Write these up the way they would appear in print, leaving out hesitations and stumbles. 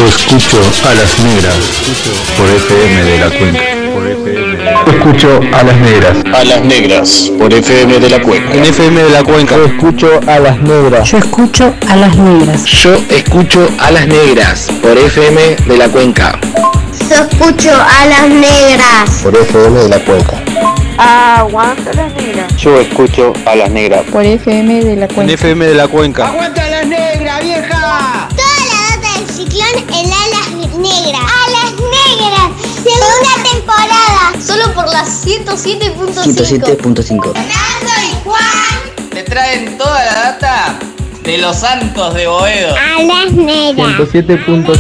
escucho a las negras por FM de la Cuenca. Escucho a las negras. A las negras por FM de la Cuenca. En FM de la Cuenca. Yo escucho a las negras. Yo escucho a las negras. Yo escucho a las negras por FM de la Cuenca. Yo escucho a las negras por FM de la Cuenca. Aguanta las negras. Yo escucho a las negras por FM de la Cuenca. En FM de la Cuenca. ¡Aguanta las negras, vieja! Toda la data del ciclón en Alas Negras. ¡Alas Negras! Segunda temporada. Solo por la 107.5. 107.5. Fernando y Juan. Te traen toda la data de los Santos de Boedo. Alas Negras. 107.5.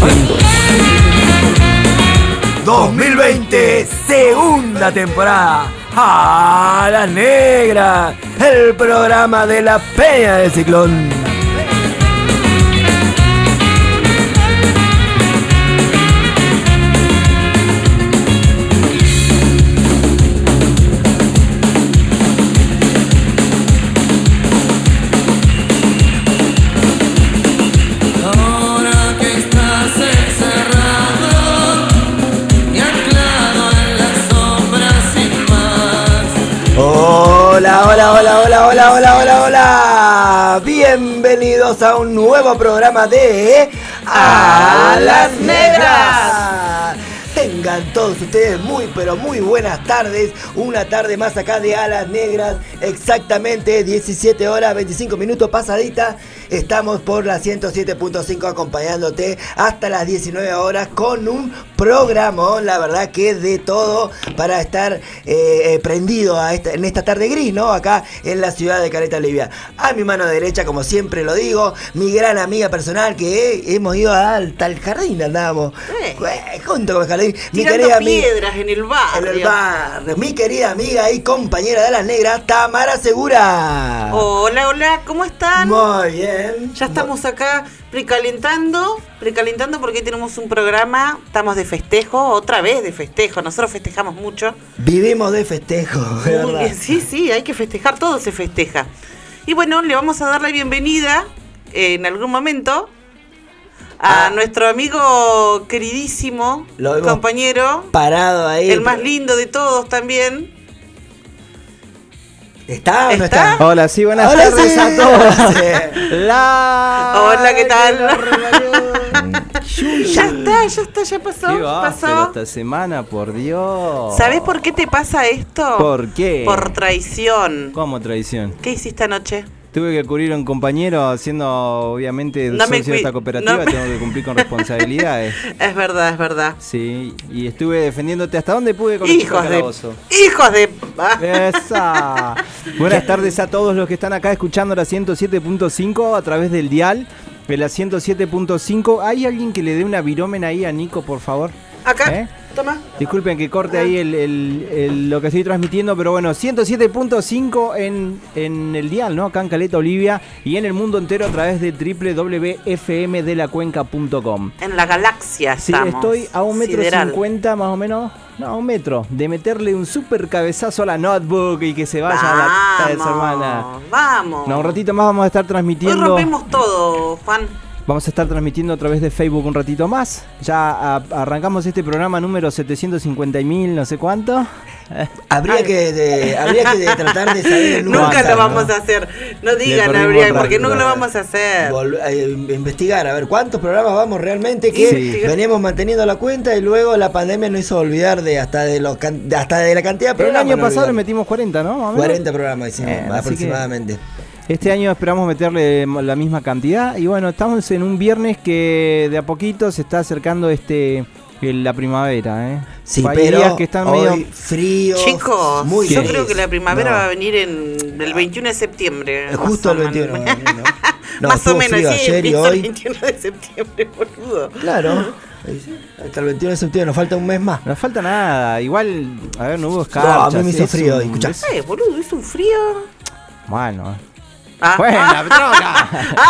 2020, segunda temporada. ¡A las negras! El programa de la Peña del Ciclón. Hola. Bienvenidos a un nuevo programa de A las Negras. Tengan todos ustedes muy pero muy buenas tardes. Una tarde más acá de A las Negras. Exactamente 17 horas 25 minutos pasadita. Estamos por la 107.5 acompañándote hasta las 19 horas con un programón, la verdad que de todo para estar prendido en esta tarde gris, ¿no? Acá en la ciudad de Caleta Olivia. A mi mano derecha, como siempre lo digo, mi gran amiga personal que hemos ido hasta el jardín, andábamos junto con el jardín. Mi querida piedras en el barrio. En el barrio. Mi querida amiga y compañera de las negras, Tamara Segura. Hola, ¿cómo están? Muy bien. Ya estamos acá precalentando porque tenemos un programa, estamos de festejo, otra vez de festejo, nosotros festejamos mucho. Vivimos de festejo, de verdad. Sí, hay que festejar, todo se festeja. Y bueno, le vamos a dar la bienvenida en algún momento a nuestro amigo queridísimo, compañero, parado ahí, el más lindo de todos también. ¿Está o no está? Hola, sí, buenas tardes a todos. Hola, ¿qué tal? Ya pasó. ¿Qué va? Pero esta semana, por Dios. ¿Sabés por qué te pasa esto? ¿Por qué? Por traición. ¿Cómo traición? ¿Qué hiciste anoche? Tuve que cubrir a un compañero siendo, obviamente, socio de esta cooperativa, tengo que cumplir con responsabilidades. Es verdad. Sí, y estuve defendiéndote hasta donde pude con ¡Hijos de... ¡Esa! Buenas tardes a todos los que están acá escuchando la 107.5 a través del dial de la 107.5. ¿Hay alguien que le dé una viromen ahí a Nico, por favor? Acá, toma. Disculpen que corte ahí lo que estoy transmitiendo, pero bueno, 107.5 en el dial, ¿no? Acá en Caleta Olivia y en el mundo entero a través de www.fmdelacuenca.com. En la galaxia estamos. Sí, estoy a 1,50 m más o menos, no, a 1 metro, de meterle un super cabezazo a la notebook y que se vaya a la puta de su hermana. Vamos. No, un ratito más vamos a estar transmitiendo. Hoy rompemos todo, Juan. Vamos a estar transmitiendo a través de Facebook un ratito más. Ya arrancamos este programa número 750.000, no sé cuánto. Habría que tratar de saber el número. Nunca lo vamos a hacer. No digan porque nunca lo vamos a hacer. Investigar, a ver cuántos programas vamos realmente que veníamos manteniendo la cuenta y luego la pandemia nos hizo olvidar hasta de la cantidad de programas. El año pasado le metimos 40, ¿no? 40 programas hicimos aproximadamente. Este año esperamos meterle la misma cantidad y bueno, estamos en un viernes que de a poquito se está acercando la primavera, Sí, pero días que están hoy medio frío. Chicos, yo creo que la primavera va a venir el 21 de septiembre. Justo el 21, ¿no? Más o menos, sí, empieza el 21 de septiembre, boludo. Claro. Hasta el 21 de septiembre nos falta un mes más. No falta nada, igual, a ver, no hubo escarcha. No, a mí me hizo frío, escuchá. Boludo, hizo un frío. Bueno. Bueno, troca.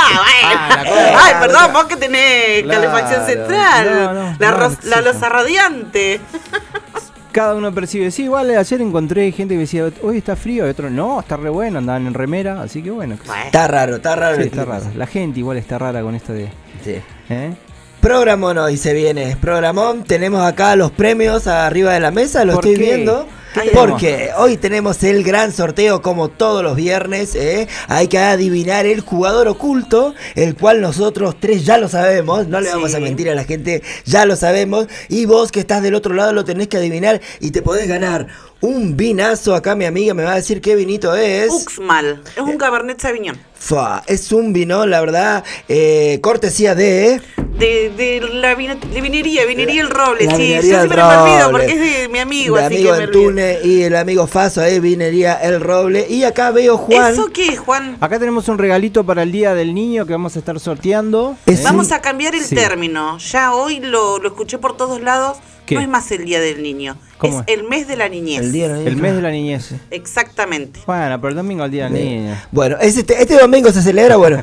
Ay, perdón, vos que tenés calefacción central. La loza radiante. Cada uno percibe. Sí, igual ayer encontré gente que decía, hoy está frío, y otro no, está re bueno, andaban en remera, así que bueno. Está raro. Sí, está raro. La gente igual está rara con esto de... Sí. Programón hoy se viene. Programón, tenemos acá los premios arriba de la mesa, lo estoy viendo. Porque hoy tenemos el gran sorteo como todos los viernes, hay que adivinar el jugador oculto, el cual nosotros tres ya lo sabemos, no le vamos a mentir a la gente, ya lo sabemos, y vos que estás del otro lado lo tenés que adivinar y te podés ganar un vinazo. Acá mi amiga me va a decir qué vinito es. Uxmal, es un Cabernet Sauvignon. Es un vino, la verdad, cortesía de la vinería El Roble, la sí, yo vinería siempre El me olvido Roble. porque es de mi amigo, el así amigo que me Entune y el amigo Faso, vinería El Roble. Y acá veo Juan. ¿Eso qué es, Juan? Acá tenemos un regalito para el Día del Niño que vamos a estar sorteando. Vamos a cambiar el término, ya hoy lo escuché por todos lados. ¿Qué? No es más el Día del Niño, es el mes de la niñez. El mes de la niñez. Exactamente. Bueno, pero el domingo el Día del Niño. Bueno, este domingo se celebra, bueno.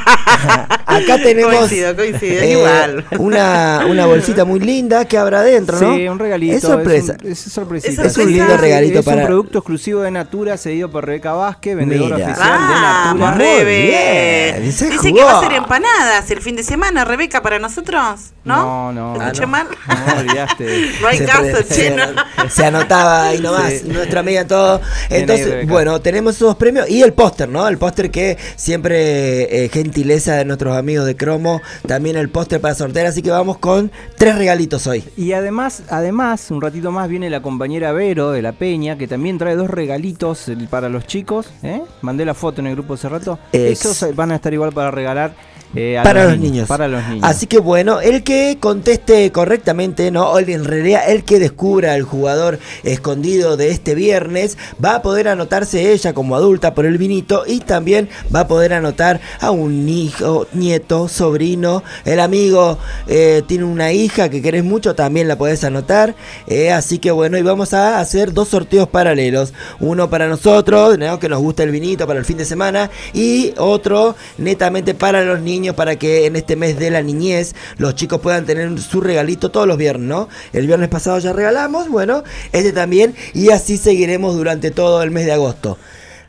Acá tenemos coincido, igual. Una bolsita muy linda que habrá adentro, ¿no? Sí, un regalito. Es sorpresa. Es sorpresita. Es un lindo regalito para... Es un producto exclusivo de Natura, cedido por Rebeca Vázquez, vendedora oficial de Natura. Rebe. Dice que va a hacer empanadas el fin de semana, Rebeca, para nosotros, ¿no? No. ¿Escuché mal? No, olvidaste. No hay caso, chino. Se anotaba ahí nomás, nuestra amiga todo. Entonces, bueno, tenemos esos premios y el póster, ¿no? El póster que siempre gentileza de nuestros amigos de Cromo, también el póster para sortear, así que vamos con 3 regalitos hoy. Y además, un ratito más viene la compañera Vero de La Peña, que también trae 2 regalitos para los chicos, mandé la foto en el grupo hace rato. Esos van a estar igual para regalar. Para los niños. Así que bueno, el que conteste correctamente, ¿no? O en realidad el que descubra al jugador escondido de este viernes va a poder anotarse ella como adulta por el vinito y también va a poder anotar a un hijo, nieto, sobrino, el amigo tiene una hija que querés mucho, también la podés anotar. Así que bueno, y vamos a hacer 2 sorteos paralelos. Uno para nosotros, ¿no? Que nos gusta el vinito para el fin de semana, y otro netamente para los niños, para que en este mes de la niñez los chicos puedan tener su regalito todos los viernes, ¿no? El viernes pasado ya regalamos, bueno, este también, y así seguiremos durante todo el mes de agosto.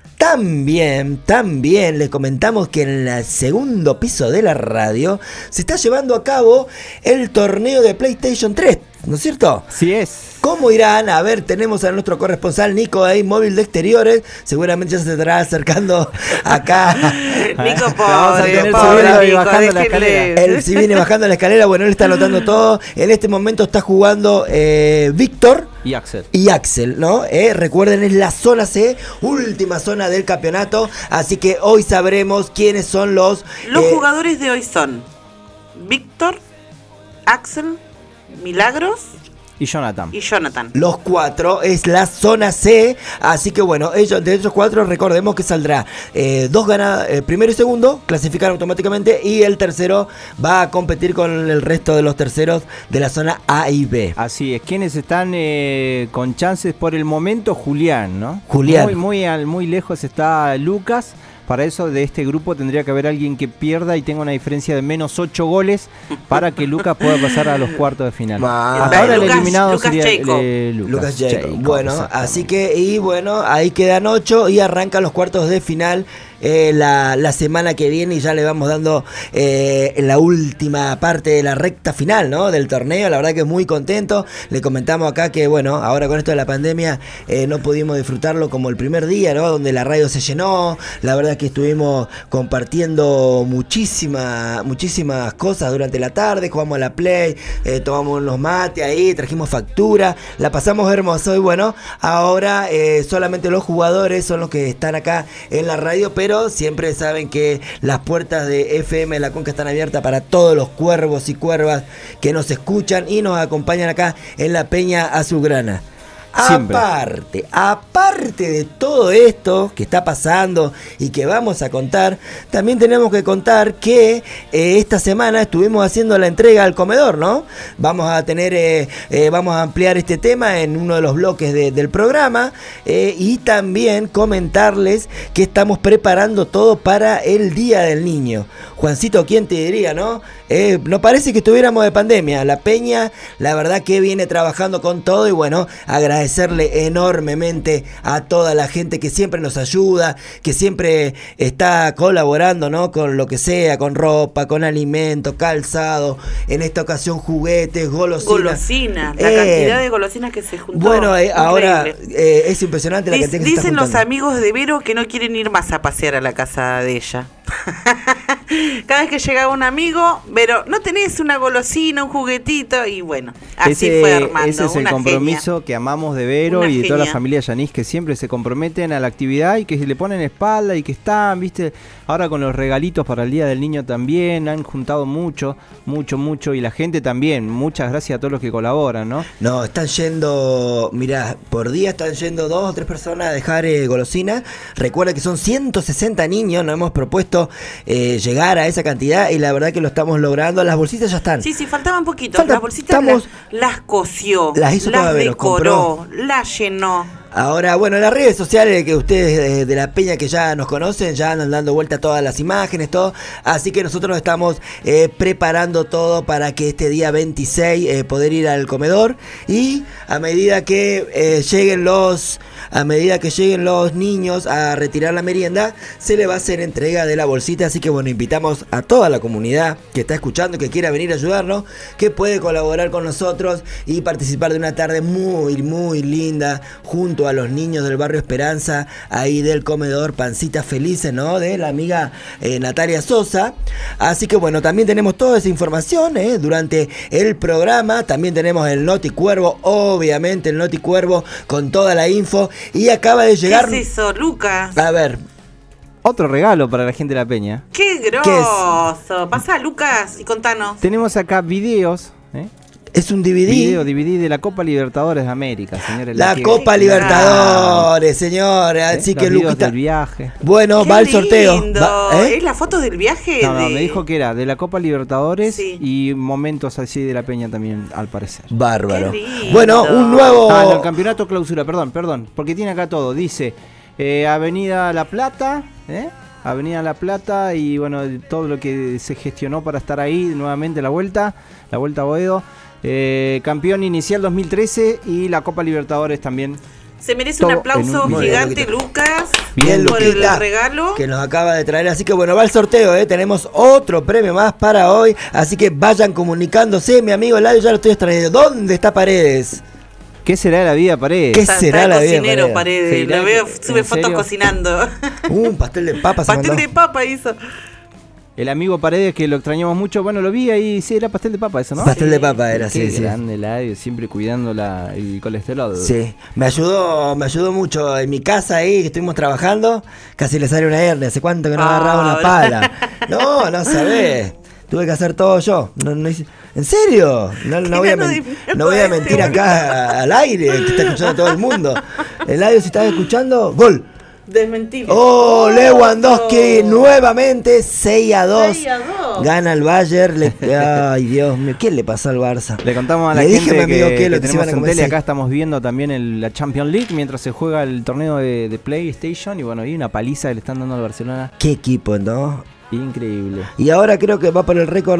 También les comentamos que en el segundo piso de la radio se está llevando a cabo el torneo de PlayStation 3, ¿no es cierto? Sí es. ¿Cómo irán? A ver, tenemos a nuestro corresponsal Nico ahí, móvil de exteriores. Seguramente ya se estará acercando acá. Nico, pobre, bajando la escalera. Él sí viene bajando la escalera, bueno, él está anotando todo. En este momento está jugando Víctor y Axel, ¿no? Recuerden, es la zona C, última zona del campeonato. Así que hoy sabremos quiénes son los jugadores de hoy son Víctor, Axel, Milagros y Jonathan. Los 4 es la zona C. Así que bueno, ellos, de esos 4 recordemos que saldrá 2 primero y segundo, clasificar automáticamente, y el tercero va a competir con el resto de los terceros de la zona A y B. Así es. ¿Quiénes están con chances por el momento? Julián, ¿no? Julián. Muy lejos está Lucas. Para eso, de este grupo tendría que haber alguien que pierda y tenga una diferencia de menos 8 goles para que Lucas pueda pasar a los cuartos de final. Hasta ahora el eliminado Lucas sería Lucas Jacob. Bueno, así que, y bueno, ahí quedan 8 y arrancan los cuartos de final la semana que viene, y ya le vamos dando la última parte de la recta final, ¿no? Del torneo. La verdad que muy contento. Le comentamos acá que bueno, ahora con esto de la pandemia no pudimos disfrutarlo como el primer día, ¿no? Donde la radio se llenó. La verdad que estuvimos compartiendo muchísimas cosas durante la tarde. Jugamos a la Play, tomamos unos mates ahí, trajimos factura, la pasamos hermoso. Y bueno, ahora solamente los jugadores son los que están acá en la radio, pero siempre saben que las puertas de FM de la Cuenca están abiertas para todos los cuervos y cuervas que nos escuchan y nos acompañan acá en la Peña Azulgrana. Aparte de todo esto que está pasando y que vamos a contar, también tenemos que contar que esta semana estuvimos haciendo la entrega al comedor, ¿no? Vamos a tener, vamos a ampliar este tema en uno de los bloques del programa, y también comentarles que estamos preparando todo para el Día del Niño. Juancito, ¿quién te diría, no? No parece que estuviéramos de pandemia. La Peña, la verdad que viene trabajando con todo, y bueno, agradecemos agradecerle enormemente a toda la gente que siempre nos ayuda, que siempre está colaborando, ¿no? Con lo que sea, con ropa, con alimento, calzado, en esta ocasión juguetes, golosinas. La cantidad de golosinas que se juntó. Bueno, ahora es impresionante la cantidad que se está juntando. Dicen los amigos de Vero que no quieren ir más a pasear a la casa de ella. Cada vez que llegaba un amigo, Vero, ¿no tenés una golosina, un juguetito? Y bueno, así fue Armando. Ese es el compromiso que amamos de Vero y de toda la familia Yanis, que siempre se comprometen a la actividad y que le ponen espalda y que están, ¿viste? Ahora con los regalitos para el Día del Niño también han juntado mucho, y la gente también. Muchas gracias a todos los que colaboran, ¿no? No, están yendo, mirá, por día están yendo 2 o 3 personas a dejar golosinas. Recuerda que son 160 niños, nos hemos propuesto llegar a esa cantidad y la verdad que lo estamos logrando. Las bolsitas ya están. Sí, faltaban poquito. Las bolsitas las cosió, las decoró, las llenó. Ahora, bueno, en las redes sociales que ustedes de la Peña que ya nos conocen, ya andan dando vuelta todas las imágenes, todo. Así que nosotros estamos preparando todo para que este día 26 poder ir al comedor. Y a medida que lleguen los niños a retirar la merienda, se le va a hacer entrega de la bolsita. Así que bueno, invitamos a toda la comunidad que está escuchando, que quiera venir a ayudarnos, que puede colaborar con nosotros y participar de una tarde muy, muy linda junto a los niños del barrio Esperanza, ahí del comedor Pancitas Felices, ¿no? De la amiga Natalia Sosa. Así que bueno, también tenemos toda esa información durante el programa. También tenemos el Noti Cuervo, obviamente el Noti Cuervo con toda la info. Y acaba de llegar... ¿Qué es eso, Lucas? A ver... Otro regalo para la gente de la Peña. ¡Qué grosso! Pasa, Lucas, y contanos. Tenemos acá videos, Es un DVD. DVD de la Copa Libertadores de América, señores. La Copa Libertadores, señores. Así que Luquita. Del viaje. Bueno, va al sorteo. ¿Es la foto del viaje? No, me dijo que era de la Copa Libertadores y momentos así de la Peña también, al parecer. Bárbaro. Bueno, un nuevo. No, el campeonato clausura, perdón, porque tiene acá todo. Dice Avenida La Plata, Avenida La Plata y bueno, todo lo que se gestionó para estar ahí nuevamente la vuelta a Boedo. Campeón inicial 2013 y la Copa Libertadores también. Se merece un aplauso gigante, Lucas, bien por Luquita, el regalo que nos acaba de traer. Así que bueno, va el sorteo, tenemos otro premio más para hoy. Así que vayan comunicándose. Mi amigo Ladio ya lo estoy extrayendo. ¿Dónde está Paredes? ¿Qué será la vida Paredes? ¿Qué será la vida cocinero Paredes? Lo veo, sube fotos cocinando. Un pastel de papa. Pastel de papa hizo. El amigo Paredes, que lo extrañamos mucho, bueno, lo vi ahí, sí, era pastel de papa eso, ¿no? Pastel de papa era, sí. Grande Ladio, siempre cuidando el colesterol. Sí, me ayudó mucho en mi casa ahí, que estuvimos trabajando, casi le sale una hernia, ¿hace cuánto que no agarraba una pala? No sabés, tuve que hacer todo yo, no hice... ¿En serio? No voy a mentir acá al aire, que está escuchando todo el mundo. El Ladio, si estás escuchando, ¡gol! Desmentible. Lewandowski nuevamente 6-2. Gana el Bayern. Ay, Dios mío, ¿qué le pasó al Barça? Le contamos a la gente que tenemos en tele. Acá estamos viendo también la Champions League mientras se juega el torneo de PlayStation. Y bueno, hay una paliza que le están dando al Barcelona. Qué equipo, ¿no? Increíble. Y ahora creo que va para el récord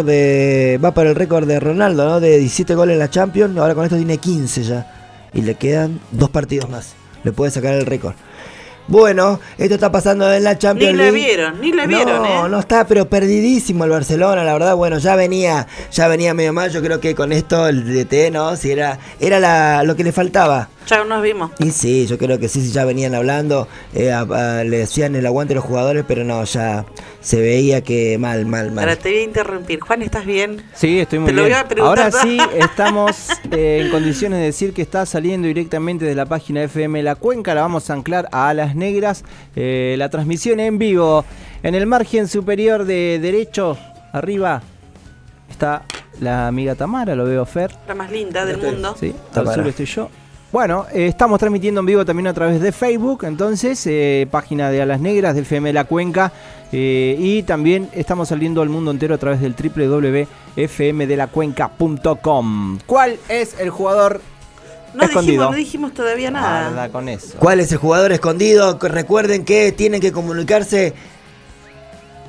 de Ronaldo, ¿no? De 17 goles en la Champions. Ahora con esto tiene 15 ya. Y le quedan 2 partidos más. Le puede sacar el récord. Bueno, esto está pasando en la Champions League. Ni la vieron. No está, pero perdidísimo el Barcelona, la verdad. Bueno, ya venía medio mal. Yo creo que con esto el DT, ¿no? Si era lo que le faltaba. Ya nos vimos. Y sí, yo creo que sí, ya venían hablando, le decían el aguante a los jugadores, pero no, ya se veía que mal. Ahora te voy a interrumpir. Juan, ¿estás bien? Sí, estoy muy bien. Te lo voy a preguntar. Ahora sí estamos en condiciones de decir que está saliendo directamente de la página FM La Cuenca. La vamos a anclar a Alas Negras. La transmisión en vivo. En el margen superior de derecho, arriba, está la amiga Tamara, lo veo Fer. La más linda del mundo. Sí, al sur estoy yo. Bueno, estamos transmitiendo en vivo también a través de Facebook, entonces, página de Alas Negras del FM La Cuenca, y también estamos saliendo al mundo entero a través del www.fmdelacuenca.com. ¿Cuál es el jugador escondido? No dijimos todavía nada. Nada con eso. ¿Cuál es el jugador escondido? Recuerden que tienen que comunicarse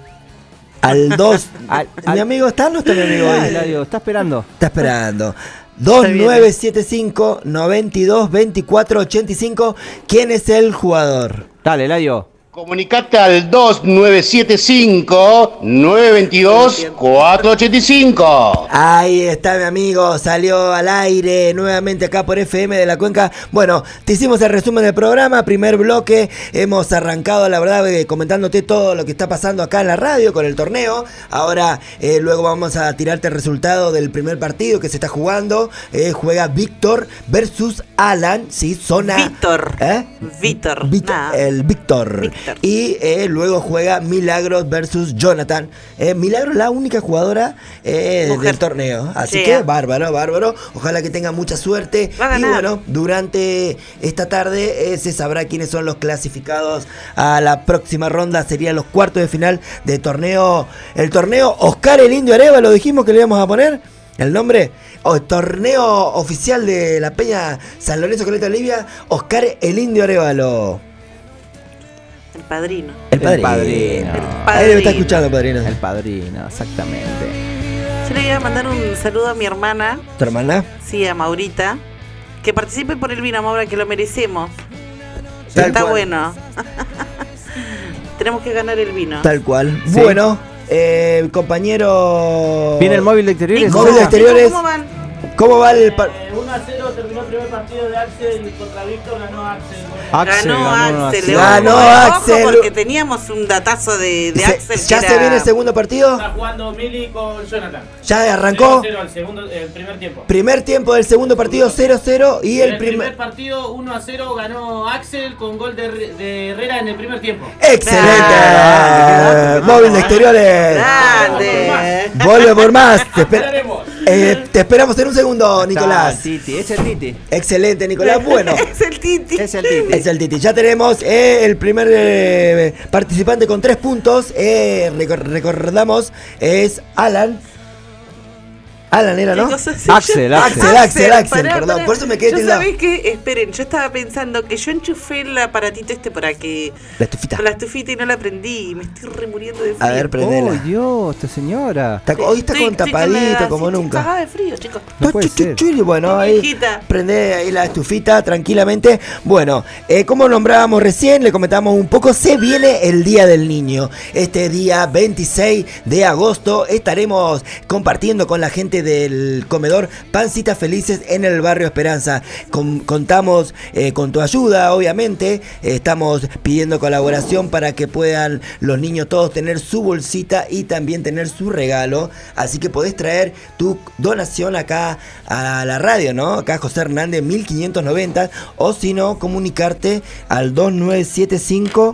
al 2. ¿Mi amigo está? ¿No está mi amigo hoy? Está esperando. Está esperando. 2975-922485. ¿Quién es el jugador? Dale, Eladio. Comunicate al 2975-922-485. Ahí está, mi amigo, salió al aire nuevamente acá por FM de la Cuenca. Bueno, te hicimos el resumen del programa, primer bloque, hemos arrancado, la verdad, comentándote todo lo que está pasando acá en la radio con el torneo. Ahora, luego vamos a tirarte el resultado del primer partido que se está jugando. Juega Víctor versus Alan, sí, zona... Víctor. Víctor. El Víctor. Y luego juega Milagros versus Jonathan. Milagros la única jugadora del torneo. Así que bárbaro. Ojalá que tenga mucha suerte. Y bueno, durante esta tarde se sabrá quiénes son los clasificados a la próxima ronda. Serían los cuartos de final de torneo. El torneo Oscar el Indio Arévalo, dijimos que le íbamos a poner el nombre. Torneo oficial de la Peña San Lorenzo Caleta Olivia. Oscar el Indio Arévalo. El padrino. Ahí lo está escuchando, el padrino. El padrino, exactamente. Yo le voy a mandar un saludo a mi hermana. ¿Tu hermana? Sí, a Maurita. Que participe por el vino, Maura, que lo merecemos. Está bueno. Tenemos que ganar el vino. Tal cual. Sí. Bueno, compañero. ¿Viene el móvil de exteriores? Móvil de exteriores. ¿Cómo van? ¿Cómo va el 1-0 terminó el primer partido de Axel contra Víctor, ganó Axel. Ganó Axel. Porque teníamos un datazo de Axel. ¿Ya se viene el segundo partido? Está jugando Mili con Jonathan. ¿Ya arrancó? 0-0 el primer tiempo. Primer tiempo del segundo partido 0-0 y el primer partido 1-0 ganó Axel con gol de Herrera en el primer tiempo. ¡Excelente! Móvil de exteriores. Grande. Vuelve por más. Te esperamos en un segundo, Nicolás. Es el Titi. Excelente, Nicolás. Bueno. Es el Titi. Es el Titi. Ya tenemos el primer participante con 3 puntos. Recordamos, es Alan. Alan era, ¿no? Axel, perdón. Por eso me quedé tildado. ¿Sabés qué? Esperen, yo estaba pensando que yo enchufé el aparatito para que... La estufita. La estufita y no la prendí. Me estoy remuriendo de frío. A ver, prendela. Oh, Dios, esta señora. Hoy está con tapadito como nunca. Cagada de frío, chicos. No puede ser. Bueno, ahí prende ahí la estufita tranquilamente. Bueno, como nombrábamos recién, le comentamos un poco, se viene el Día del Niño. Este día 26 de agosto estaremos compartiendo con la gente del comedor Pancitas Felices en el barrio Esperanza. Contamos con tu ayuda, obviamente. Estamos pidiendo colaboración para que puedan los niños todos tener su bolsita y también tener su regalo. Así que podés traer tu donación acá a la radio, ¿no? Acá José Hernández 1590, o si no, comunicarte al 2975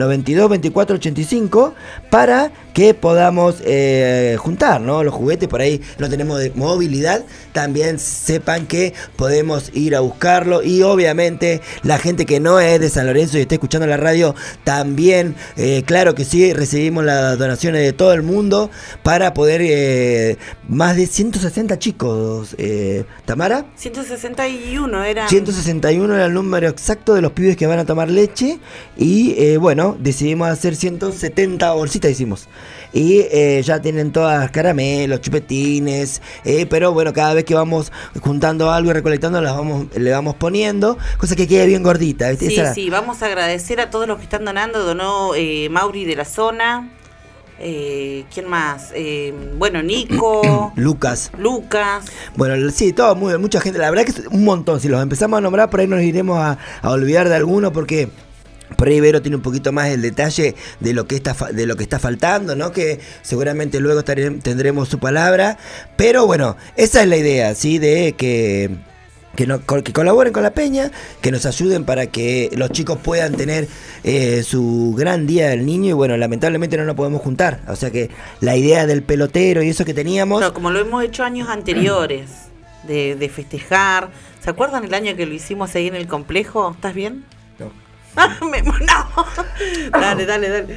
922485 para que podamos juntar, ¿no? Los juguetes, por ahí lo tenemos de movilidad. También sepan que podemos ir a buscarlo. Y obviamente la gente que no es de San Lorenzo y está escuchando la radio, también, claro que sí, recibimos las donaciones de todo el mundo para poder, más de 160 chicos, ¿Tamara? 161 era. 161 era el número exacto de los pibes que van a tomar leche. Y bueno, decidimos hacer 170 bolsitas, hicimos. Y ya tienen todas caramelos, chupetines, pero bueno, cada vez que vamos juntando algo y recolectando le vamos poniendo, cosa que quede bien gordita, ¿viste? Sí, vamos a agradecer a todos los que están donando. Donó Mauri de la zona. ¿Quién más? Bueno, Nico. Lucas. Bueno, sí, todo, mucha gente. La verdad que es un montón. Si los empezamos a nombrar, por ahí nos iremos a olvidar de alguno, porque por ahí Vero tiene un poquito más el detalle de lo que está faltando, ¿no? Que seguramente luego tendremos su palabra. Pero bueno, esa es la idea, ¿sí? De que colaboren con la Peña, que nos ayuden para que los chicos puedan tener su gran día del niño. Y bueno, lamentablemente no nos podemos juntar. O sea que la idea del pelotero y eso que teníamos... No, como lo hemos hecho años anteriores, de festejar. ¿Se acuerdan el año que lo hicimos ahí en el complejo? ¿Estás bien? No. No. Dale.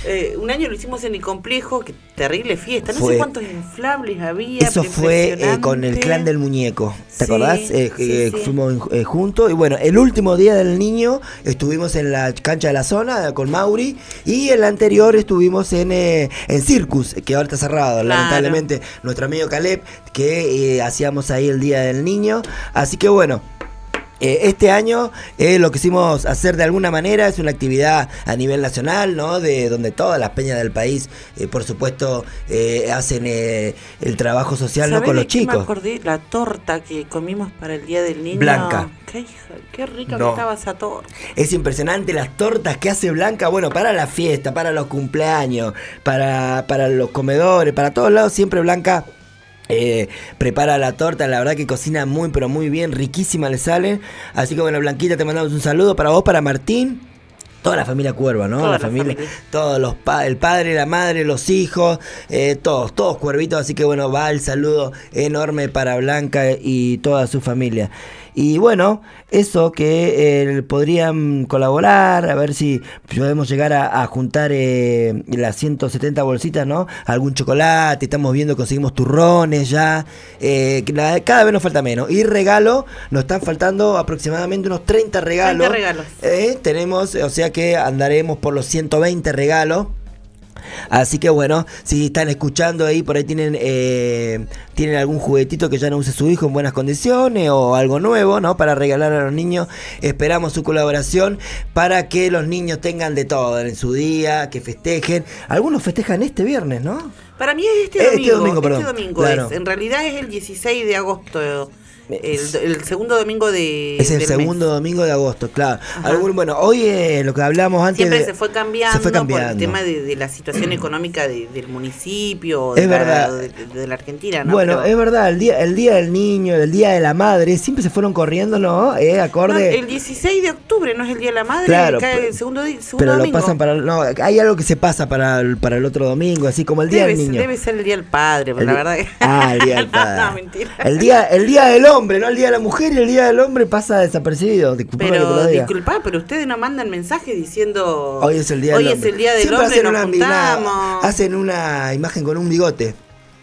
Un año lo hicimos en el complejo, que terrible fiesta. No sé cuántos inflables había. Eso fue con el clan del muñeco. ¿Te acordás? Fuimos juntos. Y bueno, el último día del niño estuvimos en la cancha de la zona con Mauri. Y el anterior estuvimos en Circus, que ahora está cerrado, lamentablemente. Nuestro amigo Caleb, que hacíamos ahí el día del niño. Así que bueno. Este año lo quisimos hacer de alguna manera, es una actividad a nivel nacional, ¿no? De donde todas las peñas del país, por supuesto, hacen el trabajo social, ¿no? Con los chicos. Me acordé la torta que comimos para el Día del Niño. Blanca. Qué rica que estaba esa torta. Es impresionante las tortas que hace Blanca, bueno, para la fiesta, para los cumpleaños, para los comedores, para todos lados, siempre Blanca prepara la torta, la verdad que cocina muy pero muy bien, riquísima le sale. Así que bueno, Blanquita, te mandamos un saludo para vos, para Martín, toda la familia Cuerva, ¿no? La familia, todos los el padre, la madre, los hijos, todos cuervitos. Así que bueno, va el saludo enorme para Blanca y toda su familia. Y bueno, eso que podrían colaborar, a ver si podemos llegar a juntar las 170 bolsitas, ¿no? Algún chocolate, estamos viendo, conseguimos turrones ya, cada vez nos falta menos. Y regalo, nos están faltando aproximadamente unos 30 regalos. 30 regalos. Tenemos, o sea que andaremos por los 120 regalos. Así que bueno, si están escuchando ahí, por ahí tienen algún juguetito que ya no use su hijo en buenas condiciones o algo nuevo, ¿no? Para regalar a los niños, esperamos su colaboración para que los niños tengan de todo en su día, que festejen. Algunos festejan este viernes, ¿no? Para mí es este domingo, claro. En realidad es el 16 de agosto. El segundo domingo de es el segundo domingo de agosto, claro. Bueno, hoy lo que hablamos antes siempre se fue cambiando por el tema de la situación económica del municipio, es verdad, de la Argentina, ¿no? Bueno, pero es verdad, el día del niño, el día de la madre, siempre se fueron corriendo, ¿no? Acorde. No, el 16 de octubre no es el día de la madre, claro, cae el segundo pero domingo. Lo pasan hay algo que se pasa para el otro domingo, así como el día del niño. Debe ser el día del padre, pero la verdad que el día del padre. No, mentira. El día del hombre, no el día de la mujer, y el día del hombre pasa desapercibido. Disculpa, pero ustedes no mandan mensajes diciendo hoy es el día del hombre. Siempre hombre, nos juntamos. Hacen una imagen con un bigote.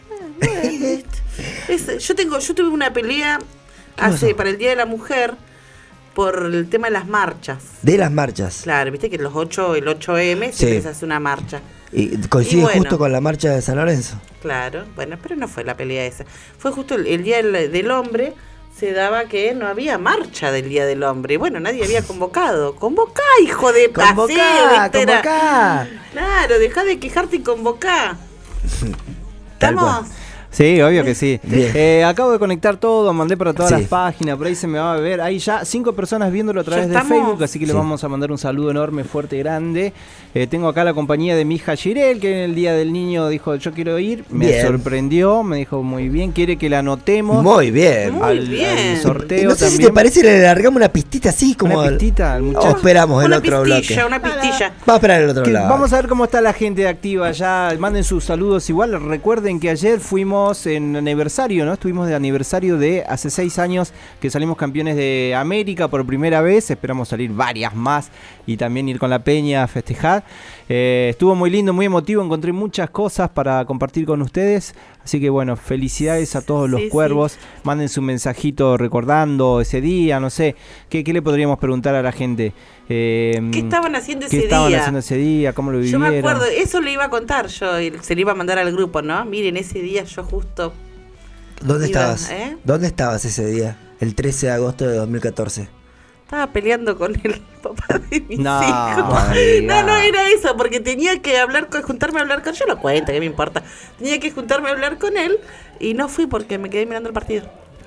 Yo tuve una pelea para el Día de la Mujer por el tema de las marchas. De las marchas. Claro, viste que el 8M siempre se hace una marcha. Y coincide justo con la marcha de San Lorenzo. Claro, bueno, pero no fue la pelea esa. Fue justo el Día del Hombre, se daba que no había marcha del Día del Hombre. Bueno, nadie había convocado. Convocá, hijo de convocá. Claro, dejá de quejarte y convocá. ¿Estamos? Sí, obvio que sí. Acabo de conectar todo, mandé para todas las páginas, por ahí se me va a ver. Hay ya 5 personas viéndolo a través de Facebook, así que le vamos a mandar un saludo enorme, fuerte, grande. Tengo acá la compañía de mi hija Jirel, que en el Día del Niño dijo, yo quiero ir. Me sorprendió, me dijo, muy bien, quiere que la anotemos. Muy bien. Al sorteo. No sé si te parece, le largamos una pistita así como... Una pistita al muchacho. O esperamos el otro bloque. Una pistilla. Va a esperar el otro lado. Vamos a ver cómo está la gente activa ya. Manden sus saludos igual. Recuerden que ayer fuimos en aniversario, ¿no? Estuvimos de aniversario de hace 6 años que salimos campeones de América por primera vez. Esperamos salir varias más y también ir con la peña a festejar. Estuvo muy lindo, muy emotivo. Encontré muchas cosas para compartir con ustedes. Así que bueno, felicidades a todos los cuervos. Manden su mensajito recordando ese día, no sé. ¿Qué le podríamos preguntar a la gente? ¿Qué estaban haciendo ese día? ¿Qué estaban haciendo ese día? ¿Cómo lo vivieron? Yo me acuerdo, eso le iba a contar yo, se le iba a mandar al grupo, ¿no? Miren, ese día yo justo... ¿Dónde estabas? ¿Dónde estabas ese día? El 13 de agosto de 2014. Estaba peleando con el papá de mis hijos. No, era eso, porque tenía que juntarme a hablar con... Yo lo cuento, ¿qué me importa? Tenía que juntarme a hablar con él y no fui porque me quedé mirando el partido.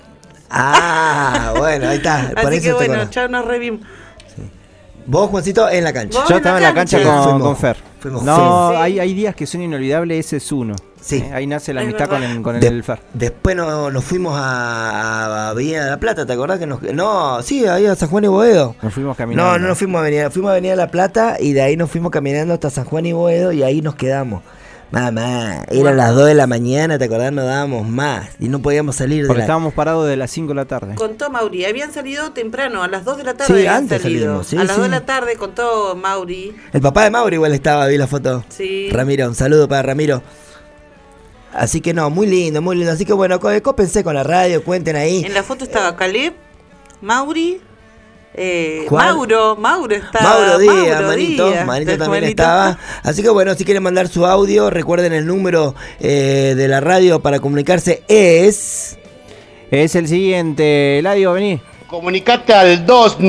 Bueno, ahí está. Así que bueno, chao, nos revimos. Vos, Juancito, en la cancha. Yo estaba en la cancha con Fer. No, hay días que son inolvidables, ese es uno. Sí. Ahí nace la amistad con el Fer. Después nos fuimos a Avenida de la Plata, ¿te acordás que ahí a San Juan y Boedo. Nos fuimos caminando. No nos fuimos a Avenida de la Plata y de ahí nos fuimos caminando hasta San Juan y Boedo y ahí nos quedamos. Mamá, eran las 2 de la mañana, ¿te acordás? No dábamos más y no podíamos salir. Porque estábamos parados de las 5 de la tarde. Contó Mauri, habían salido temprano, a las 2 de la tarde. Sí, antes salimos. Sí, a las 2 de la tarde contó Mauri. El papá de Mauri igual estaba, vi la foto. Sí. Ramiro, un saludo para Ramiro. Así que no, muy lindo, muy lindo. Así que bueno, cópense con la radio, cuenten ahí. En la foto estaba Caleb, Mauri, Mauro estaba. Mauro Díaz, Manito también estaba. Así que bueno, si quieren mandar su audio, recuerden el número de la radio para comunicarse es el siguiente. Eladio, vení. Comunicate al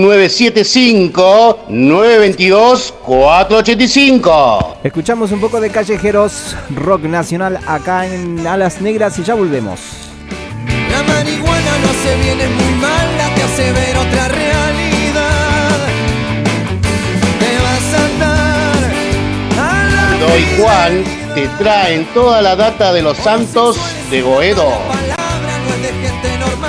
2975-922-485. Escuchamos un poco de Callejeros, rock nacional acá en Alas Negras y ya volvemos. La marihuana no hace bien, es muy mala, te hace ver otra realidad. Te vas a dar a la Aldo y Juan te traen toda la data de los santos de Boedo. palabra no es de gente normal.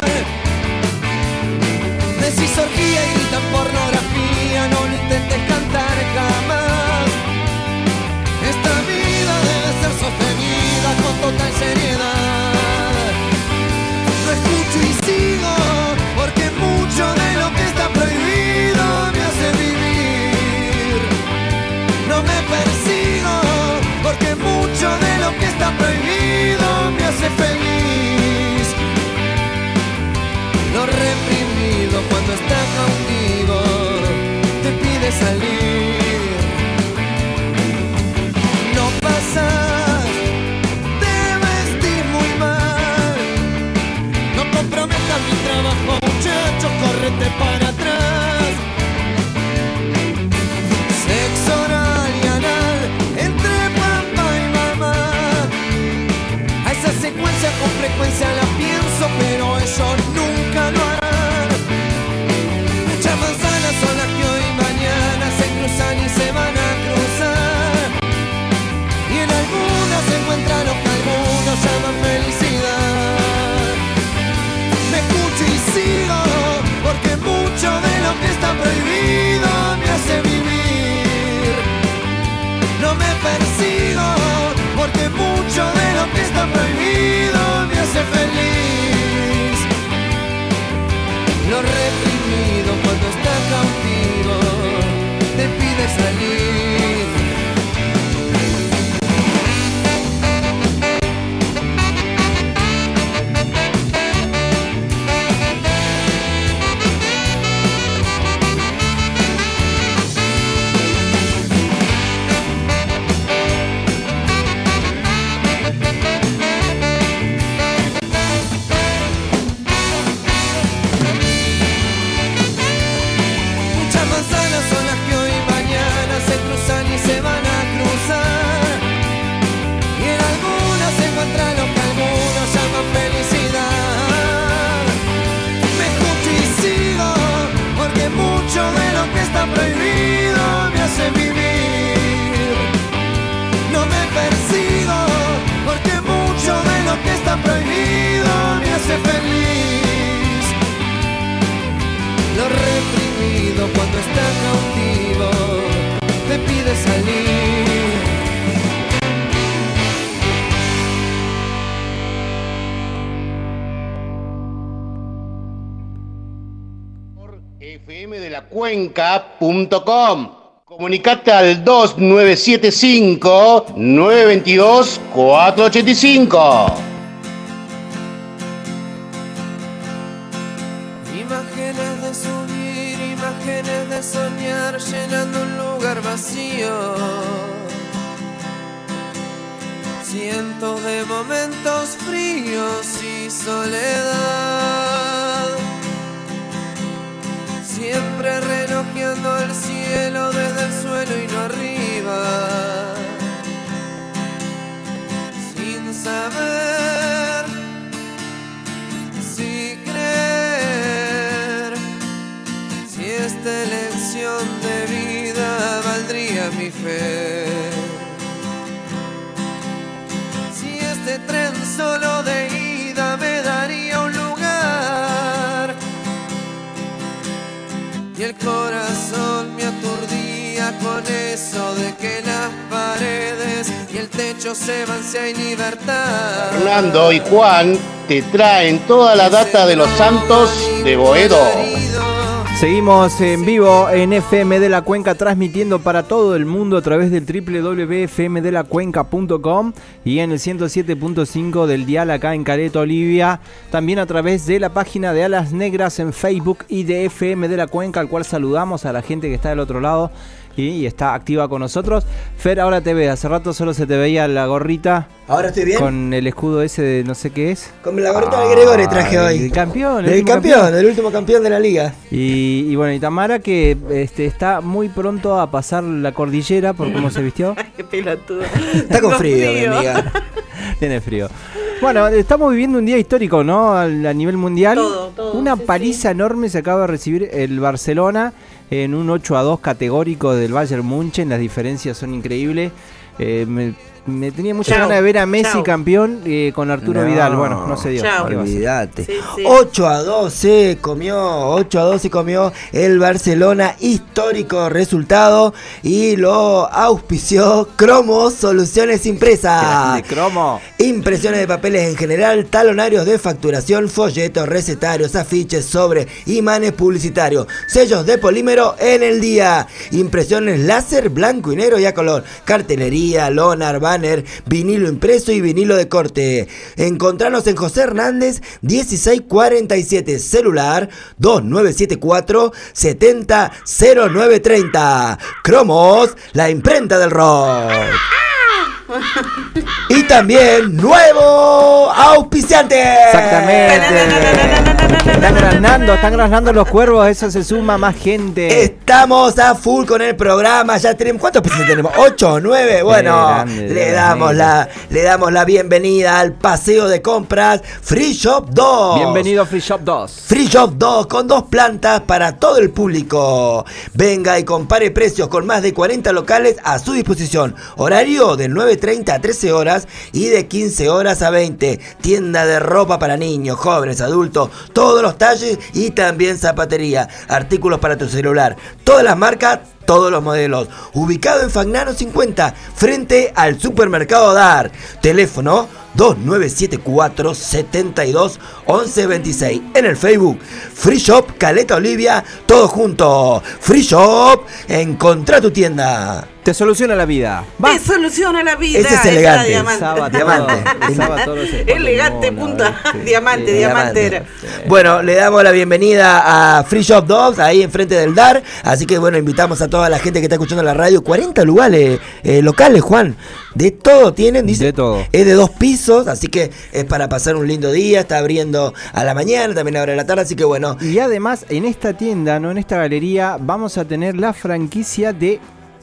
Decís orgía y gritan pornografía, no lo intentes cantar jamás. Esta vida debe ser sostenida con total seriedad. No escucho y sigo, porque mucho de lo que está prohibido me hace vivir. No me persigo, porque mucho de lo que está prohibido me hace feliz. Lo reprimido cuando está cautivo te pide salir. No pasas de vestir muy mal. No comprometas mi trabajo, muchacho, córrete para atrás. Sexo oral y anal entre papá y mamá. A esa secuencia con frecuencia la pienso, pero ellos nunca lo harán. Muchas manzanas son las que hoy y mañana se cruzan y se van a cruzar. Y en algunas se encuentra lo que algunos llaman felicidad. Me escucho y sigo, porque mucho de lo que está prohibido me hace vivir. No me persigo, porque mucho de lo que está prohibido me hace feliz. Lo reprimido cuando está cautivo te pide salir. Muchas manzanas son las que hoy y mañana se cruzan y se van a cruzar. Y en algunas se encuentra lo que algunos llaman felicidad. Me escucho y sigo, porque mucho de lo que está prohibido me hace vivir. No me persigo, porque mucho de lo que está prohibido me hace feliz. Lo reprimido cuando está cautivo te pide salir. fmdelacuenca.com. Comunicate al 2975-922-485. Imágenes de subir, imágenes de soñar, llenando un lugar vacío. Cientos de momentos fríos y soledad. Siempre relojeando el cielo desde el suelo y no arriba. Sin saber si creer, si esta elección de vida valdría mi fe. Si este tren solo de ida me daría un lugar. Y el corazón me aturdía con eso de que las paredes y el techo derechos se van si hay libertad. Fernando y Juan te traen toda la data de los Santos de Boedo. Seguimos en vivo en FM de la Cuenca, transmitiendo para todo el mundo a través del www.fmdelacuenca.com y en el 107.5 del dial acá en Caleta Olivia. También a través de la página de Alas Negras en Facebook y de FM de la Cuenca, al cual saludamos a la gente que está del otro lado y está activa con nosotros. Fer, ahora te veo. Hace rato solo se te veía la gorrita. ¿Ahora estoy bien? Con el escudo ese de no sé qué es. Con la gorrita de Gregore traje hoy. El campeón. El último campeón de la liga. Y bueno, y Tamara que está muy pronto a pasar la cordillera por cómo se vistió. Qué pelotudo. Está con frío, mi amiga. Tiene frío. Bueno, estamos viviendo un día histórico, ¿no? A nivel mundial. Todo, Una paliza enorme se acaba de recibir el Barcelona en un 8-2 categórico del Bayern München. Las diferencias son increíbles. Me tenía mucha ganas de ver a Messi campeón con Arturo Vidal. Bueno, no se dio. Olvídate. 8-2 se comió el Barcelona, histórico resultado, y lo auspició Cromo Soluciones Impresas. Grande, Cromo. Impresiones de papeles en general, talonarios de facturación, folletos, recetarios, afiches, sobre, imanes publicitarios, sellos de polímero en el día, impresiones láser, blanco y negro y a color, cartelería, lonar, banner, vinilo impreso y vinilo de corte. Encontranos en José Hernández 1647, celular 2974 700930. Cromos, la imprenta del rock. Y también nuevo auspiciante. Exactamente. Están graznando los cuervos, eso se suma más gente. Estamos a full con el programa, ya tenemos, ¿cuántos auspiciantes tenemos? 8 o 9, bueno, le damos la bienvenida al paseo de compras Free Shop 2. Bienvenido a Free Shop 2. Free Shop 2 con 2 plantas para todo el público. Venga y compare precios con más de 40 locales a su disposición. Horario de 9:30 a 13 horas y de 15 horas a 20. Tienda de ropa para niños, jóvenes, adultos, todos los talles y también zapatería. Artículos para tu celular. Todas las marcas, todos los modelos. Ubicado en Fagnano 50, frente al supermercado Dar. Teléfono 2974 72 11 26. En el Facebook Free Shop Caleta Olivia, todo junto. Free Shop, encontrá tu tienda. Te soluciona la vida. Te soluciona la vida. Ese es elegante. Diamante. Elegante, punta. Diamante era. Bueno, le damos la bienvenida a Free Shop 2, ahí enfrente del DAR. Así que bueno, invitamos a toda la gente que está escuchando la radio. 40 lugares locales, Juan. De todo tienen, dice. De todo. Es de 2 pisos, así que es para pasar un lindo día. Está abriendo a la mañana, también abre a la tarde, así que bueno. Y además, en esta tienda, no en esta galería, vamos a tener la franquicia de...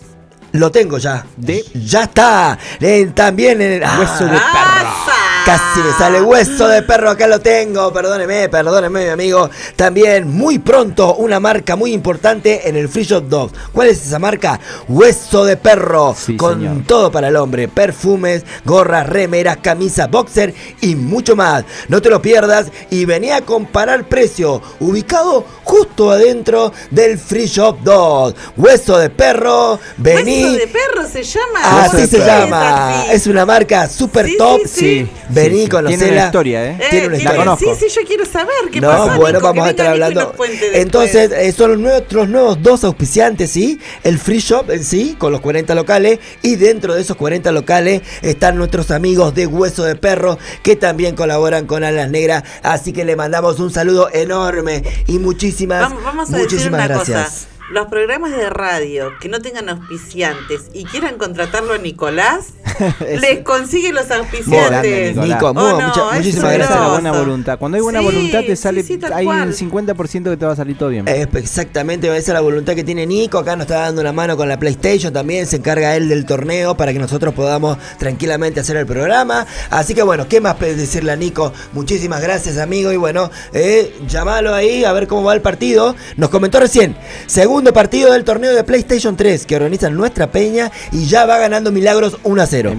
Lo tengo ya. Ya está. También en el Hueso de Perro. Casi me sale Hueso de Perro, acá lo tengo. Perdóneme, mi amigo. También muy pronto una marca muy importante en el Free Shop 2. ¿Cuál es esa marca? Hueso de Perro. Sí, con señor. todo para el hombre. Perfumes, gorras, remeras, camisas, boxer y mucho más. No te lo pierdas y vení a comparar precio. Ubicado justo adentro del Free Shop 2. Hueso de Perro. Vení. ¿Hueso de Perro se llama? Así se llama. Es una marca super top. Sí. Vení, conocela. Tiene una historia, Tiene una historia. La conozco. Sí, yo quiero saber qué No, pasa. bueno, Nico, vamos a estar hablando. Entonces, son los nuevos 2 auspiciantes, ¿sí? El Free Shop, sí, con los 40 locales. Y dentro de esos 40 locales están nuestros amigos de Hueso de Perro, que también colaboran con Alas Negras. Así que le mandamos un saludo enorme y muchísimas gracias. Cosa. Los programas de radio que no tengan auspiciantes y quieran contratarlo a Nicolás, les consigue los auspiciantes. Nico, muchísimas gracias. La buena voluntad. Cuando hay buena voluntad te sale, hay un 50% que te va a salir todo bien. Exactamente, esa es la voluntad que tiene Nico. Acá nos está dando una mano con la PlayStation también. Se encarga él del torneo para que nosotros podamos tranquilamente hacer el programa. Así que bueno, ¿qué más decirle a Nico? Muchísimas gracias, amigo. Y bueno, llamalo ahí a ver cómo va el partido. Nos comentó recién, segundo partido del torneo de PlayStation 3 que organiza nuestra peña y ya va ganando Milagros 1-0.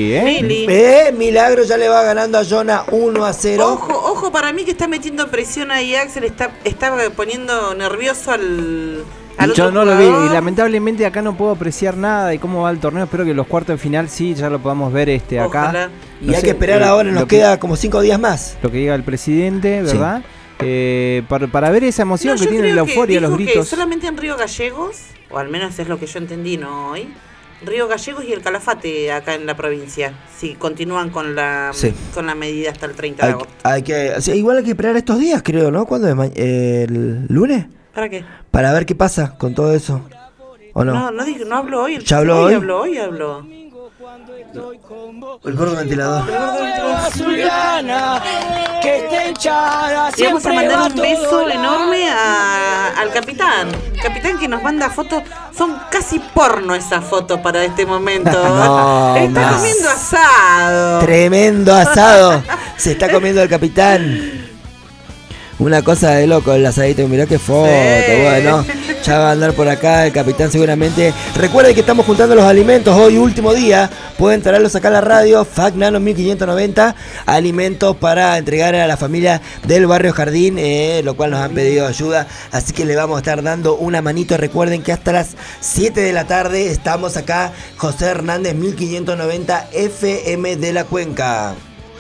Milagros ya le va ganando a Jonah 1-0. Ojo para mí que está metiendo presión ahí Axel, está poniendo nervioso Yo no lo vi y lamentablemente acá no puedo apreciar nada de cómo va el torneo. Espero que los cuartos de final sí ya lo podamos ver acá. Ojalá. Y hay que esperar ahora, nos queda como 5 días más. Lo que diga el presidente, ¿verdad? Sí. Para ver esa emoción que tiene la euforia, los gritos. Que solamente en Río Gallegos, o al menos es lo que yo entendí, ¿no? Hoy, Río Gallegos y el Calafate acá en la provincia, si continúan con la medida hasta el 30 de agosto. Igual hay que esperar estos días, creo, ¿no? ¿Cuándo es? ¿El lunes? ¿Para qué? Para ver qué pasa con todo eso. ¿O no? No habló hoy. ¿Ya habló hoy? Habló. El gordo ventilador. Y vamos a mandar un beso enorme al capitán. Capitán que nos manda fotos. Son casi porno esas fotos para este momento. Está comiendo asado. Tremendo asado. Se está comiendo el capitán. Una cosa de loco el asadito, mirá qué foto, bueno, ya va a andar por acá el capitán seguramente. Recuerden que estamos juntando los alimentos, hoy último día, pueden traerlos acá a la radio, FAC Nano 1590, alimentos para entregar a la familia del barrio Jardín, lo cual nos han pedido ayuda, así que le vamos a estar dando una manito. Recuerden que hasta las 7 de la tarde estamos acá, José Hernández 1590 FM de la Cuenca.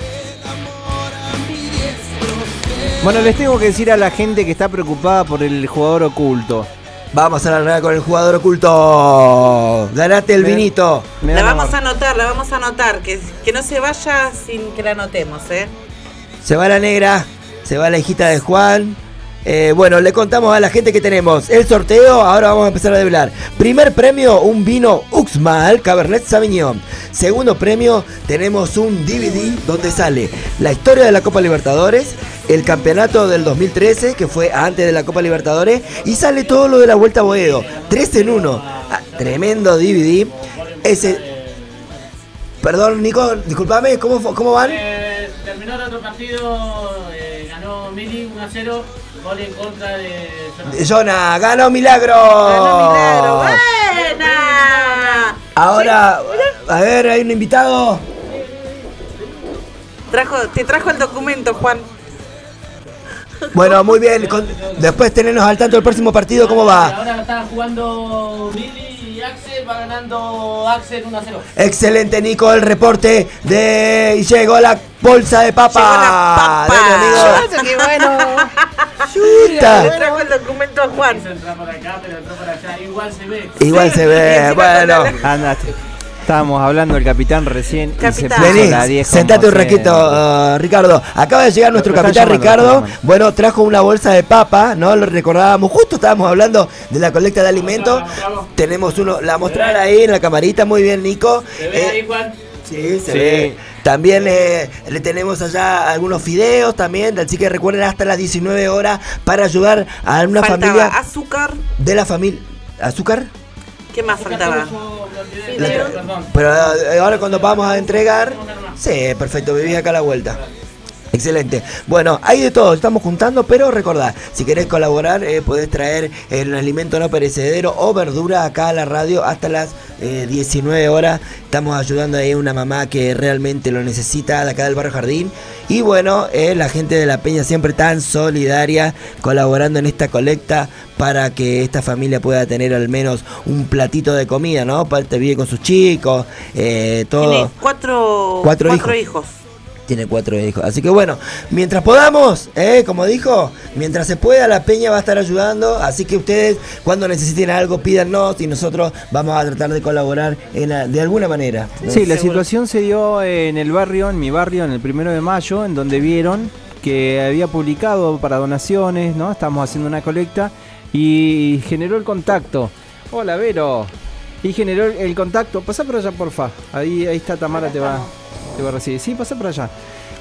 Bueno, les tengo que decir a la gente que está preocupada por el jugador oculto. Vamos a largar con el jugador oculto. Ganate el vinito. La vamos a anotar, que no se vaya sin que la anotemos, Se va la negra, se va la hijita de Juan. Bueno, le contamos a la gente que tenemos el sorteo. Ahora vamos a empezar a develar. Primer premio, un vino Uxmal Cabernet Sauvignon. Segundo premio, tenemos un DVD donde sale la historia de la Copa Libertadores, el campeonato del 2013, que fue antes de la Copa Libertadores, y sale todo lo de la Vuelta a Boedo. 3 en 1. Tremendo DVD. Perdón, Nico, discúlpame, ¿cómo van? Terminó el otro partido, ganó Mili 1-0. Gol en contra de Jonah. ¡Ganó Milagro! ¡Buena! Ahora, a ver, hay un invitado. Te trajo el documento, Juan. Bueno, muy bien. Después tenernos al tanto del próximo partido, ¿cómo va? Ahora están jugando Billy y Axel, va ganando Axel 1-0. Excelente, Nico, el reporte de... Y llegó la bolsa de papa. ¡Qué bueno! ¡Chuta! Le trajo el documento a Juan. Entra por acá, pero entró por allá. Igual se ve, bueno. Andate. Estábamos hablando del capitán recién. Capitán. Vení, sentate un raquito, Ricardo. Acaba de llegar nuestro capitán Ricardo. Bueno, trajo una bolsa de papa, ¿no? Lo recordábamos, justo estábamos hablando de la colecta de alimentos. Tenemos uno, la mostrar ahí en la camarita, muy bien, Nico. ¿Se ve ahí, Juan? Sí, se ve. También le tenemos allá algunos fideos también, así que recuerden hasta las 19 horas para ayudar a una familia. Azúcar. De la familia. ¿Azúcar? ¿Qué más faltaba? Pero ahora cuando vamos a entregar. Sí, perfecto, vivís acá a la vuelta. Excelente. Bueno, hay de todo, estamos juntando, pero recordá, si querés colaborar, podés traer el alimento no perecedero o verdura acá a la radio hasta las 19 horas. Estamos ayudando ahí a una mamá que realmente lo necesita de acá del barrio Jardín. Y bueno, la gente de la Peña siempre tan solidaria, colaborando en esta colecta para que esta familia pueda tener al menos un platito de comida, ¿no? Para que vive con sus chicos, todo. Tiene cuatro hijos. Tiene 4 hijos. Así que bueno, mientras podamos, como dijo, mientras se pueda, la Peña va a estar ayudando. Así que ustedes, cuando necesiten algo, pídanos y nosotros vamos a tratar de colaborar de alguna manera, ¿no? Sí, la situación se dio en el barrio, en mi barrio, en el 1 de mayo, en donde vieron que había publicado para donaciones, ¿no? Estamos haciendo una colecta y generó el contacto. Hola, Vero. Y generó el contacto. Pasá por allá, porfa. Ahí está Tamara, te va a recibir. Sí, pasá por allá.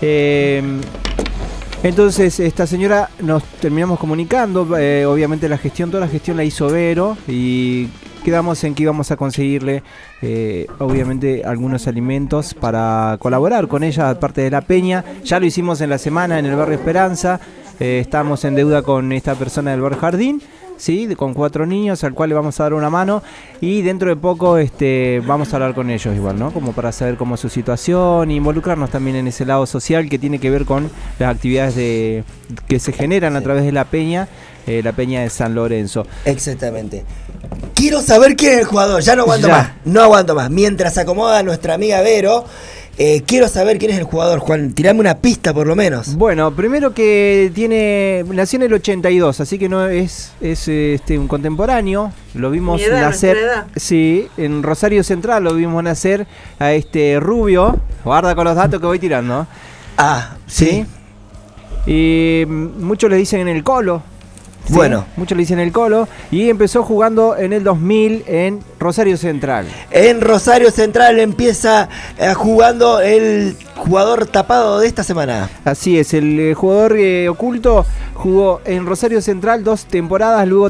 Entonces esta señora nos terminamos comunicando. Obviamente toda la gestión la hizo Vero y quedamos en que íbamos a conseguirle obviamente algunos alimentos para colaborar con ella, aparte de la Peña. Ya lo hicimos en la semana en el barrio Esperanza. Estamos en deuda con esta persona del barrio Jardín. ¿sí? Con 4 niños al cual le vamos a dar una mano y dentro de poco vamos a hablar con ellos igual, ¿no? Como para saber cómo es su situación, involucrarnos también en ese lado social que tiene que ver con las actividades que se generan a través de la peña de San Lorenzo. Exactamente. Quiero saber quién es el jugador, ya no aguanto más. Mientras se acomoda nuestra amiga Vero, quiero saber quién es el jugador, Juan. Tirame una pista por lo menos. Bueno, primero que nació en el 82, así que no es un contemporáneo. Lo vimos nacer. Sí, en Rosario Central lo vimos nacer a rubio. Guarda con los datos que voy tirando. Ah, sí. Y muchos le dicen en el Colo. ¿Sí? Bueno. Muchos le dicen el Colo. Y empezó jugando en el 2000 en Rosario Central. En Rosario Central empieza jugando el jugador tapado de esta semana. Así es, el jugador oculto jugó en Rosario Central 2 temporadas, luego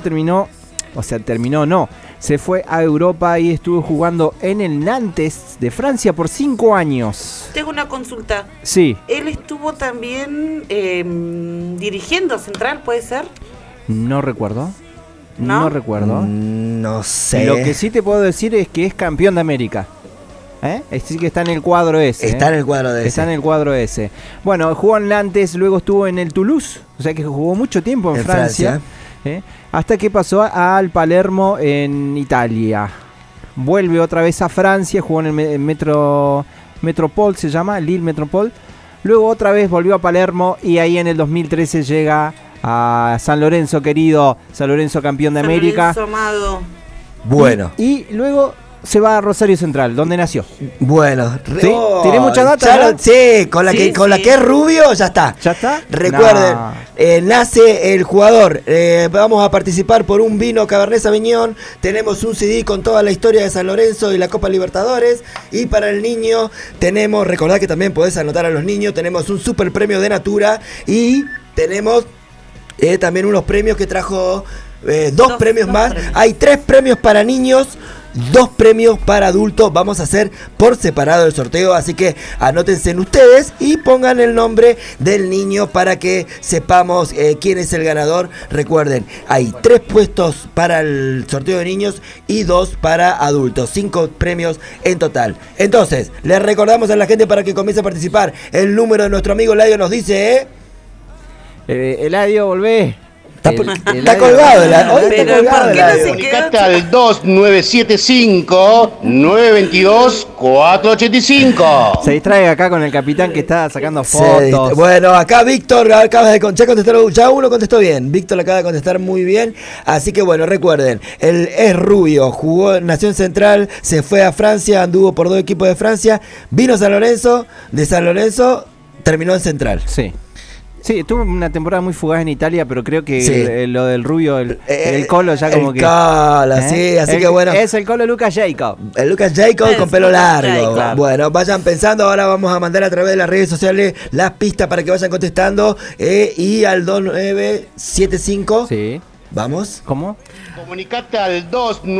se fue a Europa y estuvo jugando en el Nantes de Francia por 5 años. Tengo una consulta. Sí. Él estuvo también dirigiendo a Central, ¿puede ser? No recuerdo. ¿No? No sé. Lo que sí te puedo decir es que es campeón de América. Sí que está en el cuadro ese. Está en el cuadro ese. Bueno, jugó en Nantes, luego estuvo en el Toulouse, o sea que jugó mucho tiempo en Francia. Hasta que pasó al Palermo en Italia. Vuelve otra vez a Francia, jugó en el Metropole, se llama, Lille Metropole. Luego otra vez volvió a Palermo y ahí en el 2013 llega a San Lorenzo querido, San Lorenzo campeón de América. San Lorenzo amado. Bueno. Y luego se va a Rosario Central, donde nació. Bueno, ¿Sí? ¿Tiré mucha data? Sí, con la que es rubio, ya está. ¿Ya está? Recuerden, nace el jugador. Vamos a participar por un vino Cabernet Sauvignon. Tenemos un CD con toda la historia de San Lorenzo y la Copa Libertadores. Y para el niño recordad que también podés anotar a los niños, tenemos un super premio de Natura y tenemos también unos premios que trajo, dos premios más. Hay 3 premios para niños, 2 premios para adultos. Vamos a hacer por separado el sorteo, así que anótense en ustedes y pongan el nombre del niño para que sepamos quién es el ganador. Recuerden, hay 3 puestos para el sorteo de niños y 2 para adultos, 5 premios en total. Entonces, les recordamos a la gente para que comience a participar. El número de nuestro amigo Eladio nos dice... Eladio, volvé. Está colgado, hoy está colgado. Comunicate al 2975-922-485. Se distrae acá con el capitán que está sacando fotos. Bueno, acá Víctor acaba de contestar, ya uno contestó bien. Víctor acaba de contestar muy bien. Así que bueno, recuerden, él es rubio, jugó en Nación Central, se fue a Francia, anduvo por 2 equipos de Francia, vino a San Lorenzo, de San Lorenzo terminó en Central. Sí. Sí, tuvo una temporada muy fugaz en Italia, pero creo que lo del rubio, el Colo ya como que... Sí, así que bueno. Es el Colo Lucas Jacob. El Lucas Jacob con pelo largo. Jacob. Bueno, vayan pensando, ahora vamos a mandar a través de las redes sociales las pistas para que vayan contestando. Y al 2975... Sí. ¿Vamos? ¿Cómo? Comunicate al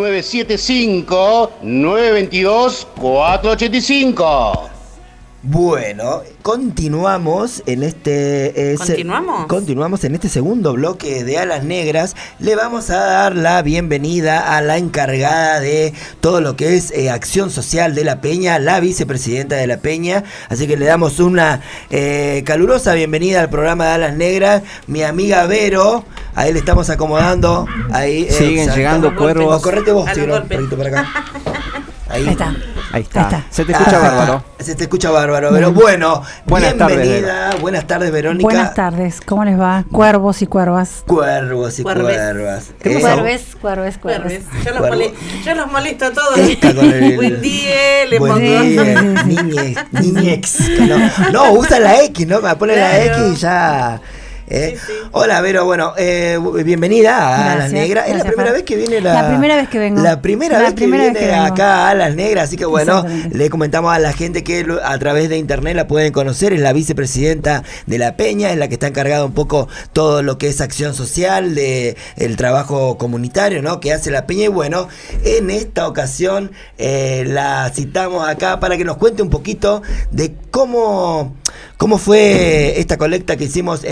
2975-922-485. Bueno, continuamos en este... Continuamos en este segundo bloque de Alas Negras. Le vamos a dar la bienvenida a la encargada de todo lo que es acción social de la Peña, la vicepresidenta de la Peña. Así que le damos una calurosa bienvenida al programa de Alas Negras. Mi amiga Vero, ahí le estamos acomodando. Ahí siguen llegando cuervos. Correte vos, Tiro, un poquito para acá. Ahí está. Ahí está. Se te escucha bárbaro. Se te escucha bárbaro, pero bueno, buenas bienvenida. Tardes, buenas tardes, Verónica. Buenas tardes, ¿cómo les va? Cuervos y cuervas. Cuervos y cuervas. Cuerves. Yo los molesto a todos. Buen día, le pongo. Niñex. No, usa la X, ¿no? Pone la X y ya... Sí. Hola Vero, bueno, bienvenida a Alas Negras. Es la primera vez que viene la primera vez que vengo. La primera vez que viene acá a Alas Negras, así que bueno, le comentamos a la gente que a través de internet la pueden conocer. Es la vicepresidenta de la Peña, es la que está encargada un poco todo lo que es acción social, de el trabajo comunitario, ¿no? Que hace la Peña. Y bueno, en esta ocasión la citamos acá para que nos cuente un poquito de cómo fue esta colecta que hicimos en el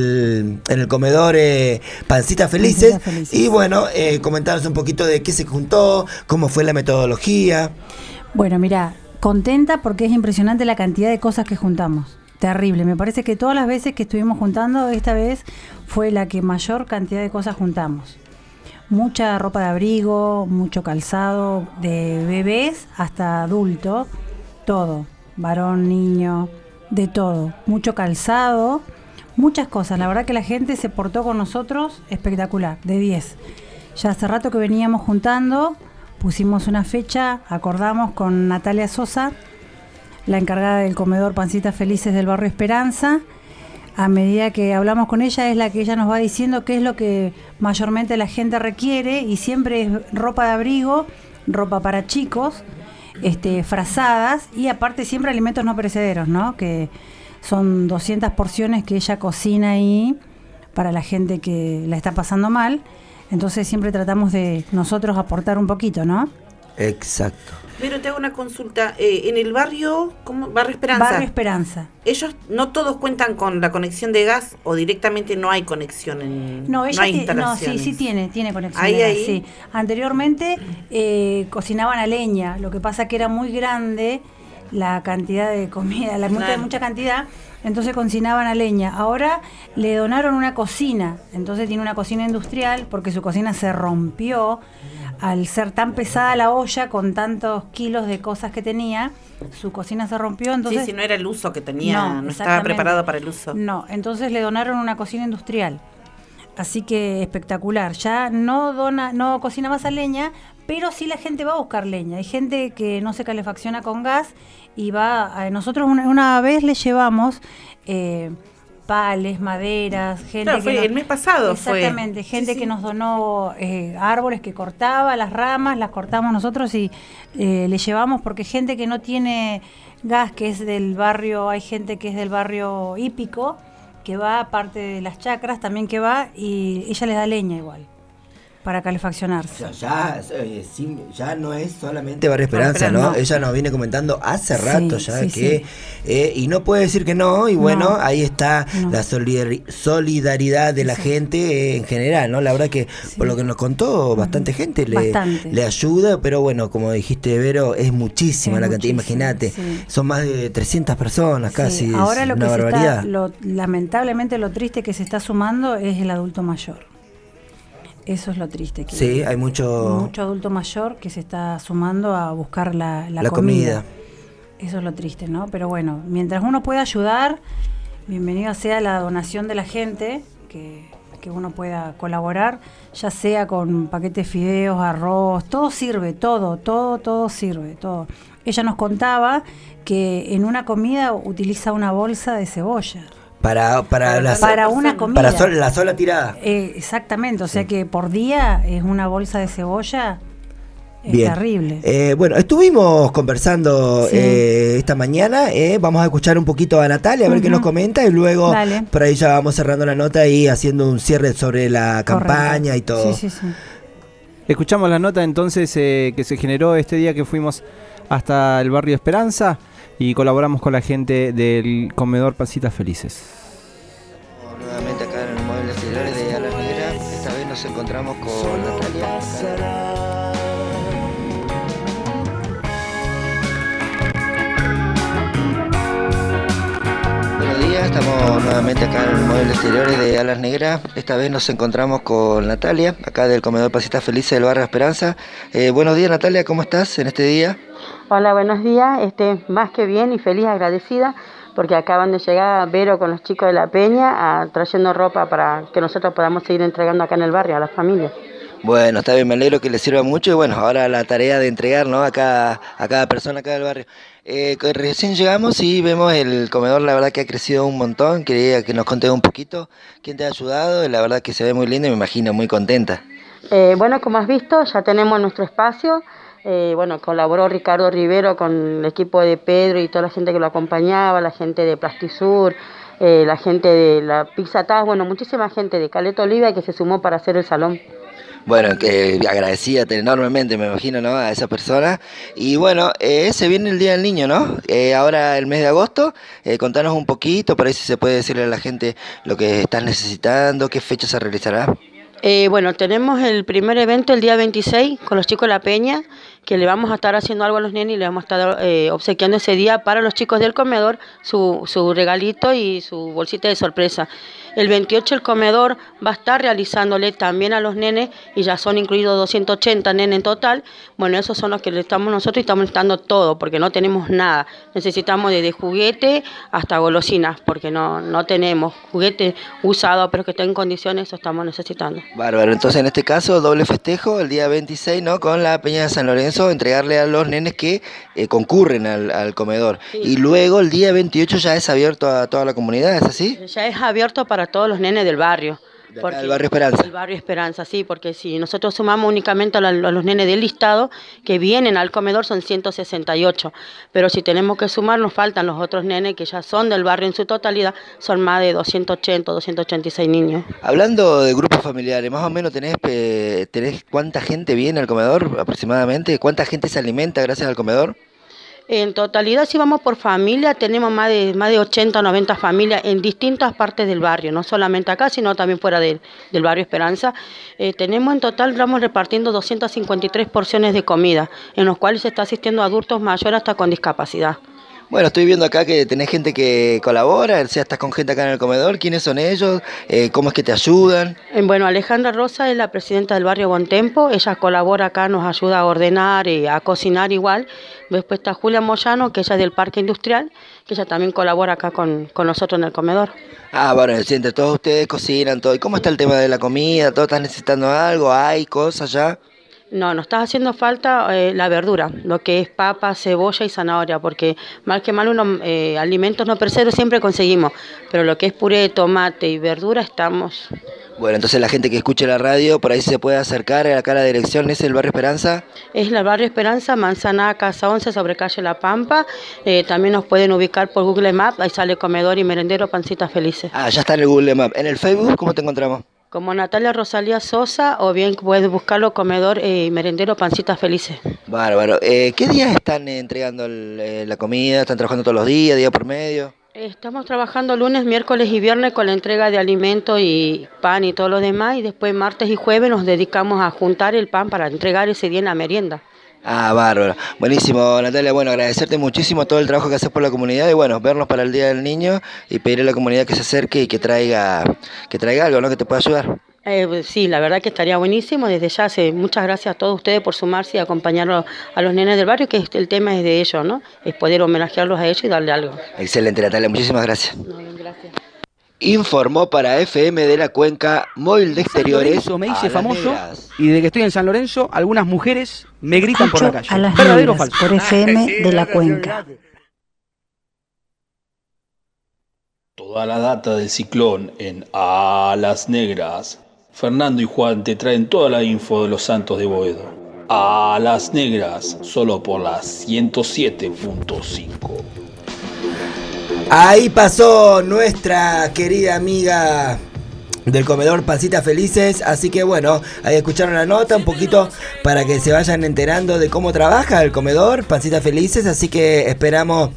en el comedor Pancitas Felices. Y bueno, comentaros un poquito de qué se juntó, cómo fue la metodología. Bueno, mira, contenta porque es impresionante la cantidad de cosas que juntamos. Terrible, me parece que todas las veces que estuvimos juntando, esta vez fue la que mayor cantidad de cosas juntamos. Mucha ropa de abrigo, mucho calzado, de bebés hasta adulto, todo, varón, niño, de todo. Mucho calzado, muchas cosas. La verdad que la gente se portó con nosotros espectacular, de 10. Ya hace rato que veníamos juntando, pusimos una fecha, acordamos con Natalia Sosa, la encargada del comedor Pancitas Felices del barrio Esperanza. A medida que hablamos con ella, es la que ella nos va diciendo qué es lo que mayormente la gente requiere, y siempre es ropa de abrigo, ropa para chicos, frazadas, y aparte siempre alimentos no perecederos, ¿no? Que son 200 porciones que ella cocina ahí para la gente que la está pasando mal. Entonces siempre tratamos de nosotros aportar un poquito, ¿no? Exacto. Pero te hago una consulta. En el barrio, ¿cómo? Barrio Esperanza. Barrio Esperanza. Ellos no todos cuentan con la conexión de gas, o directamente no hay conexión no hay instalaciones. Sí tiene conexión de gas, sí. Anteriormente cocinaban a leña, lo que pasa que era muy grande la cantidad de comida, mucha cantidad, entonces cocinaban a leña. Ahora le donaron una cocina, entonces tiene una cocina industrial porque su cocina se rompió. Al ser tan pesada la olla, con tantos kilos de cosas que tenía, su cocina se rompió. Entonces, sí, si no era el uso que tenía, no estaba preparado para el uso. No, entonces le donaron una cocina industrial. Así que espectacular. Ya no cocina más a leña, pero sí la gente va a buscar leña. Hay gente que no se calefacciona con gas y va. Nosotros una vez le llevamos pales, maderas, gente claro, fue el mes pasado. Exactamente, gente que nos donó árboles que cortaba, las ramas, las cortamos nosotros y le llevamos, porque gente que no tiene gas, que es del barrio, hay gente que es del barrio hípico, que va, aparte de las chacras, también que va, y ella les da leña igual, para calefaccionarse. Ya no es solamente Barrio Esperanza, ¿no? Ella nos viene comentando hace rato y no puede decir que no, y bueno, ahí está la solidaridad de la gente en general, ¿no? La verdad que por lo que nos contó, bastante gente le ayuda, pero bueno, como dijiste, Vero, es muchísima la cantidad, imagínate, son más de 300 personas casi. Ahora lo que una barbaridad. Lamentablemente lo triste que se está sumando es el adulto mayor. Eso es lo triste. Que sí, hay mucho adulto mayor que se está sumando a buscar la comida. Eso es lo triste, ¿no? Pero bueno, mientras uno pueda ayudar, bienvenido sea la donación de la gente, que uno pueda colaborar, ya sea con paquetes de fideos, arroz, todo sirve, todo sirve, todo. Ella nos contaba que en una comida utiliza una bolsa de cebolla. Para una comida. Para la sola tirada. Exactamente, o sea que por día es una bolsa de cebolla. Es terrible. Bueno, estuvimos conversando esta mañana. Vamos a escuchar un poquito a Natalia, a ver qué nos comenta, y luego por ahí ya vamos cerrando la nota y haciendo un cierre sobre la campaña y todo. Sí. Escuchamos la nota entonces que se generó este día que fuimos hasta el barrio Esperanza y colaboramos con la gente del comedor Pancitas Felices. Nuevamente acá en el mueble exteriores de Alas Negras. Esta vez nos encontramos con Natalia. Buenos días, estamos nuevamente acá en el mueble exteriores de Alas Negras. Esta vez nos encontramos con Natalia, acá del comedor Pancitas Felices del barrio Esperanza. Buenos días, Natalia, ¿cómo estás en este día? Hola, buenos días, más que bien y feliz, agradecida, porque acaban de llegar Vero con los chicos de la Peña trayendo ropa para que nosotros podamos seguir entregando acá en el barrio a las familias. Bueno, está bien, me alegro que les sirva mucho y bueno, ahora la tarea de entregar, ¿no? a cada persona acá del barrio. Recién llegamos y vemos el comedor, la verdad que ha crecido un montón. Quería que nos contes un poquito quién te ha ayudado, la verdad que se ve muy lindo y me imagino muy contenta. Bueno, como has visto, ya tenemos nuestro espacio. Colaboró Ricardo Rivero con el equipo de Pedro y toda la gente que lo acompañaba, la gente de Plastisur, la gente de la Pizza Taz, muchísima gente de Caleta Oliva que se sumó para hacer el salón. Bueno, que agradecida enormemente, me imagino, ¿no? A esa persona. Y bueno, se viene el Día del Niño, ¿no? Ahora el mes de agosto. Contanos un poquito, por ahí si se puede decirle a la gente lo que estás necesitando, qué fecha se realizará. Bueno, tenemos el primer evento el día 26 con los chicos de La Peña, que le vamos a estar haciendo algo a los nenes y le vamos a estar obsequiando ese día para los chicos del comedor su regalito y su bolsita de sorpresa. El 28 el comedor va a estar realizándole también a los nenes, y ya son incluidos 280 nenes en total. Bueno, esos son los que le estamos nosotros, y estamos necesitando todo, porque no tenemos nada. Necesitamos desde juguete hasta golosinas, porque no tenemos juguete usado, pero que esté en condiciones, eso estamos necesitando. Bárbaro, entonces en este caso doble festejo el día 26, ¿no? Con la Peña de San Lorenzo, entregarle a los nenes que concurren al comedor. Sí. Y luego el día 28 ya es abierto a toda la comunidad, ¿es así? Ya es abierto para todos los nenes del barrio. ¿El barrio Esperanza? El barrio Esperanza, sí, porque si nosotros sumamos únicamente a los nenes del listado que vienen al comedor son 168, pero si tenemos que sumar nos faltan los otros nenes que ya son del barrio en su totalidad, son más de 280, 286 niños. Hablando de grupos familiares, más o menos tenés ¿cuánta gente viene al comedor aproximadamente? ¿Cuánta gente se alimenta gracias al comedor? En totalidad, si vamos por familia, tenemos más de 80 o 90 familias en distintas partes del barrio, no solamente acá, sino también fuera del barrio Esperanza. Tenemos en total, vamos repartiendo 253 porciones de comida, en los cuales se está asistiendo a adultos mayores hasta con discapacidad. Bueno, estoy viendo acá que tenés gente que colabora, o sea, estás con gente acá en el comedor. ¿Quiénes son ellos? ¿Cómo es que te ayudan? Bueno, Alejandra Rosa es la presidenta del barrio Bontempo. Ella colabora acá, nos ayuda a ordenar y a cocinar igual. Después está Julia Moyano, que ella es del Parque Industrial, que ella también colabora acá con nosotros en el comedor. Bueno, si entre todos ustedes cocinan todo. ¿Y cómo está el tema de la comida? ¿Todos están necesitando algo? ¿Hay cosas ya? No, nos está haciendo falta la verdura, lo que es papa, cebolla y zanahoria, porque mal que mal alimentos no perecederos siempre conseguimos, pero lo que es puré de tomate y verdura estamos. Bueno, entonces la gente que escuche la radio, por ahí se puede acercar acá a la dirección, ¿es el barrio Esperanza? Es el barrio Esperanza, Manzana, Casa 11, sobre calle La Pampa. También nos pueden ubicar por Google Maps, ahí sale comedor y merendero Pancitas Felices. Ya está en el Google Maps. ¿En el Facebook cómo te encontramos? Como Natalia Rosalía Sosa, o bien puedes buscarlo comedor y merendero Pancitas Felices. Bárbaro. ¿Qué días están entregando la comida? ¿Están trabajando todos los días, día por medio? Estamos trabajando lunes, miércoles y viernes con la entrega de alimentos y pan y todo lo demás, y después martes y jueves nos dedicamos a juntar el pan para entregar ese día en la merienda. Bárbaro. Buenísimo, Natalia. Bueno, agradecerte muchísimo todo el trabajo que haces por la comunidad y bueno, vernos para el Día del Niño y pedirle a la comunidad que se acerque y que traiga algo, ¿no? Que te pueda ayudar. Sí, la verdad que estaría buenísimo. Desde ya, muchas gracias a todos ustedes por sumarse y acompañar a los nenes del barrio, que el tema es de ellos, ¿no? Es poder homenajearlos a ellos y darle algo. Excelente, Natalia. Muchísimas gracias. Gracias. Informó para FM de la Cuenca, Móvil de Exteriores. Me hice famoso y desde que estoy en San Lorenzo, algunas mujeres me gritan por la calle. A las ¿Verdadero o negras, falso? por FM de la Cuenca. Toda la data del ciclón en A las Negras. Fernando y Juan te traen toda la info de los Santos de Boedo. A las Negras, solo por la 107.5. Ahí pasó nuestra querida amiga del comedor Pancitas Felices, así que bueno, ahí escucharon la nota un poquito para que se vayan enterando de cómo trabaja el comedor Pancitas Felices, así que esperamos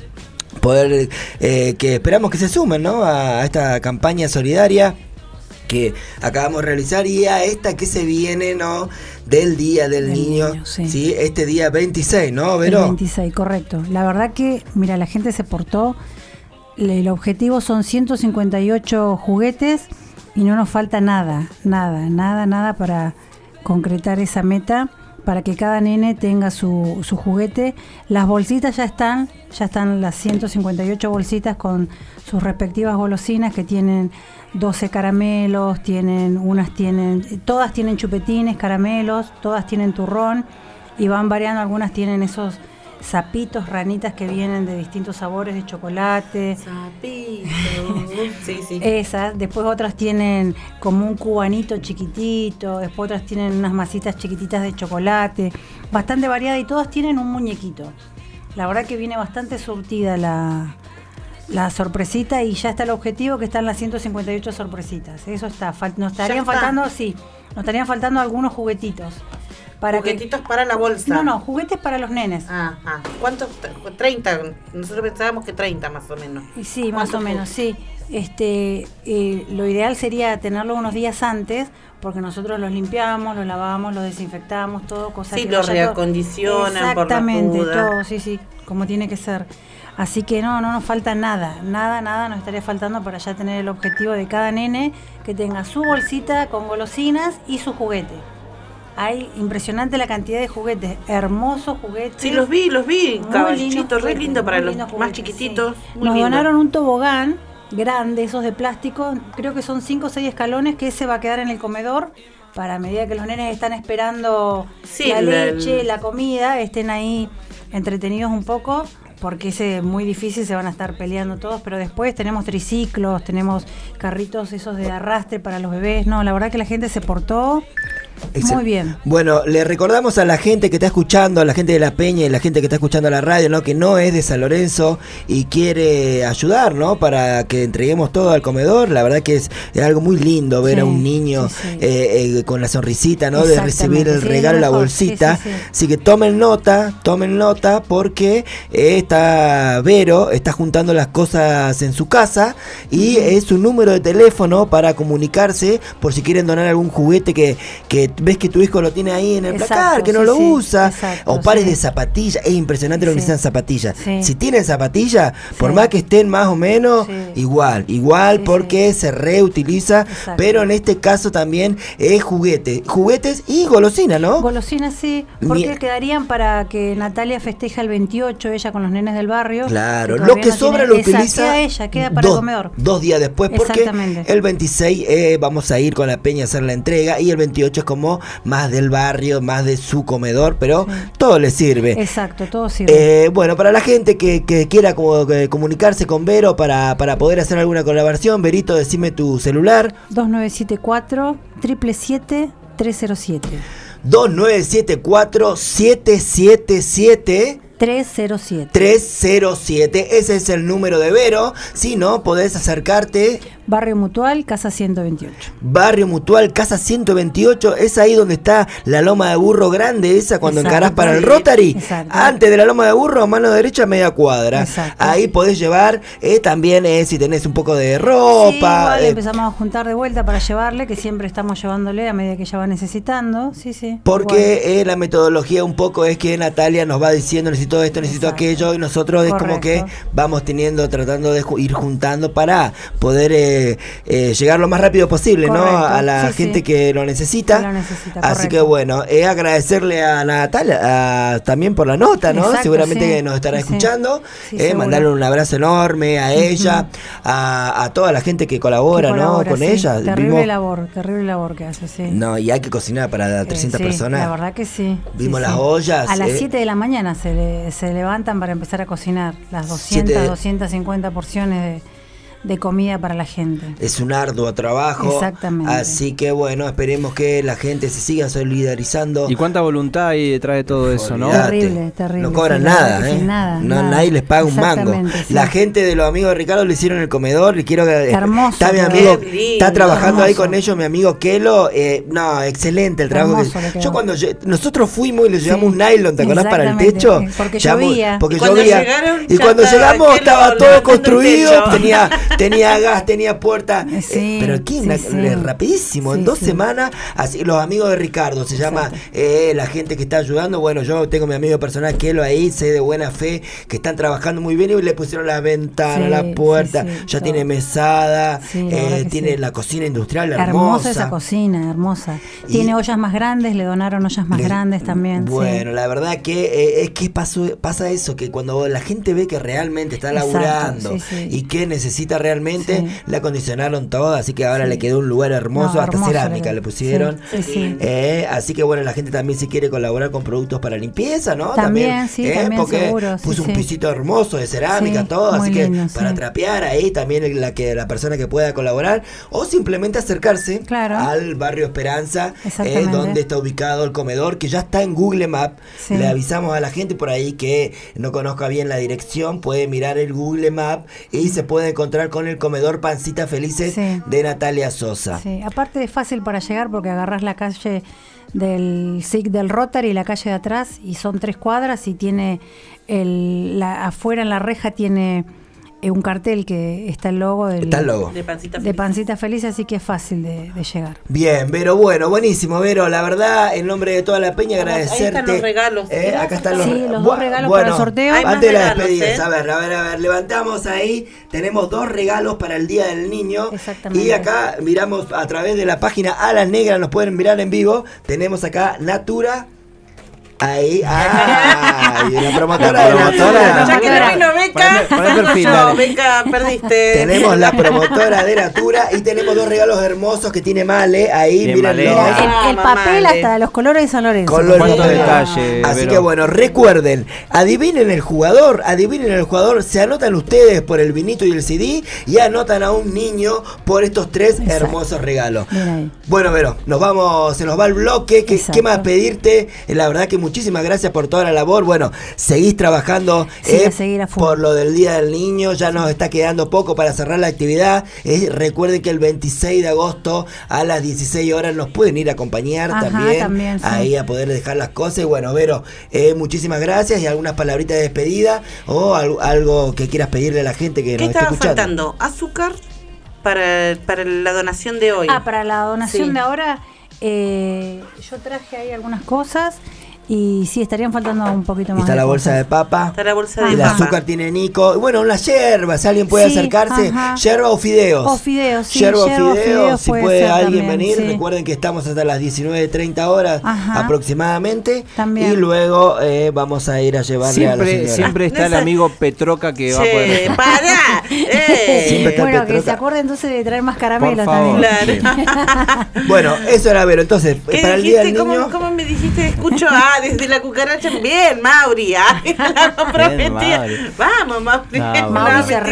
que se sumen, ¿no? A esta campaña solidaria que acabamos de realizar y a esta que se viene, ¿no? Del Día del Niño, sí. Este día 26, ¿no, Vero? El 26, correcto. La verdad que, mira, la gente se portó. El objetivo son 158 juguetes y no nos falta nada para concretar esa meta, para que cada nene tenga su juguete. Las bolsitas ya están las 158 bolsitas con sus respectivas golosinas que tienen 12 caramelos, todas tienen chupetines, caramelos, todas tienen turrón y van variando, algunas tienen esos sapitos, ranitas que vienen de distintos sabores de chocolate. Sapitos. Sí. Esas, después otras tienen como un cubanito chiquitito, después otras tienen unas masitas chiquititas de chocolate, bastante variada y todas tienen un muñequito. La verdad que viene bastante surtida la sorpresita, y ya está el objetivo, que están las 158 sorpresitas. Eso está. Nos estarían faltando algunos juguetitos. ¿Juguetitos para la bolsa? No, juguetes para los nenes. ¿Cuántos? 30. Nosotros pensábamos que 30 más o menos. Sí, más o menos, sí. Lo ideal sería tenerlo unos días antes, porque nosotros los limpiamos, los lavamos, los desinfectamos, todo, cosas que los reacondicionan por la muda. Exactamente, todo, sí, como tiene que ser. Así que no nos falta nada nos estaría faltando para ya tener el objetivo de cada nene que tenga su bolsita con golosinas y su juguete. Hay impresionante la cantidad de juguetes, hermosos juguetes. Sí, los vi, caballitos, re lindo para los más chiquititos. Sí. Nos donaron un tobogán grande, esos de plástico, creo que son 5 o 6 escalones, que ese va a quedar en el comedor para a medida que los nenes están esperando la leche, la comida, estén ahí entretenidos un poco, porque ese es muy difícil, se van a estar peleando todos, pero después tenemos triciclos, tenemos carritos esos de arrastre para los bebés. No, la verdad que la gente se portó muy bien. Bueno, le recordamos a la gente que está escuchando, a la gente de La Peña y la gente que está escuchando la radio, ¿no? Que no es de San Lorenzo y quiere ayudar, ¿no? Para que entreguemos todo al comedor. La verdad que es algo muy lindo ver a un niño con la sonrisita, ¿no? De recibir el regalo, la bolsita. Así que tomen nota, porque Vero está juntando las cosas en su casa y es su número de teléfono para comunicarse por si quieren donar algún juguete que ves que tu hijo lo tiene ahí en el placar, que no lo usa, o pares de zapatillas. Es impresionante lo que necesitan zapatillas. Si tienen zapatillas, por más que estén más o menos, igual, porque se reutiliza, pero en este caso también es juguetes y golosinas, ¿no? Golosinas, sí, porque quedarían para que Natalia festeja el 28, ella con los nenes del barrio. Claro, lo que sobra lo utiliza queda para el comedor. 2 días después, porque el 26 vamos a ir con La Peña a hacer la entrega, y el 28 es como más del barrio, más de su comedor, pero todo le sirve. Exacto, todo sirve. Bueno, para la gente que quiera comunicarse con Vero para poder hacer alguna colaboración, Verito, decime tu celular. 2974 777 307. 2974 777 307. Ese es el número de Vero. Si no, podés acercarte. Barrio Mutual, Casa 128. Barrio Mutual, Casa 128. Es ahí donde está la Loma de Burro grande, esa cuando encarás para el Rotary. Antes de la Loma de Burro, mano derecha, media cuadra. Ahí podés llevar también si tenés un poco de ropa. Sí, empezamos a juntar de vuelta para llevarle, que siempre estamos llevándole a medida que ella va necesitando. Sí. Porque la metodología un poco es que Natalia nos va diciendo, necesito esto, necesito aquello, y nosotros es como que vamos tratando de ir juntando para poder llegar lo más rápido posible, ¿no? A la gente que lo necesita. Así que bueno, agradecerle a Natalia también por la nota, ¿no? Seguramente que nos estará escuchando. Mandarle un abrazo enorme a ella, a toda la gente que colabora, ¿no? Con ella. Terrible labor que hace, sí. No, y hay que cocinar para 300 personas. La verdad que sí. Vimos las ollas. A las 7 de la mañana se levantan para empezar a cocinar las 250 porciones de comida para la gente. Es un arduo trabajo. Exactamente. Así que bueno, esperemos que la gente se siga solidarizando. Y cuánta voluntad hay detrás de todo eso, ¿no? Terrible. No cobran nada, nada. Nadie les paga un mango. La gente de los amigos de Ricardo lo hicieron en el comedor. Le quiero que está mi amigo, está trabajando ahí con ellos, mi amigo Kelo. Excelente el trabajo. Cuando nosotros fuimos y les llevamos un nylon, ¿te acordás? Para el techo. Porque llovía. Y cuando llegamos estaba todo construido, tenía gas, tenía puerta. Pero aquí rapidísimo, en 2 semanas. Así, los amigos de Ricardo se llama la gente que está ayudando. Bueno, yo tengo mi amigo personal Kelo ahí, sé de buena fe que están trabajando muy bien, y le pusieron la ventana, la puerta, ya tiene mesada, tiene la cocina industrial hermosa. Esa cocina, hermosa. Tiene ollas más grandes, le donaron ollas más grandes también. Bueno, la verdad que es que pasa eso, que cuando la gente ve que realmente está laburando y que necesita realmente. Sí. La acondicionaron toda, así que ahora le quedó un lugar hermoso, hasta hermoso, cerámica le pusieron. Sí. Así que bueno, la gente también si quiere colaborar con productos para limpieza, ¿no? También, también porque seguro. puso un pisito hermoso de cerámica, todo, así que lindo, para trapear ahí también la persona que pueda colaborar, o simplemente acercarse al barrio Esperanza, donde está ubicado el comedor, que ya está en Google Maps. Le avisamos a la gente por ahí que no conozca bien la dirección, puede mirar el Google Maps y se puede encontrar con el comedor Pancitas Felices de Natalia Sosa. Sí, aparte es fácil para llegar porque agarrás la calle del SIC del Rotary y la calle de atrás y son 3 cuadras y tiene afuera en la reja tiene un cartel que está el logo de Pancita Feliz, así que es fácil de llegar. Bien, Vero, bueno, buenísimo, Vero, la verdad, en nombre de toda la peña, agradecerte. Ahí están los regalos. Acá están los, los 2 regalos para el sorteo. Antes de la despedida, a ver, levantamos ahí, tenemos 2 regalos para el Día del Niño. Exactamente. Y acá miramos a través de la página Alas Negras, nos pueden mirar en vivo, tenemos acá Natura. Ahí, y la promotora de Natura. Ya que no vino Beca, Beca, perdiste. Tenemos la promotora de Natura y tenemos 2 regalos hermosos que tiene Male. Ahí, mírenlo. El papel hasta los colores de San Lorenzo. ¿Cuántos detalles? Así que bueno, recuerden, adivinen el jugador, se anotan ustedes por el vinito y el CD y anotan a un niño por estos 3 hermosos regalos. Bueno, Vero, se nos va el bloque. ¿Qué más pedirte? La verdad que muchísimas gracias por toda la labor. Bueno, seguís trabajando por lo del Día del Niño. Ya nos está quedando poco para cerrar la actividad. Recuerden que el 26 de agosto a las 16 horas nos pueden ir a acompañar también ahí a poder dejar las cosas. Y bueno, Vero, muchísimas gracias y algunas palabritas de despedida o algo que quieras pedirle a la gente que nos esté escuchando. ¿Qué estaba faltando? ¿Azúcar para la donación de hoy? Para la donación de ahora yo traje ahí algunas cosas. Y sí, estarían faltando un poquito más. Está la bolsa de papa. Está la bolsa de el azúcar tiene Nico. Bueno, las yerbas, si alguien puede acercarse. Yerba o fideos. O fideos, sí. Yerba o fideos, si puede alguien venir. Sí. Recuerden que estamos hasta las 19:30 horas aproximadamente. También. Y luego vamos a ir a llevarle a la señora. Siempre está el amigo Petroca que va a poder. ¡Para! Bueno, que se acuerde entonces de traer más caramelos también. Claro. Bueno, eso era Vero. Entonces, para el Día del Niño. ¿Cómo me dijiste? Escucho desde la cucaracha. Bien, Mauri. La prometía. Vamos, Mauri. Mauri se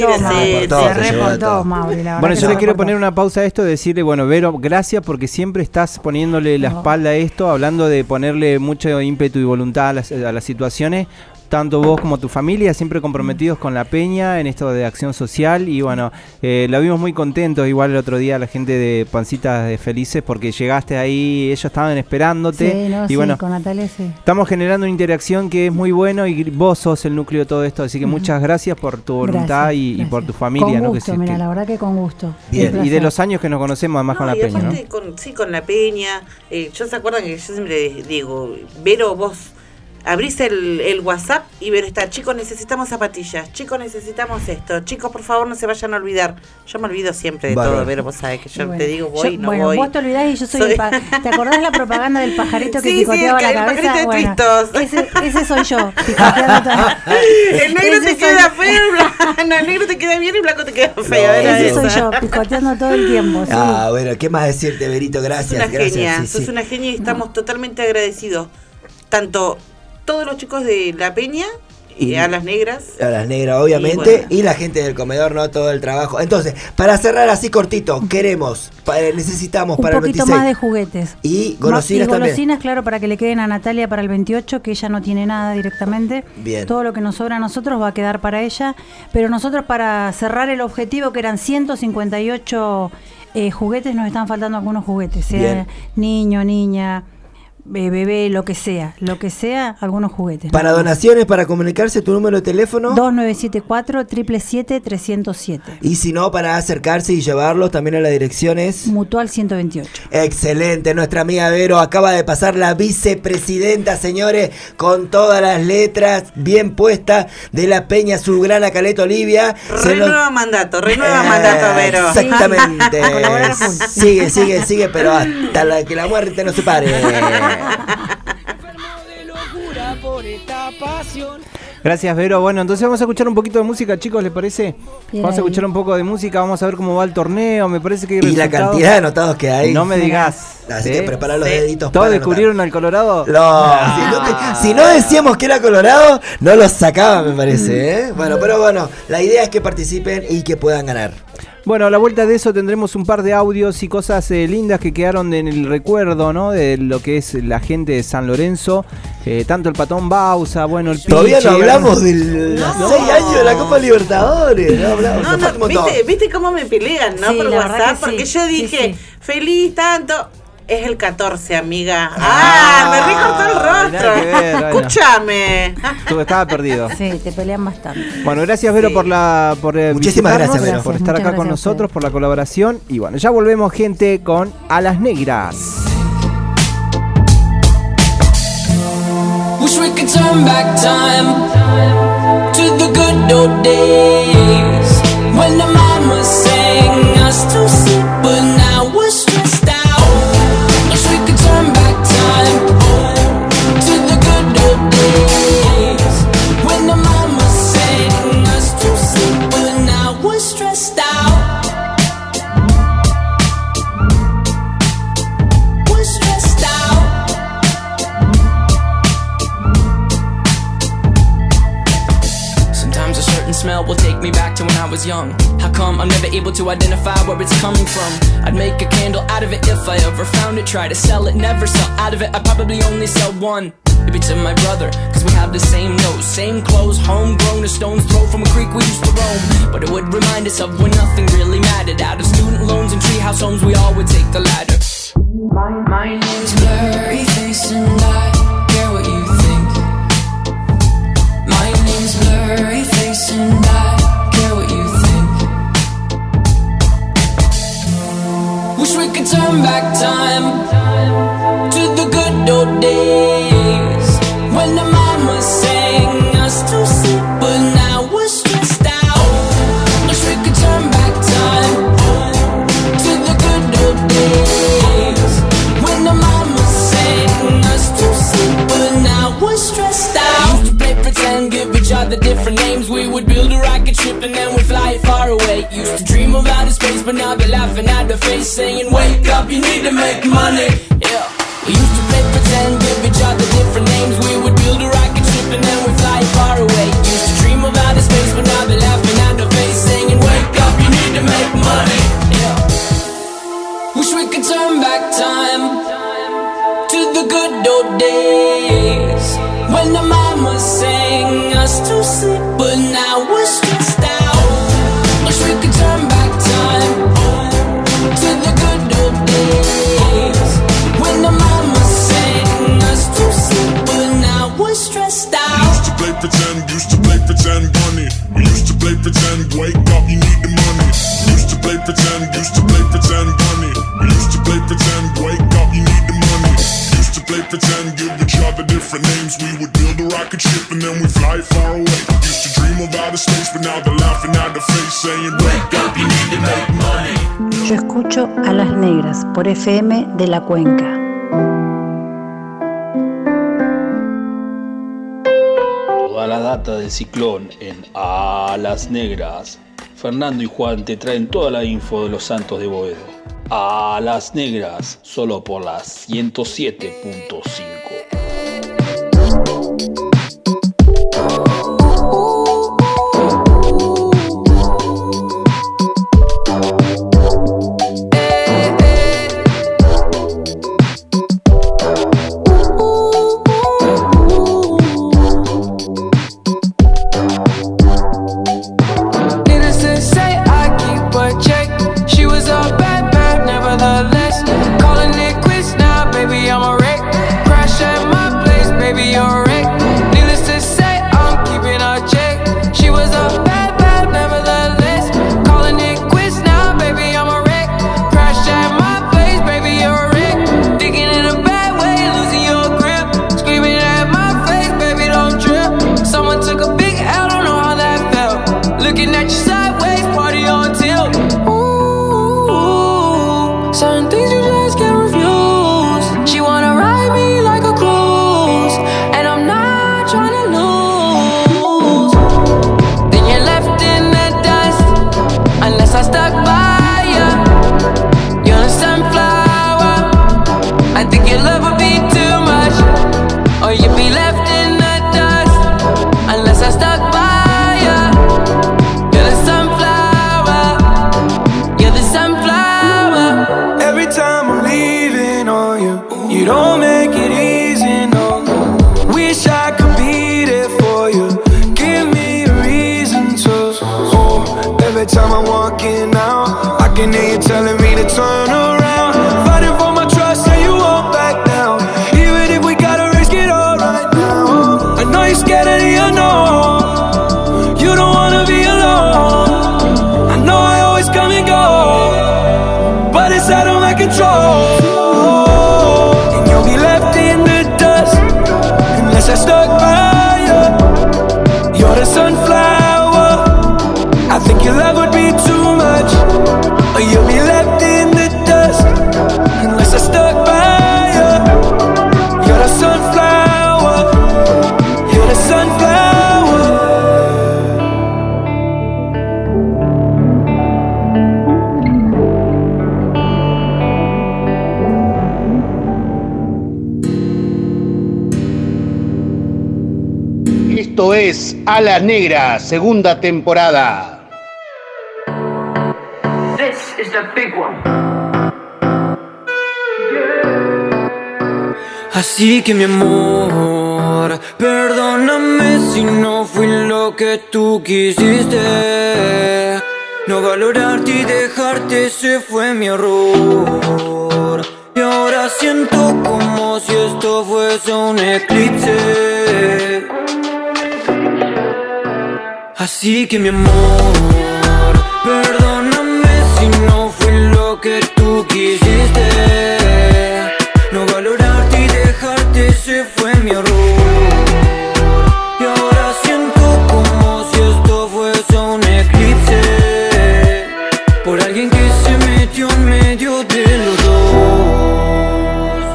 reportó, Mauri. Bueno, yo le quiero poner una pausa a esto, decirle, bueno, Vero, gracias porque siempre estás poniéndole la espalda a esto, hablando de ponerle mucho ímpetu y voluntad a las situaciones. Tanto vos como tu familia, siempre comprometidos con la peña en esto de acción social. Y bueno, la vimos muy contentos igual el otro día la gente de Pancitas de Felices porque llegaste ahí, ellos estaban esperándote. Y bueno, con Natalia, estamos generando una interacción que es muy bueno y vos sos el núcleo de todo esto. Así que muchas gracias por tu voluntad y por tu familia. Con gusto, mira, la verdad que con gusto. Bien. Y de los años que nos conocemos además con la peña, aparte, ¿no? Con la peña. Yo se acuerdan que yo siempre digo, Vero, vos abrís el WhatsApp y ver está, chicos, necesitamos zapatillas, chicos, necesitamos esto, chicos, por favor, no se vayan a olvidar. Yo me olvido siempre de todo, Vero, vos sabés que yo te digo voy, no voy. Vos te olvidás y yo soy ¿te acordás la propaganda del pajarito que picoteaba la cabeza? El pajarito de ese soy yo, picoteando todo. El negro te queda feo, el negro te queda bien y el blanco te queda feo. Ese soy yo, picoteando todo el tiempo. Bueno, ¿qué más decirte, Verito? Gracias. Sos una genia y estamos totalmente agradecidos. Tanto todos los chicos de la peña y a las negras, obviamente, y la gente del comedor, no todo el trabajo. Entonces, para cerrar así cortito, necesitamos para el 26 un poquito más de juguetes y golosinas también. Golosinas, claro, para que le queden a Natalia para el 28, que ella no tiene nada directamente. Bien. Todo lo que nos sobra a nosotros va a quedar para ella, pero nosotros para cerrar el objetivo, que eran 158 juguetes, nos están faltando algunos juguetes, sea niño, niña, bebé, lo que sea, algunos juguetes. Para donaciones, para comunicarse, tu número de teléfono 2974-777-307. Y si no, para acercarse y llevarlos también a la dirección es Mutual 128. Excelente, nuestra amiga Vero acaba de pasar la vicepresidenta, señores, con todas las letras bien puestas de la Peña Azulgrana Caleta Olivia. Renueva mandato, Vero. Exactamente. Sigue, pero hasta que la muerte nos separe. Enfermo de locura por esta pasión. Gracias, Vero. Bueno, entonces vamos a escuchar un poquito de música, chicos, ¿les parece? Bien vamos a ahí. escuchar un poco de música, vamos a ver cómo va el torneo. Me parece que hay Y la resultados. cantidad de anotados que hay. No me digas. Así que prepara los deditos. ¿Todos para descubrieron al Colorado? No, si no decíamos que era Colorado, no los sacaba, me parece. Bueno, pero bueno, la idea es que participen y que puedan ganar. Bueno, a la vuelta de eso tendremos un par de audios y cosas lindas que quedaron en el recuerdo, ¿no? De lo que es la gente de San Lorenzo. Tanto el Patón Bausa, bueno, el Todavía Pichi, no hablamos de los 6 años de la Copa Libertadores. No hablamos. No, nos falta un montón. ¿viste cómo me pelean, no? Sí, Por la verdad WhatsApp, que porque sí. yo dije, Sí, sí. feliz tanto. Es el 14, amiga. Me Ah, recortó el nada rostro. que ver, bueno. Escúchame. Tú estaba perdido. Sí, te pelean bastante. Bueno, gracias Vero por Muchísimas visitarnos, gracias, Vero. por estar Muchas acá con gracias a nosotros, por la colaboración. Y bueno, ya volvemos, gente, con Alas Negras. Wish we could turn back time to the good old days when the mama sang us to sleep, but now we're stressed out. Wish we could turn back time to the good old days when the mama sang us to sleep, but now we're stressed out. We're stressed out. Sometimes a certain smell will take me back to when I was young. How come I'm never able to identify where it's coming from? I'd make a candle out of it if I ever found it. Try to sell it, never sell out of it. I'd probably only sell one. Maybe to my brother, cause we have the same nose, same clothes, homegrown, a stone's throw from a creek we used to roam. But it would remind us of when nothing really mattered. Out of student loans and treehouse homes, we all would take the ladder. My name's Blurry Face and I care what you think. My name's Blurry Face and I care what you think. Wish we could turn back time to the good old days when the mama sang us to sleep, but now we're stressed out. Wish we could turn back time to the good old days when the mama sang us to sleep, but now we're stressed out. Used to play pretend, give each other different names. We would build a rocket ship and then we'd fly far away. Used to dream of outer space, but now they're laughing at the face, saying, wake up, you need to make money. Yeah. We used to play pretend, give each other different names. We would build a rocket ship and then we'd fly far away. Used to dream of outer space, but now they're laughing at the face, saying, wake up, you need to make money. Yeah. Wish we could turn back time to the good old days when the mama sang us to sleep, but now we're stressed out. Wish we could turn back time to the good old days when the mama sang us to sleep, but now we're stressed out. Used to play pretend, bunny. We used to play pretend, wake up, you need the money. Used to play pretend, bunny. We used to play pretend, wake up, you need the money. Used to play pretend, give each other different names. We would build a rocket ship and then we fly far away. Used to dream of outer space, but now they're laughing at the face, saying, wake up, you need to make money. Yo escucho a Las Negras por FM de la Cuenca. Toda la data del ciclón en Alas Negras. Fernando y Juan te traen toda la info de los Santos de Boedo. Alas Negras, solo por la 107.5. every time I'm walking out. I can hear you telling me to turn around. Fighting for my trust and you won't back down. Even if we gotta risk it all right now. I know you're scared of the unknown. You don't wanna be alone. I know I always come and go, but it's out of my control. And you'll be left in the dust unless I stuck by you. You're the sunflower. I think your love would be too much, or you'll be left in the dust unless I stuck by you. You're the sunflower. You're the sunflower. Esto es Alas Negras, segunda temporada. This is the big one. Así que mi amor, perdóname si no fui lo que tú quisiste. No valorarte y dejarte, ese fue mi error. Y ahora siento como si esto fuese un eclipse. Así que mi amor, perdóname si no fui lo que tú quisiste. No valorarte y dejarte, ese fue mi error. Y ahora siento como si esto fuese un eclipse. Por alguien que se metió en medio de los dos.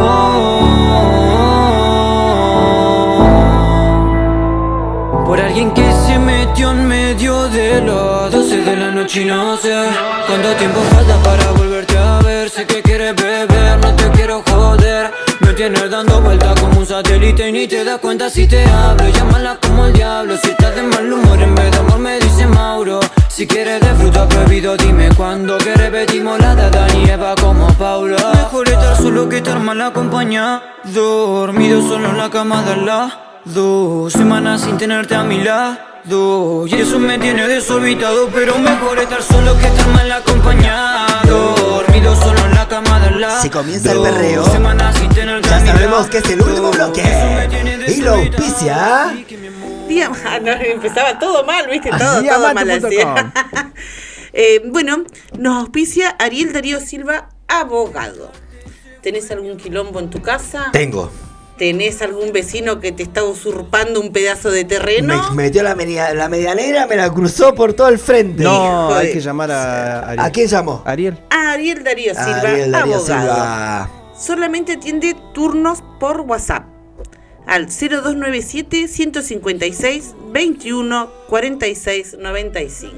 Por alguien que se metió en medio de las 12 de la noche y no sé cuánto tiempo falta para volverte a ver. Sé que quieres beber, no te quiero joder. Me tienes dando vueltas como un satélite y ni te das cuenta si te hablo. Llámala como el diablo, si estás de mal humor en vez de amor me dice Mauro. Si quieres de fruta prohibido dime cuándo, que repetimos la de Adán y Eva como Paula. Mejor estar solo que estar mal acompañado. Dormido solo en la cama de al lado. 2 semanas sin tenerte a mi lado y eso me tiene desorbitado, pero mejor estar solo que estar mal acompañado. Dormido solo en la cama de al lado. Si comienza el perreo, semanas sin tenerte ya a mi sabemos lado. que es el último bloque. Y lo auspicia No, empezaba todo mal, viste, todo mal así. Bueno, nos auspicia Ariel Darío Silva, abogado. ¿Tenés algún quilombo en tu casa? Tengo. ¿Tenés algún vecino que te está usurpando un pedazo de terreno? Me metió la medianera, me la cruzó por todo el frente. No, hay que llamar a Ariel. ¿A quién llamó? Ariel. A Ariel Darío Silva, Ariel Darío abogado. Silva. Solamente atiende turnos por WhatsApp al 0297 156 21 46 95.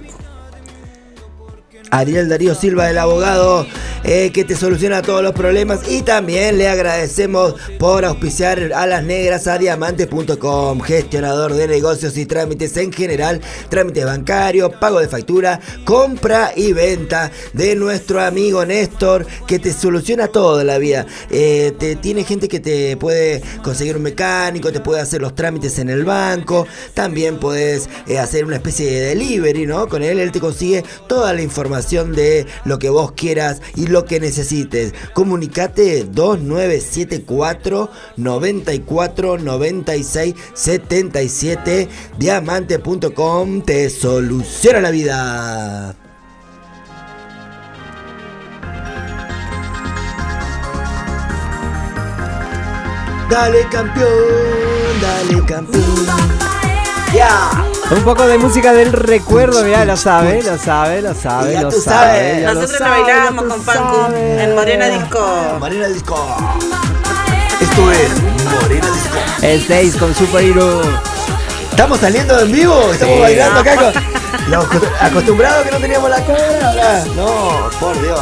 Ariel Darío Silva, el abogado que te soluciona todos los problemas. Y también le agradecemos por auspiciar a las negras a diamante.com, gestionador de negocios y trámites en general, trámites bancarios, pago de factura, compra y venta de nuestro amigo Néstor, que te soluciona todo en la vida. Tiene gente que te puede conseguir un mecánico, te puede hacer los trámites en el banco, también puedes hacer una especie de delivery, ¿no? Con él te consigue toda la información de lo que vos quieras y lo que necesites. Comunicate 2974 94 96 77. Diamante.com te soluciona la vida. Dale campeón, dale campeón. Ya. Un poco de música del recuerdo, mirá, lo sabe. Ya Lo tú sabe. Nosotros lo bailábamos con Pancu en Morena Disco. Morena Disco. Esto es Morena Disco. El 6 con Super Hero. Estamos saliendo en vivo, estamos bailando acá con los acostumbrados que no teníamos la cámara. Ahora. No, por Dios.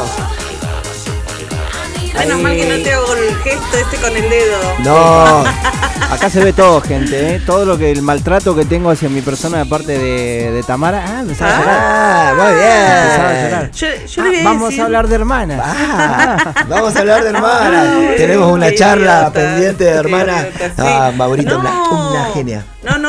Menos mal que no te hago el gesto este con el dedo. No, acá se ve todo, gente, todo lo que el maltrato que tengo hacia mi persona de parte de Tamara. Me sabe llorar. Muy bien. Me sabe llorar. Yo le voy a vamos decir... a hablar de hermanas. Vamos a hablar de hermanas. Tenemos una charla pendiente de hermanas. Maurita, una genia. No,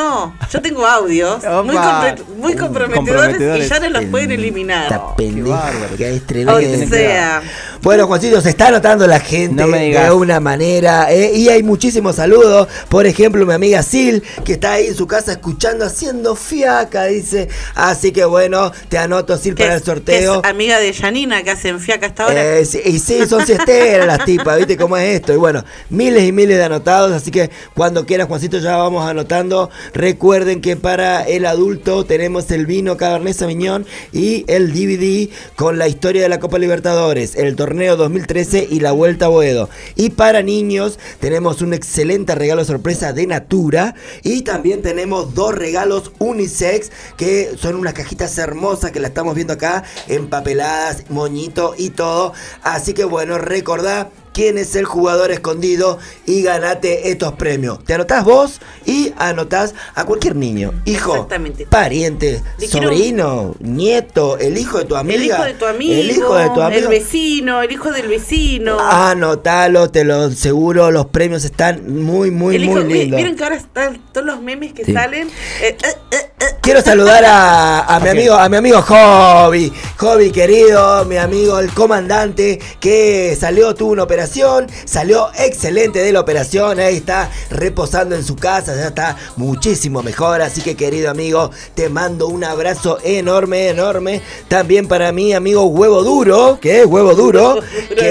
no. Yo tengo audios muy comprometedores y ya no los pueden eliminar. Esta pendeja que es O tremenda. sea. Bueno, Juancito, se está anotando la gente de una manera, y hay muchísimos saludos. Por ejemplo, mi amiga Sil, que está ahí en su casa escuchando, haciendo fiaca, dice. Así que bueno, te anoto, Sil, para el sorteo. Que es amiga de Janina, que hacen fiaca hasta ahora. Y sí, son siesteras las tipas, ¿viste cómo es esto? Y bueno, miles y miles de anotados, así que cuando quieras, Juancito, ya vamos anotando. Recuerden que para el adulto tenemos el vino Cabernet Sauvignon y el DVD con la historia de la Copa Libertadores, el torneo 2013 y la Vuelta a Boedo. Y para niños tenemos un excelente regalo sorpresa de Natura, y también tenemos 2 regalos unisex, que son unas cajitas hermosas que la estamos viendo acá, empapeladas, moñito y todo. Así que bueno, recordá quién es el jugador escondido y ganate estos premios. Te anotás vos y anotás a cualquier niño, hijo, pariente, sobrino, nieto, el hijo de tu amiga, el hijo de tu amigo, el vecino, el hijo del vecino. Anotalo, te lo aseguro, los premios están muy lindos. Miren que ahora están todos los memes que salen. Quiero saludar a mi amigo Joby querido, mi amigo el comandante, que tuvo una operación, salió excelente de la operación, ahí está reposando en su casa, ya está muchísimo mejor. Así que, querido amigo, te mando un abrazo enorme. También para mi amigo Huevo Duro, que es Huevo Duro,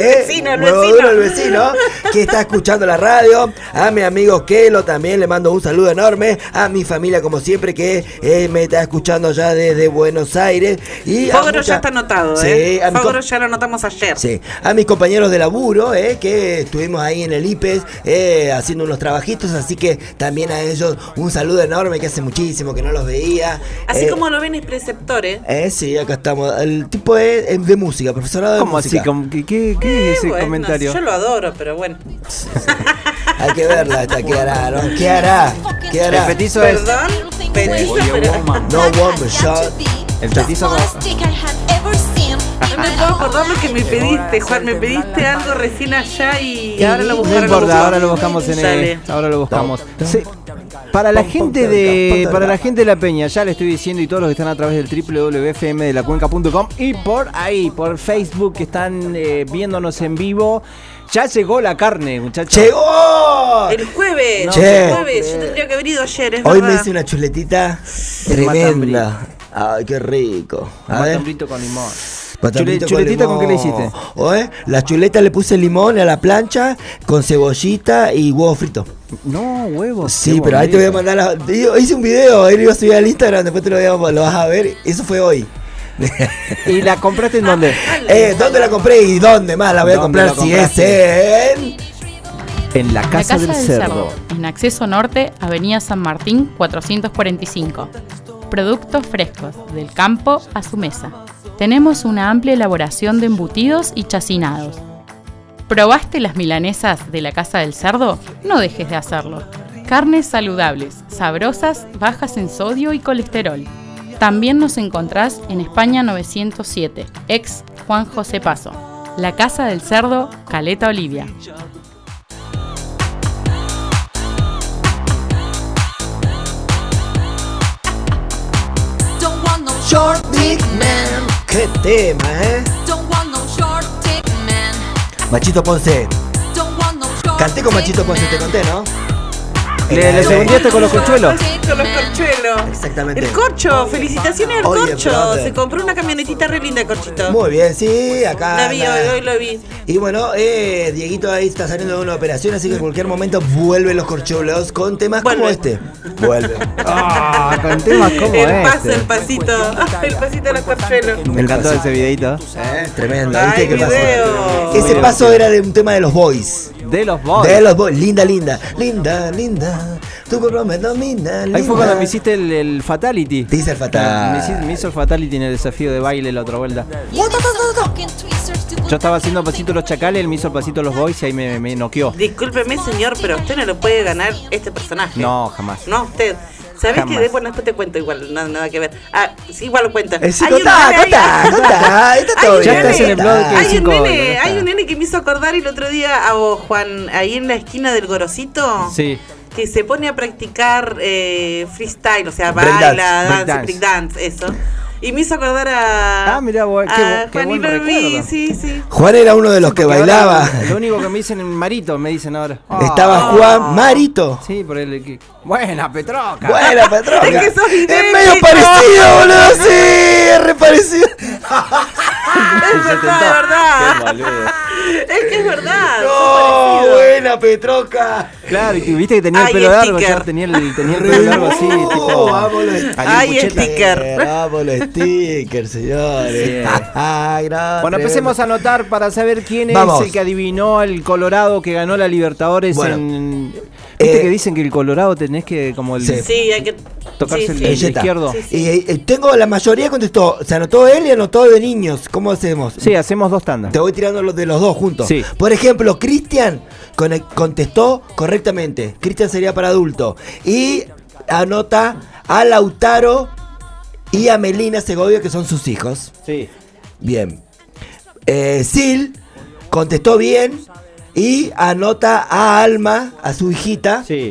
el vecino, que está escuchando la radio. A mi amigo Kelo también le mando un saludo enorme. A mi familia, como siempre, que me está escuchando ya desde Buenos Aires. Y Fogro ya está anotado, sí, Fogro ya lo anotamos ayer. Sí, a mis compañeros de laburo, que estuvimos ahí en el IPES haciendo unos trabajitos, así que también a ellos un saludo enorme, que hace muchísimo que no los veía. Así como lo ven, es preceptor, sí, acá estamos. El tipo es de música, profesorado de música. ¿Cómo así? ¿Qué es ese comentario? Yo lo adoro, pero bueno. Hay que verla esta, ¿qué hará? ¿No? ¿Qué hará? El petizo es... Perdón, petizo, pero... No woman shot. El petizo... No me puedo acordar lo que me pediste, Juan. Me pediste algo recién allá y ahora lo buscamos. No importa, ahora lo buscamos ahora lo buscamos. Sí. Para la gente de La Peña, ya le estoy diciendo, y todos los que están a través del www.fmdelacuenca.com y por ahí, por Facebook, que están viéndonos en vivo, ya llegó la carne, muchachos. ¡Llegó! El jueves. No, el jueves. Yo tendría que haber ido ayer, es hoy verdad. me hice una chuletita tremenda. Ay, qué rico. Matambrito con limón. ¿Chuletita con qué le hiciste? La chuleta le puse limón a la plancha con cebollita y huevo frito. No, huevos. Sí, pero ahí te voy a mandar hice un video, ahí lo iba a subir al Instagram, después lo vas a ver. Eso fue hoy. ¿Y la compraste en dónde? ¿Dónde la compré y dónde más la voy a comprar si es en la Casa del Cerdo. En Acceso Norte, Avenida San Martín 445. Productos frescos, del campo a su mesa. Tenemos una amplia elaboración de embutidos y chacinados. ¿Probaste las milanesas de la Casa del Cerdo? No dejes de hacerlo. Carnes saludables, sabrosas, bajas en sodio y colesterol. También nos encontrás en España 907, ex Juan José Paso. La Casa del Cerdo, Caleta Olivia. Short Dick Man. ¡Qué tema, Machito Ponce. Canté con Machito Ponce, te conté, ¿no? ¿Le segundiaste con los corchuelos? Con los corchuelos. Exactamente. El Corcho, felicitaciones al Corcho. brother. Se compró una camionetita re linda, Corchito. Muy bien, sí, acá. La vi hoy lo vi. Y bueno, Dieguito ahí está saliendo de una operación, así que en cualquier momento vuelven los corchuelos con temas como este. Vuelve. Con temas como el pasito. El pasito de los corchuelos. Me encantó ese videito. Tremendo. Ay, ¿Viste qué video. pasó? Ese paso era de un tema de los Boys. De los Boys. De los Boys. Linda, linda. Linda, linda. Tu cuerpo me domina. Linda. Ahí fue cuando me hiciste el Fatality. Te hice el Fatality. Me hizo el Fatality en el desafío de baile la otra vuelta. Yo estaba haciendo pasito los chacales, él me hizo el pasito los Boys y ahí me noqueó. Discúlpeme, señor, pero usted no lo puede ganar este personaje. No, jamás. No, usted. ¿Sabés que después te cuento igual? Nada que ver. Sí, igual lo cuenta. Ya estás en el blog hay un nene que me hizo acordar el otro día a vos, Juan, ahí en la esquina del Gorosito. Sí. que se pone a practicar freestyle, o sea, baila, breakdance, eso. Y me hizo acordar a. Mirá, qué buen recuerdo. Sí. Juan era uno de los que bailaba. Lo único que me dicen en Marito, me dicen ahora. Estaba Juan Marito. Sí, por el. Buena Petroca. Buena Petroca. Es que sos es medio parecido, boludo. Sí, es re parecido. Es verdad. Es que es verdad. No, buena Petroca. Claro, y viste que tenía el pelo largo, ya tenía el pelo largo así, tipo. Vamos los sticker. Vamos los stickers, señores. Bueno, empecemos a anotar para saber quién es el que adivinó el Colorado que ganó la Libertadores en. ¿Viste que dicen que el Colorado tenés que como el sí, hay que tocarse el izquierdo? Y tengo la mayoría contestó, se anotó él y anotó de niños. ¿Cómo hacemos? Sí, hacemos 2 tandas. Te voy tirando los de los dos juntos. Sí. Por ejemplo, Cristian contestó correctamente. Cristian sería para adulto. Y anota a Lautaro y a Melina Segovia, que son sus hijos. Sí. Bien. Sil contestó bien. Y anota a Alma, a su hijita. Sí.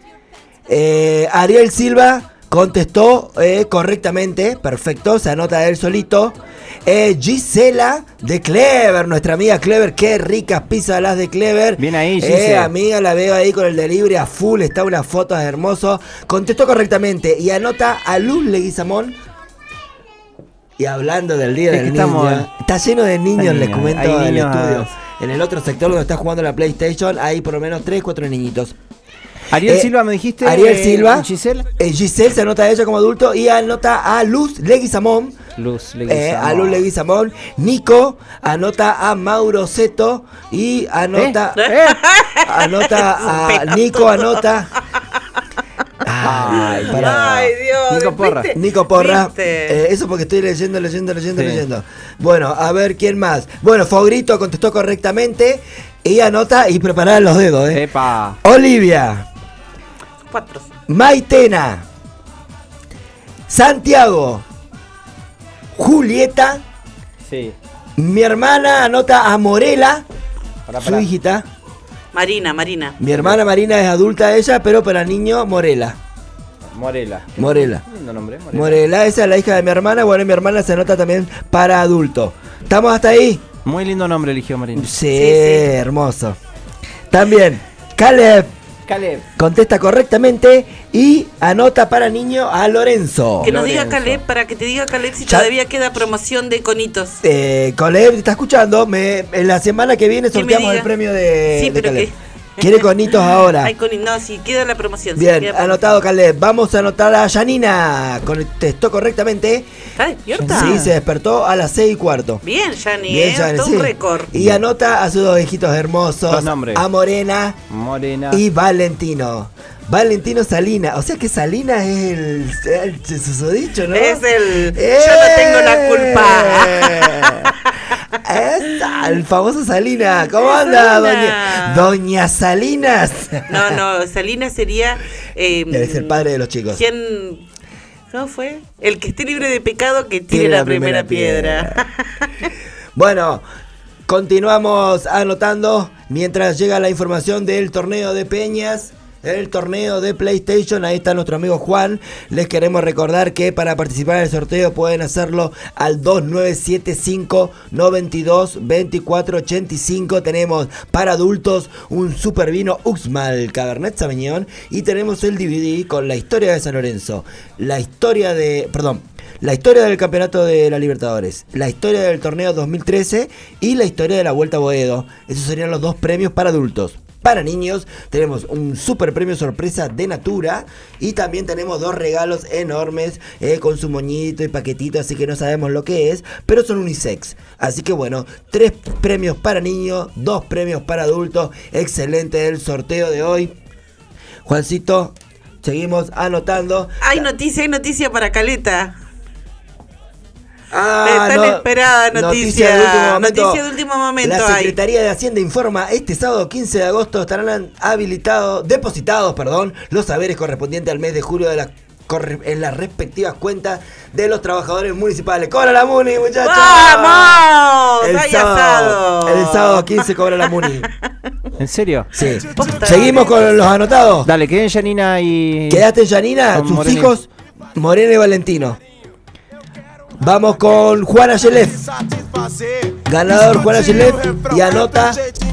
Ariel Silva contestó correctamente. Perfecto, se anota él solito. Gisela de Clever, nuestra amiga Clever. Qué ricas pizzas las de Clever. Bien ahí, Gisela. Amiga, la veo ahí con el delivery a full. Está una foto hermoso. Contestó correctamente. Y anota a Luz Leguizamón. Y hablando del Día del Niño, está lleno de niños, les comento en el estudio. En el otro sector donde está jugando la PlayStation hay por lo menos 3-4 niñitos. Ariel Silva me dijiste. Ariel Silva. Giselle. Giselle se anota a ella como adulto y anota a Luz Leguizamón. A Luz Leguizamón. Nico anota a Mauro Zeto y anota a Nico anota. Ay, Dios. Nico Porra. Eso porque estoy leyendo. Bueno, a ver quién más. Bueno, Fogrito contestó correctamente y anota y preparar los dedos. Epa. Olivia. 4. Maitena. Santiago. Julieta. Sí. Mi hermana anota a Morela. Su hijita. Marina. Mi hermana Marina es adulta ella, pero para niño Morela. Morela. Lindo nombre, Morela, esa es la hija de mi hermana. Bueno, mi hermana se anota también para adulto. ¿Estamos hasta ahí? Muy lindo nombre eligió Marina. Sí, hermoso. También, Caleb. Contesta correctamente y anota para niño a Lorenzo. Que nos diga Caleb, para que te diga Caleb si todavía queda promoción de conitos. Caleb, ¿te está escuchando? En la semana que viene sorteamos el premio de Caleb. ¿Quiere conitos ahora? No, si queda la promoción. Bien, anotado Caleb. Vamos a anotar a Janina. Contestó correctamente. ¿Está despierta? Sí, se despertó a las 6:15. Bien, Jani, todo un récord. Y anota a sus dos hijitos hermosos. Dos nombres. A Morena y Valentino. Valentino Salinas. O sea que Salinas es el susodicho, ¿no? Es el... Yo no tengo la culpa. El famoso Salinas. ¿Cómo anda, doña Salinas? No, Salinas sería... es el padre de los chicos. ¿Quién ¿Cómo fue? El que esté libre de pecado que tire la primera piedra. Bueno, continuamos anotando mientras llega la información del torneo de peñas. El torneo de PlayStation, ahí está nuestro amigo Juan. Les queremos recordar que para participar en el sorteo pueden hacerlo al 2975-92-2485. Tenemos para adultos un super vino Uxmal Cabernet Sauvignon y tenemos el DVD con la historia de San Lorenzo, la historia del campeonato de la Libertadores, la historia del torneo 2013 y la historia de la Vuelta a Boedo. Esos serían los dos premios para adultos. Para niños tenemos un super premio sorpresa de Natura y también tenemos dos regalos enormes con su moñito y paquetito, así que no sabemos lo que es, pero son unisex. Así que bueno, 3 premios para niños, 2 premios para adultos. Excelente el sorteo de hoy. Juancito, seguimos anotando. Hay noticia para Caleta. Tan esperada noticia de último momento. La Secretaría de Hacienda informa: este sábado 15 de agosto estarán depositados los saberes correspondientes al mes de julio en las respectivas cuentas de los trabajadores municipales. ¡Cobra la MUNI, muchachos! ¡Vamos! El sábado 15 cobra la MUNI. ¿En serio? Sí. Seguimos con los anotados. Dale, quedé en Janina y... Quedaste en Janina, sus Morena. hijos, Morena y Valentino. Vamos con Juana Yelef. Ganador Juana Yelef y anota.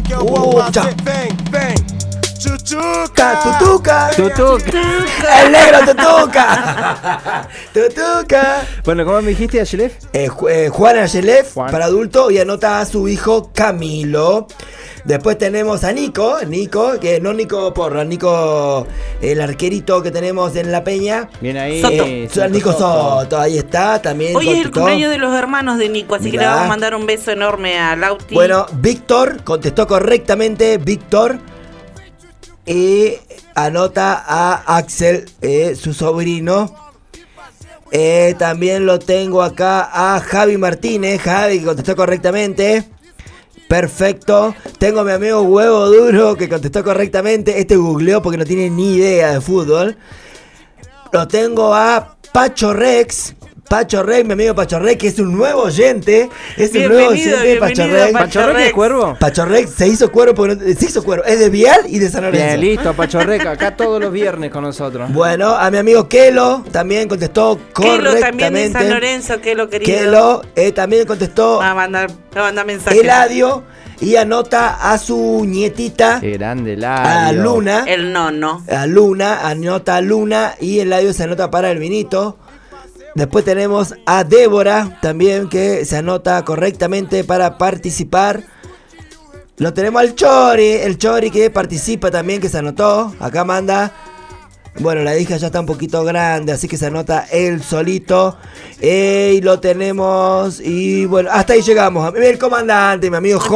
Tutuca. El negro Tutuca. Tutuca. Bueno, ¿cómo me dijiste, Yelef? Juana Yelef para adulto y anota a su hijo Camilo. Después tenemos a Nico, que no Nico Porra, Nico, el arquerito que tenemos en La Peña. Bien ahí. Nico Soto, ahí está, también. Hoy es el cumpleaños de los hermanos de Nico, así que le vamos a mandar un beso enorme a Lauti. Bueno, Víctor contestó correctamente, Víctor. Y anota a Axel, su sobrino. También lo tengo acá a Javi Martínez, Javi que contestó correctamente. Perfecto. Tengo a mi amigo Huevo Duro que contestó correctamente. Este googleó porque no tiene ni idea de fútbol. Lo tengo a Pacho Rex, mi amigo Pacho Rex, que es un nuevo oyente. Es un nuevo oyente, Pacho Rex. ¿Pacho Rex es cuervo? Pacho Rex se hizo cuervo porque se hizo cuervo. Es de Vial y de San Lorenzo. Bien, listo, Pacho Rex, acá todos los viernes con nosotros. Bueno, a mi amigo Kelo también contestó correctamente. Kelo también de San Lorenzo, Kelo querido. Kelo también contestó. Va a mandar mensaje. Eladio. Y anota a su nietita. Qué grande, Eladio. A Luna. El nono. A Luna, anota a Luna. Y Eladio se anota para el vinito. Después tenemos a Débora también, que se anota correctamente para participar. Lo tenemos al Chori, el Chori que participa también, que se anotó. Acá manda. Bueno, la hija ya está un poquito grande, así que se anota él solito. Y lo tenemos. Y bueno, hasta ahí llegamos. El comandante, mi amigo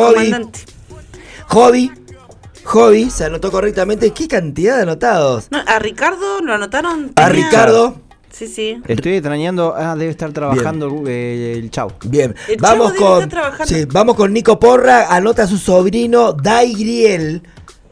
Hobby se anotó correctamente. ¿Qué cantidad de anotados? No, a Ricardo lo anotaron. A Ricardo. Sí. Estoy extrañando. Debe estar trabajando el Chau. Bien, vamos con Nico Porra. Anota a su sobrino Dairiel.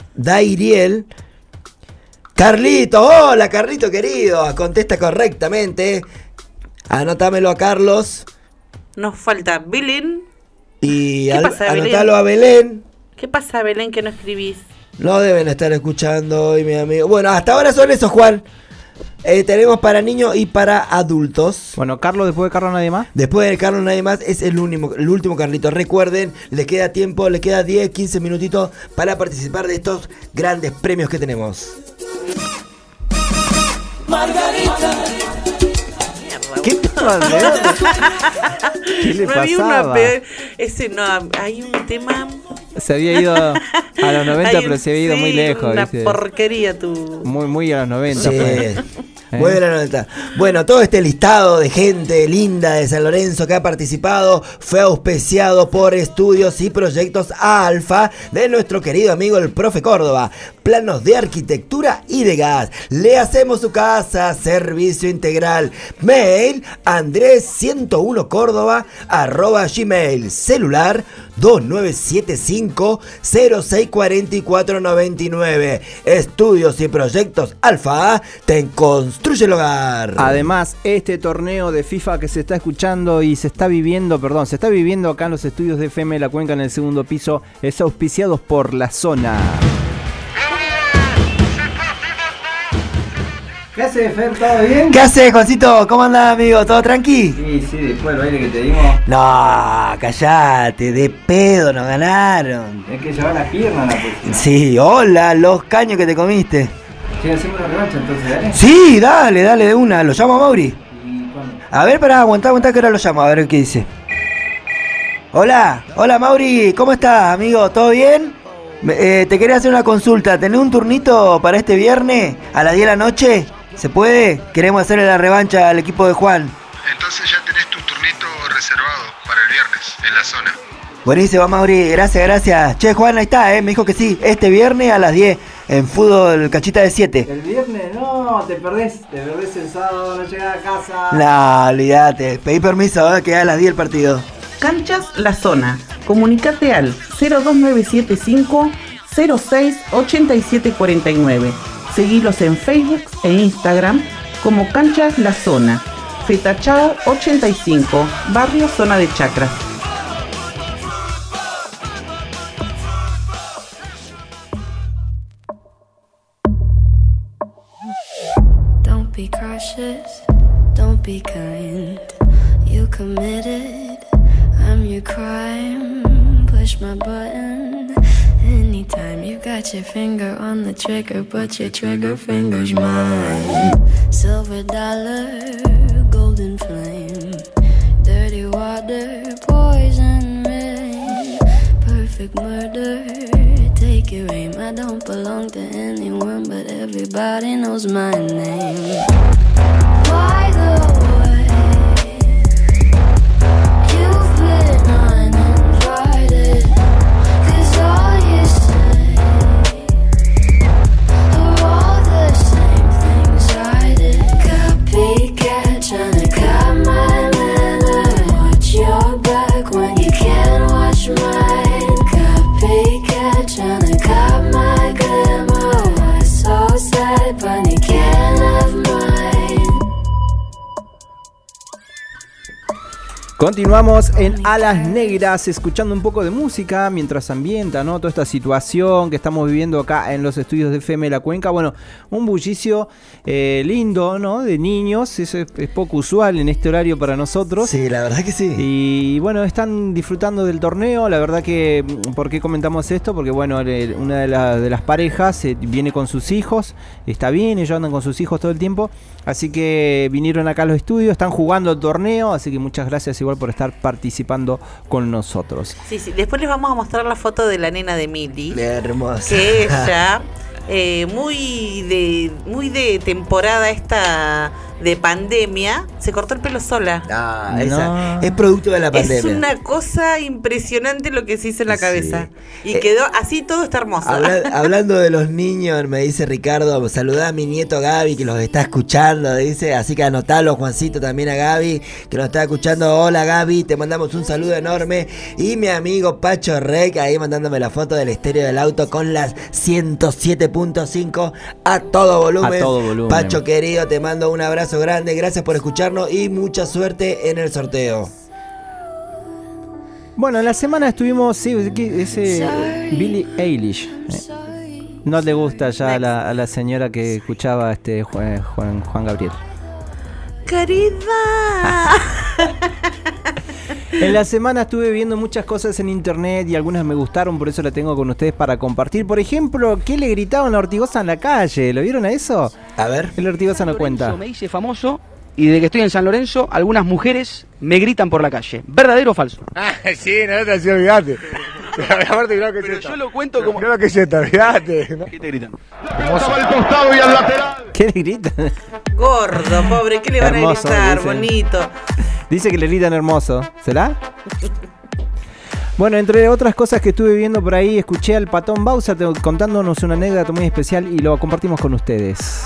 Carlito, hola Carlito querido. Contesta correctamente. Anótamelo a Carlos. Nos falta Belén. Y anotalo a Belén. ¿Qué pasa, Belén, que no escribís? No deben estar escuchando hoy, mi amigo. Bueno, hasta ahora son esos, Juan. Tenemos para niños y para adultos. Bueno, Carlos, después de Carlos nadie más. Después de Carlos nadie más es el último Carlito. Recuerden, les queda tiempo, les queda 10, 15 minutitos para participar de estos grandes premios que tenemos. Margarita. ¿Qué pasa? ¿Qué le pasaba? Ese no, hay un tema. Se había ido a los 90, pero se había ido muy lejos. Una ¿viste? porquería tu. Muy a los 90. Sí. Muy bien, 90. Bueno, todo este listado de gente linda de San Lorenzo que ha participado fue auspiciado por Estudios y Proyectos Alfa de nuestro querido amigo el profe Córdoba. Planos de arquitectura y de gas. Le hacemos su casa, servicio integral. Mail andres101córdoba@gmail. Celular 2975-064499. Estudios y Proyectos Alfa te construye el hogar. Además, este torneo de FIFA que se está escuchando y se está viviendo acá en los estudios de FM La Cuenca en el segundo piso, es auspiciado por La Zona. ¿Qué haces, Fer? ¿Todo bien? ¿Qué haces, Juancito? ¿Cómo andás, amigo? ¿Todo tranqui? Sí, después del baile que te dimos. No, callate, de pedo nos ganaron. Hay que llevar las piernas a la próxima. Sí, hola, los caños que te comiste. Sí, hacemos una revancha entonces, ¿dale? Sí, dale de una. ¿Lo llamo a Mauri? A ver, pará, aguantá que ahora lo llamo, a ver qué dice. Hola Mauri, ¿cómo estás, amigo? ¿Todo bien? Te quería hacer una consulta. ¿Tenés un turnito para este viernes a las 10 de la noche? ¿Se puede? Queremos hacerle la revancha al equipo de Juan. Entonces ya tenés tu turnito reservado para el viernes en La Zona. Buenísimo, Mauri, gracias. Che, Juan, ahí está, me dijo que sí. Este viernes a las 10 en fútbol cachita de 7. El viernes no, te perdés el sábado, no llegás a casa. No, olvídate, pedí permiso, que a las 10 el partido. Canchas La Zona. Comunicate al 02975 068749. Seguilos en Facebook e Instagram como Canchas La Zona. Fetachao 85, barrio Zona de Chacras. be cautious, don't be kind. You committed, I'm your crime. Push my button anytime. You got your finger on the trigger, but your trigger finger's mine. Silver dollar, golden flame, dirty water, poison rain, perfect murder. Take your aim. I don't belong to anyone, but everybody knows my name. By the way, you've been uninvited, 'cause all you say are all the same things I did. Copycat, tryna cut my manner. Watch your back when you can't watch mine. Copycat, tryna cut my glamour. Why so sad, but you can't have mine. Continuamos en Alas Negras, escuchando un poco de música mientras ambienta, ¿no? Toda esta situación que estamos viviendo acá en los estudios de FM La Cuenca. Bueno, un bullicio lindo, ¿no? De niños, eso es poco usual en este horario para nosotros. Sí, la verdad que sí. Y bueno, están disfrutando del torneo. La verdad que, ¿por qué comentamos esto? Porque bueno, una de las parejas viene con sus hijos, está bien, ellos andan con sus hijos todo el tiempo. Así que vinieron acá a los estudios, están jugando el torneo, así que muchas gracias igual por estar participando con nosotros. Sí, después les vamos a mostrar la foto de la nena de Mili. Hermosa. Que ella, muy de temporada esta de pandemia, se cortó el pelo sola. Esa es producto de la pandemia. Es una cosa impresionante lo que se hizo en la cabeza. Y quedó así, todo está hermoso. Hablando de los niños, me dice Ricardo, saludá a mi nieto Gaby que los está escuchando, dice, así que anotalo, Juancito, también a Gaby que nos está escuchando. Hola Gaby, te mandamos un saludo enorme. Y mi amigo Pacho Rec ahí mandándome la foto del estéreo del auto con las 107.5 a todo volumen. Pacho querido, te mando un abrazo grande, gracias por escucharnos y mucha suerte en el sorteo. Bueno, en la semana estuvimos, ese Billie Eilish. No le gusta ya a la señora que escuchaba Juan Gabriel. Querida. En la semana estuve viendo muchas cosas en internet y algunas me gustaron, por eso la tengo con ustedes para compartir. Por ejemplo, ¿qué le gritaban a Ortigoza en la calle? ¿Lo vieron a eso? A ver. El Ortigoza no cuenta. Me hice famoso y desde que estoy en San Lorenzo, algunas mujeres me gritan por la calle. ¿Verdadero o falso? Sí, no te hacía olvidarte. Pero yo lo cuento como... Creo que se te olvidate, ¿no? ¿Qué te gritan? Al costado y al lateral. ¿Qué le gritan? Gordo, pobre, ¿qué le van Hermoso, a gritar? dice. Bonito. Dice que le gritan hermoso. ¿Será? Bueno, entre otras cosas que estuve viendo por ahí, escuché al Patón Bausa contándonos una anécdota muy especial y lo compartimos con ustedes.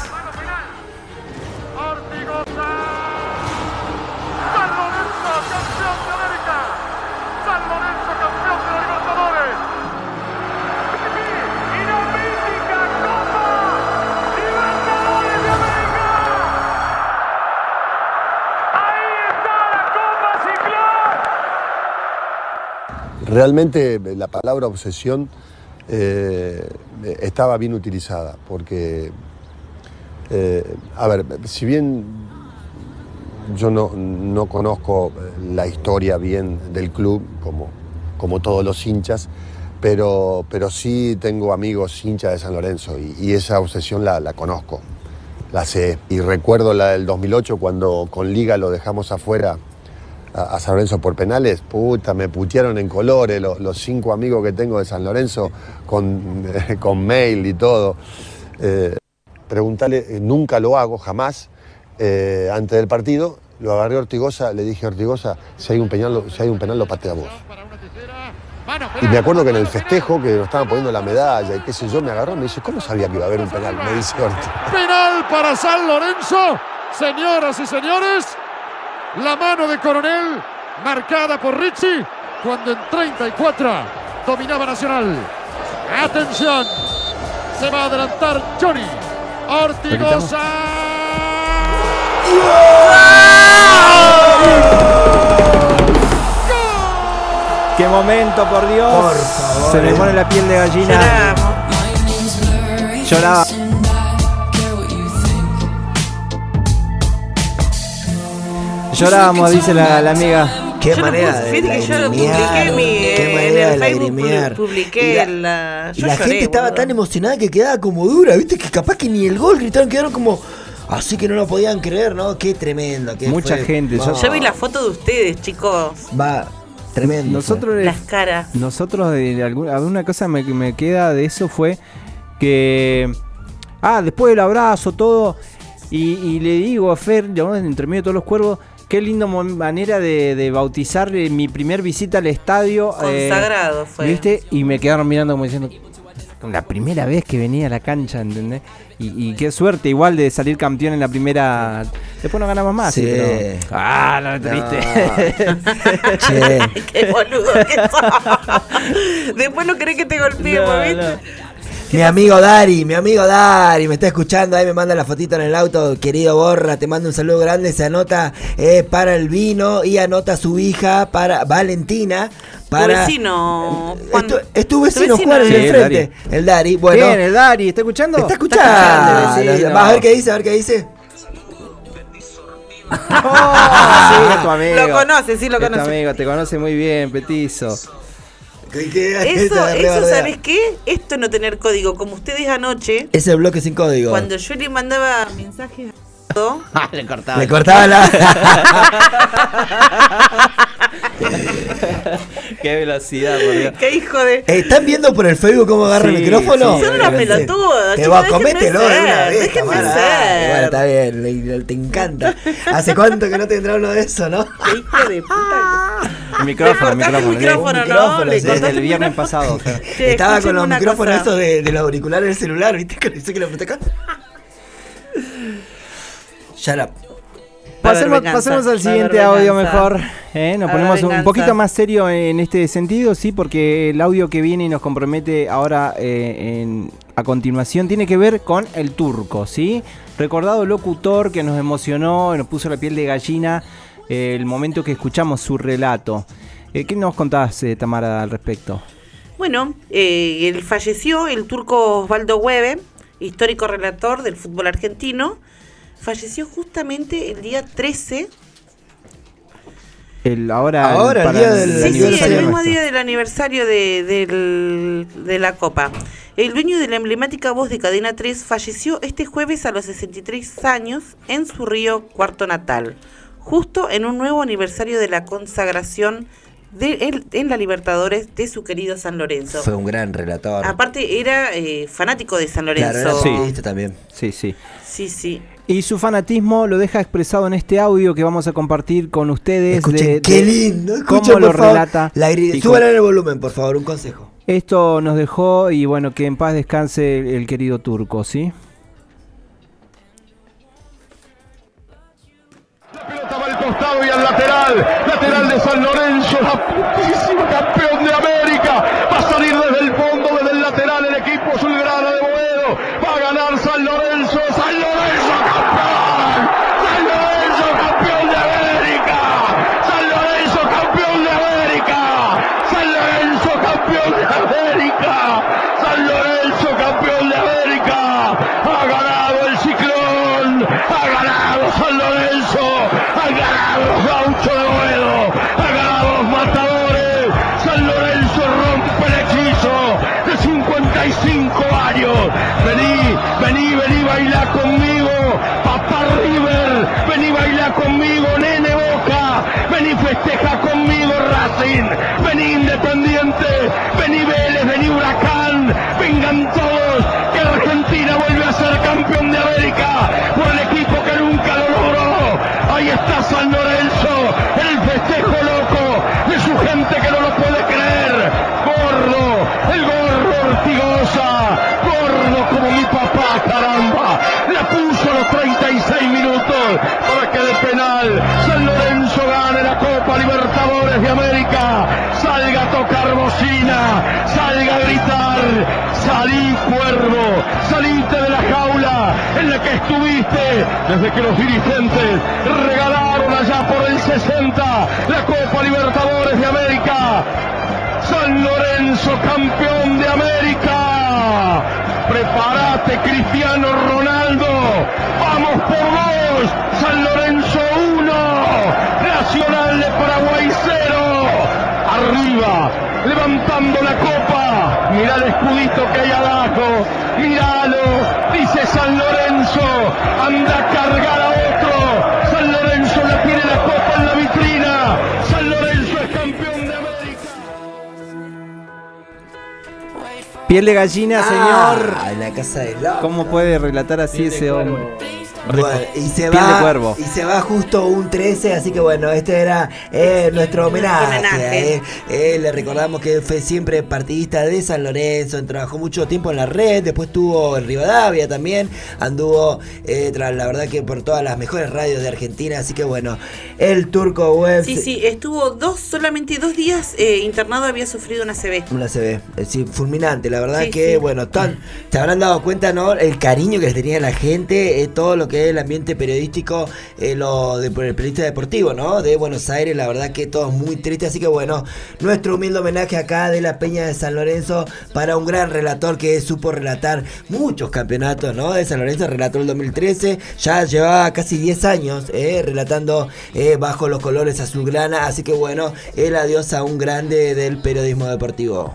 Realmente la palabra obsesión estaba bien utilizada, porque, a ver, si bien yo no conozco la historia bien del club, como todos los hinchas, pero sí tengo amigos hinchas de San Lorenzo y esa obsesión la conozco, la sé. Y recuerdo la del 2008 cuando con Liga lo dejamos afuera a San Lorenzo por penales, puta, me putearon en colores los 5 amigos que tengo de San Lorenzo con mail y todo. Preguntale, nunca lo hago, jamás. Antes del partido, lo agarré a Ortigoza, le dije a Ortigoza, si hay un penal lo patea vos. Y me acuerdo que en el festejo, que nos estaban poniendo la medalla y qué sé yo, me agarró y me dice, ¿cómo sabía que iba a haber un penal? Me dice Orti. Penal para San Lorenzo, señoras y señores. La mano de Coronel, marcada por Ricci, cuando en 34 dominaba Nacional. Atención, se va a adelantar Johnny Ortigoza. ¡Qué momento, por Dios! Por favor. Se me pone la piel de gallina. Lloraba. llorábamos, dice la amiga. Qué manera de Fíjate que yo lo publiqué en el Facebook, publiqué la... Y la gente estaba tan emocionada que quedaba como dura, viste, que capaz que ni el gol gritaron, quedaron como... Así que no lo podían creer, ¿no? Qué tremendo. Mucha gente. Yo vi la foto de ustedes, chicos. Va, tremendo. Nosotros, las caras. Nosotros, alguna cosa me queda de eso fue que... después del abrazo, todo... Y le digo a Fer, entre medio de todos los cuervos... Qué linda manera de bautizar mi primer visita al estadio. Consagrado fue. ¿Viste? Y me quedaron mirando como diciendo, la primera vez que venía a la cancha, ¿entendés? Y qué suerte igual de salir campeón en la primera. Después no ganamos más. Sí. Pero... no, triste. Che. Qué boludo que sos. Después no querés que te golpeemos, ¿viste? Mi amigo Dari me está escuchando, ahí me manda la fotito en el auto. Querido Borra, te mando un saludo grande. Se anota para el vino y anota su hija para Valentina. Para tu vecino, Juan. Es tu vecino Juan, en el frente. El Dari, bueno. Bien, el Dari, ¿está escuchando? Está escuchando. Va a ver qué dice, Sí, es tu amigo. Lo conoce, sí lo es conoce. Tu amigo, te conoce muy bien, Petizo. Eso, ¿sabes qué? Esto no tener código, como ustedes anoche. Ese bloque sin código. Cuando yo le mandaba mensajes a le cortaba la... Qué velocidad, por Dios. Qué hijo de... ¿Están viendo por el Facebook cómo agarra el micrófono? Son unas pelotudas. Te vas, comételo de una vez. Déjenme ser. Bueno, está bien, te encanta. ¿Hace cuánto que no tendrá uno de eso, no? Qué hijo de puta. El micrófono, ¿no? Le desde el viernes pasado. Estaba con los micrófonos esos de los auriculares del celular, ¿viste? Que dice que lo apreté acá. Shut up. Pasemos al siguiente audio mejor. Nos ponemos un poquito más serio en este sentido, sí, porque el audio que viene y nos compromete ahora a continuación tiene que ver con el Turco, ¿sí? Recordado locutor que nos emocionó, nos puso la piel de gallina el momento que escuchamos su relato. ¿Qué nos contás, Tamara, al respecto? Bueno, él falleció, el Turco Osvaldo Hueve, histórico relator del fútbol argentino. Falleció justamente el día 13. Ahora el día del aniversario. Sí, el mismo día del aniversario de la Copa. El dueño de la emblemática voz de Cadena 3 falleció este jueves a los 63 años en su río Cuarto natal, justo en un nuevo aniversario de la consagración en la Libertadores de su querido San Lorenzo. Fue un gran relator. Aparte era fanático de San Lorenzo. Claro, era futbolista también. Sí. Y su fanatismo lo deja expresado en este audio que vamos a compartir con ustedes. Escuchen, qué lindo. Cómo lo relata. Súbale el volumen, por favor, un consejo. Esto nos dejó, y bueno, que en paz descanse el querido Turco, ¿sí? La pelota va al costado y al lateral de San Lorenzo, la putísima campeón de América. Va a salir desde el fondo, desde el lateral, el equipo azulgrana de Boedo. Va a ganar San Lorenzo campeón. San Lorenzo campeón de América. San Lorenzo campeón de América. San Lorenzo campeón de América. San Lorenzo campeón de América. Ha ganado el Ciclón. Ha ganado San Lorenzo. Ha ganado los Gauchos de Boedo. Ha ganado los Matadores. San Lorenzo rompe el hechizo de 55 años. Vení, baila conmigo, papá River. Vení, baila conmigo, nene Boca. Vení, festeja conmigo, Racing. Vení, Independiente. Vení, Vélez. Vení, Huracán. Vengan todos, que Argentina vuelve a ser campeón de América por el equipo que nunca lo logró. Ahí está San Lorenzo, el festejo loco de su gente que no lo puede creer. Gordo, el gordo Ortigosa, gordo como mi papá, caramba. La puso a los 36 minutos para que de penal San Lorenzo gane la Copa Libertadores de América. Salga a tocar bocina, salga a gritar. Salí, cuervo, saliste de la jaula en la que estuviste desde que los dirigentes regalaron allá por el 60 la Copa Libertadores de América. San Lorenzo campeón de América. Prepárate, Cristiano Ronaldo. Vamos por vos. San Lorenzo 1, arriba, levantando la copa. Mirá el escudito que hay abajo, míralo, dice San Lorenzo, anda a cargar a otro. San Lorenzo le tiene la copa en la vitrina. San Lorenzo es campeón de América. Piel de gallina, señor. En la casa de loco. ¿Cómo puede relatar así ese hombre? Bueno, y se Piel va, de cuervo. y se va justo un 13, así que bueno, este era nuestro homenaje. Le recordamos que fue siempre partidista de San Lorenzo, trabajó mucho tiempo en la red, después estuvo en Rivadavia también, anduvo la verdad que por todas las mejores radios de Argentina, así que bueno, el Turco Web. Sí, estuvo solamente 2 días internado, había sufrido una ACV. Una ACV, sí, fulminante, la verdad Sí, que sí. bueno, se habrán dado cuenta, ¿no? El cariño que les tenía la gente, todo lo que es el ambiente periodístico, por el periodista deportivo, ¿no? De Buenos Aires, la verdad que todo muy triste, así que bueno, nuestro humilde homenaje acá de la Peña de San Lorenzo para un gran relator que supo relatar muchos campeonatos, ¿no? De San Lorenzo, relató el 2013, ya llevaba casi 10 años relatando bajo los colores azulgrana, así que bueno, el adiós a un grande del periodismo deportivo.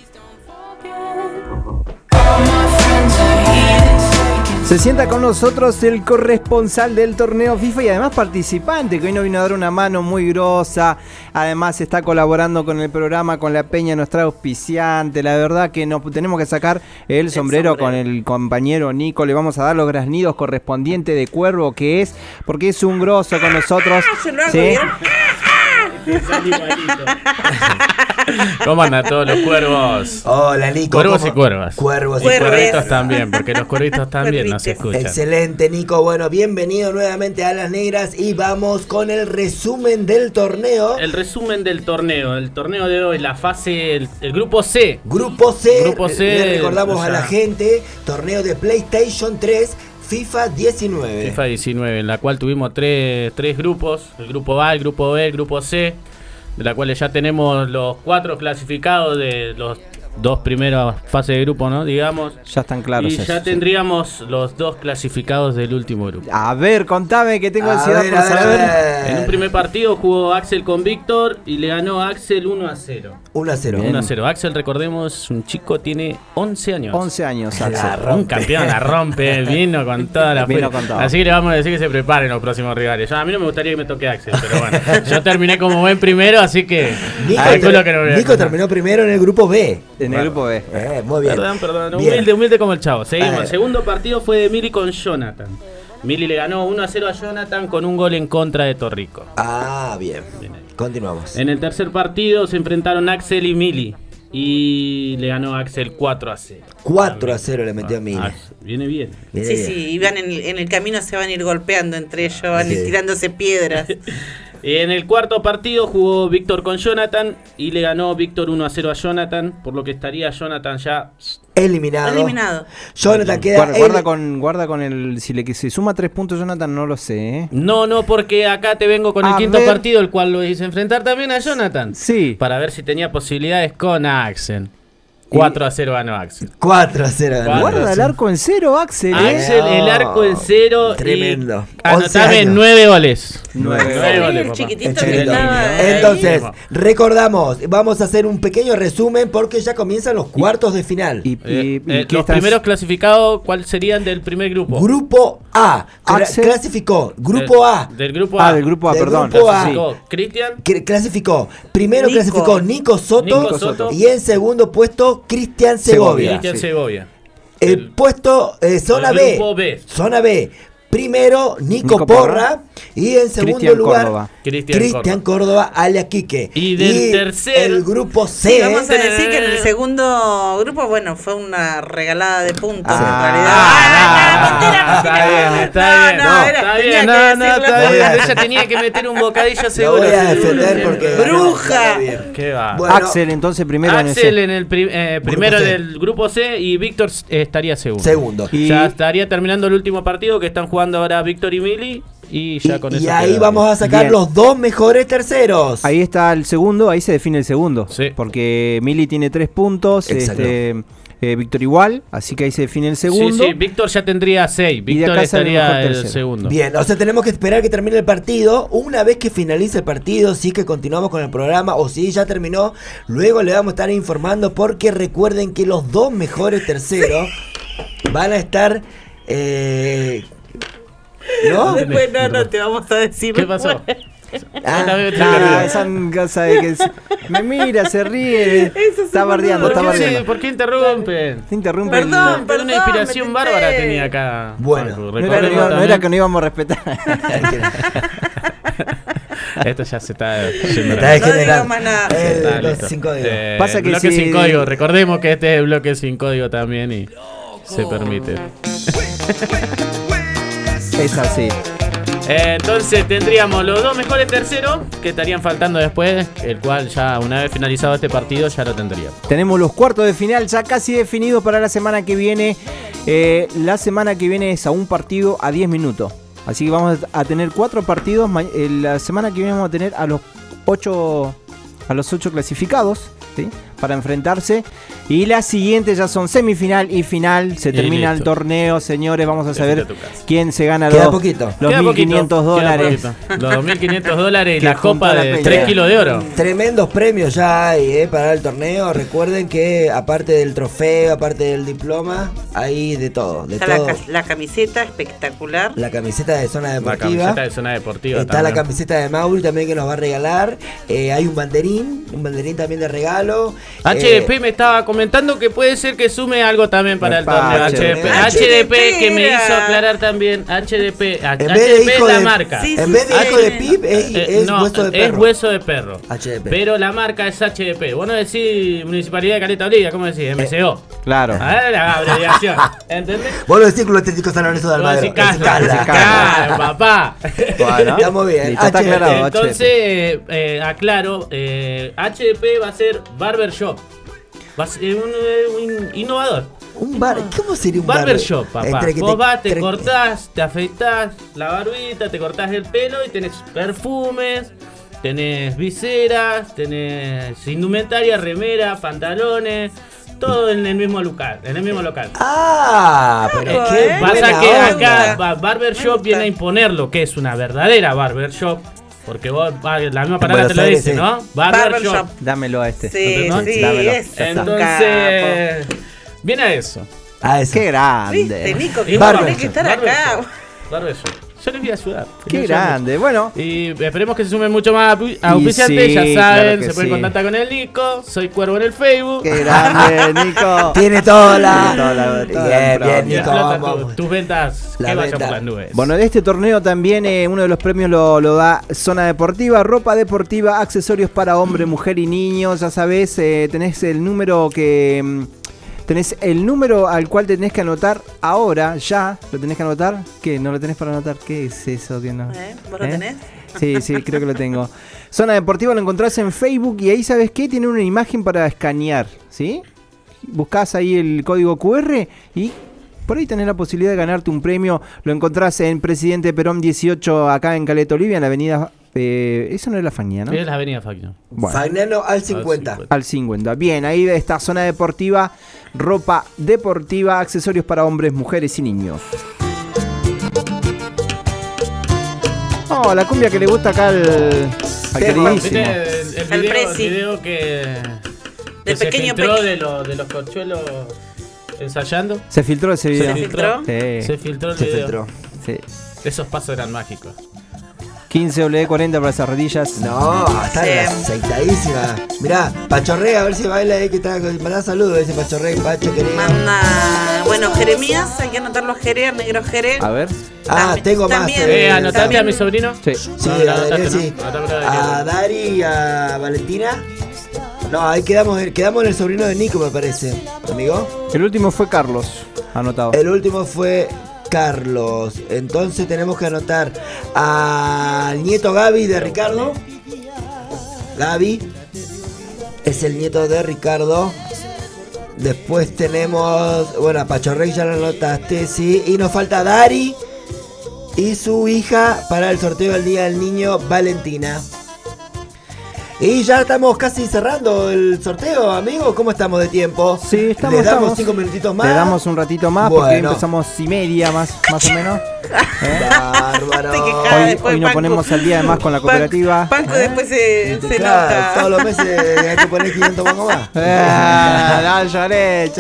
Se sienta con nosotros el corresponsal del torneo FIFA y además participante, que hoy nos vino a dar una mano muy grosa. Además está colaborando con el programa, con la Peña, nuestra auspiciante. La verdad que nos tenemos que sacar el sombrero con el compañero Nico. Le vamos a dar los graznidos correspondientes de cuervo que es, porque es un grosso con nosotros. ¿Sí? ¿Cómo andan todos los cuervos? Hola, Nico. Cuervos y cuervas. Cuervos y cuervitos también, porque los cuervitos también nos escuchan. Excelente, Nico. Bueno, bienvenido nuevamente a Las Negras y vamos con el resumen del torneo. El resumen del torneo. El torneo de hoy, la fase, el grupo C. Grupo C. Grupo C. Le recordamos a la gente, torneo de PlayStation 3. FIFA 19. FIFA 19, en la cual tuvimos tres grupos, el grupo A, el grupo B, el grupo C, de la cual ya tenemos los 4 clasificados de los 2 primeras fases de grupo, ¿no? Digamos. Ya están claros. Y ya tendríamos los 2 clasificados del último grupo. A ver, contame que tengo ansiedad por saber. En un primer partido jugó Axel con Víctor y le ganó a Axel 1-0. 1-0. Axel, recordemos, un chico, tiene 11 años. 11 años, Axel. Un campeón, la rompe, vino con toda la fuerza. Así que le vamos a decir que se preparen los próximos rivales. A mí no me gustaría que me toque Axel, pero bueno. Yo terminé como buen primero, así que Nico terminó primero en el grupo B. En el grupo B. Muy bien. Perdón. Humilde como el chavo. Seguimos. El segundo partido fue de Mili con Jonathan. Mili le ganó 1-0 a Jonathan con un gol en contra de Torrico. Bien. Continuamos. En el tercer partido se enfrentaron Axel y Mili. Y le ganó Axel 4-0. 4-0 le metió a Mili. Viene bien. Sí, iban en el camino, se van a ir golpeando entre ellos, van a ir tirándose piedras. En el cuarto partido jugó Víctor con Jonathan y le ganó Víctor 1-0 a Jonathan, por lo que estaría Jonathan ya eliminado. Jonathan queda guarda con el, si le se suma 3 puntos Jonathan, no lo sé. No, porque acá te vengo con el quinto partido, el cual lo hice enfrentar también a Jonathan. Sí. Para ver si tenía posibilidades con Axel. 4-0 ganó Axel. 4-0 ganó. Guarda el arco en cero, Axel. Axel, el arco en cero. Tremendo. Anotame 9 goles. 9 goles, papá. Chiquitito que estaba. Entonces, recordamos, vamos a hacer un pequeño resumen porque ya comienzan los cuartos de final. Los primeros clasificados, ¿cuál serían del primer grupo? Grupo A. Clasificó. Grupo A. Del grupo A. Del grupo A, perdón. Clasificó Cristian. Clasificó. Primero clasificó Nico Soto. Y en segundo puesto Cristian Segovia. El puesto zona B. Zona B. Primero Nico Porra y en segundo lugar Cristian Córdoba alias Quique. Y del tercer el grupo C. Sí, vamos a decir que en el segundo grupo, bueno, fue una regalada de puntos en realidad. Está bien. Ella tenía que meter un bocadillo seguro. Lo voy a defender porque bruja. Qué va. Bueno, Axel entonces primero Axel en el primero del grupo C y Víctor estaría segundo. Ya estaría terminando el último partido que están jugando ahora Víctor y Mili. Y ya con eso ahí vamos a sacar los 2 mejores terceros. Ahí está el segundo, ahí se define el segundo. Sí. Porque Mili tiene 3 puntos. Víctor igual, así que ahí se define el segundo. Sí, Víctor ya tendría 6. Víctor estaría el segundo. Bien, o sea, tenemos que esperar que termine el partido. Una vez que finalice el partido, sí que continuamos con el programa, o si ya terminó, luego le vamos a estar informando, porque recuerden que los 2 mejores terceros van a estar... ¿no? Después no te vamos a decir. ¿Qué pasó? Esa cosa de que me mira, se ríe, está bardeando, ¿Por qué interrumpen? Se interrumpen. Perdón, una inspiración bárbara tenía acá. Bueno, no era que no íbamos a respetar. Esto ya se está yendo. Está degenerando. No digo más nada. Sin código. Pasa que bloque sin código. Recordemos que este es el bloque sin código también y se permite. Es así. Entonces tendríamos los 2 mejores terceros que estarían faltando después, el cual ya una vez finalizado este partido ya lo tendría. Tenemos los cuartos de final ya casi definidos para la semana que viene. La semana que viene es a un partido a 10 minutos. Así que vamos a tener 4 partidos. La semana que viene vamos a tener a los 8 clasificados, ¿sí? Para enfrentarse. Y la siguiente ya son semifinal y final. Se termina el torneo, señores. Vamos a saber quién se gana los $1.500. Los $2.500 y la copa de 3 kilos de oro. Tremendos premios ya hay para el torneo. Recuerden que aparte del trofeo, aparte del diploma, hay de todo. La camiseta espectacular. La camiseta de Zona Deportiva. La camiseta de Zona Deportiva. Está también la camiseta de Mauri también que nos va a regalar. Hay un banderín también de regalo. HDP me estaba comentando que puede ser que sume algo también para el torneo. HDP que me hizo aclarar también. HDP es la marca. En vez de hijo de Pip es hueso de perro. Es hueso de perro. HDP. Pero la marca es HDP. Vos no decís Municipalidad de Caleta Olivia, ¿cómo decís? MCO. Claro. A ver la abreviación. ¿Entendés? Vos lo decís Club Atlético San Lorenzo de Almagro. Claro, papá. Bueno, estamos bien. Está aclarado. Entonces, aclaro, HDP va a ser Barbershop. Va a ser un innovador. ¿Cómo sería un barbershop, papá? Vos vas, te cortás, te afeitás la barbita, te cortás el pelo y tenés perfumes, tenés viseras, tenés indumentaria, remera, pantalones, todo en el mismo local. Pero qué pasa que acá Barbershop viene a imponer lo que es una verdadera barbershop. Porque vos, la misma palabra te lo dice, ¿no? Barbershop. Dámelo a este. Sí, dámelo. Entonces, viene a eso. Qué grande. ¿Viste, Nico? Que tenés que estar acá. Barbershop. Yo les voy a ayudar. Qué grande, bueno. Y esperemos que se sumen mucho más auspiciantes. Sí, ya saben, claro se pueden contactar con el Nico. Soy Cuervo en el Facebook. Qué grande, Nico. Tiene toda la bien, Nico. Vamos. Tus ventas que vayan por las nubes. Bueno, de este torneo también uno de los premios lo da Zona Deportiva, ropa deportiva, accesorios para hombre, mujer y niños. Ya sabés, tenés el número que... Tenés el número al cual tenés que anotar ahora, ya. ¿Lo tenés que anotar? ¿Qué? ¿No lo tenés para anotar? ¿Qué es eso que no? ¿Vos lo tenés? Sí, creo que lo tengo. Zona Deportiva lo encontrás en Facebook y ahí, ¿sabes qué? Tiene una imagen para escanear, ¿sí? Buscás ahí el código QR y por ahí tenés la posibilidad de ganarte un premio. Lo encontrás en Presidente Perón 18, acá en Caleta Olivia, en la avenida... eso no es la Fagnano, ¿no? Es la avenida Fagnano. Bueno. Fagnano al 50. Al 50. Bien, ahí está Zona Deportiva, ropa deportiva, accesorios para hombres, mujeres y niños. Oh, la cumbia que le gusta acá al queridísimo. El video que se filtró de los corchuelos ensayando. ¿Se filtró ese video? Se filtró el video. Sí. Esos pasos eran mágicos. 15W40 para esas rodillas. No, está aceitadísima. Mirá, Pachorrea, a ver si baila ahí que está. Mandá saludos ese Pachorrea, Pacho querido. Bueno, Jeremías, hay que anotarlo a Jerez, negro Jerez. A ver. Tengo más. ¿Anotaste a mi sobrino? Sí. Sí, sí. A Dari y a Valentina. No, ahí quedamos en el sobrino de Nico, me parece. Amigo. El último fue Carlos, anotado. El último fue Carlos. Entonces tenemos que anotar al nieto Gaby de Ricardo. Gaby es el nieto de Ricardo. Después tenemos, bueno, a Pachorrey ya lo anotaste, sí. Y nos falta Dari y su hija para el sorteo del Día del Niño, Valentina. Y ya estamos casi cerrando el sorteo, amigos. ¿Cómo estamos de tiempo? Sí, estamos. ¿Les damos 5 minutitos más? Le damos un ratito más porque empezamos 1:30 más o menos. Bárbaro. Hoy nos ponemos al día además con la cooperativa. Panco después se enoja. Todos los meses hay que poner 500 mangos más. No lloré,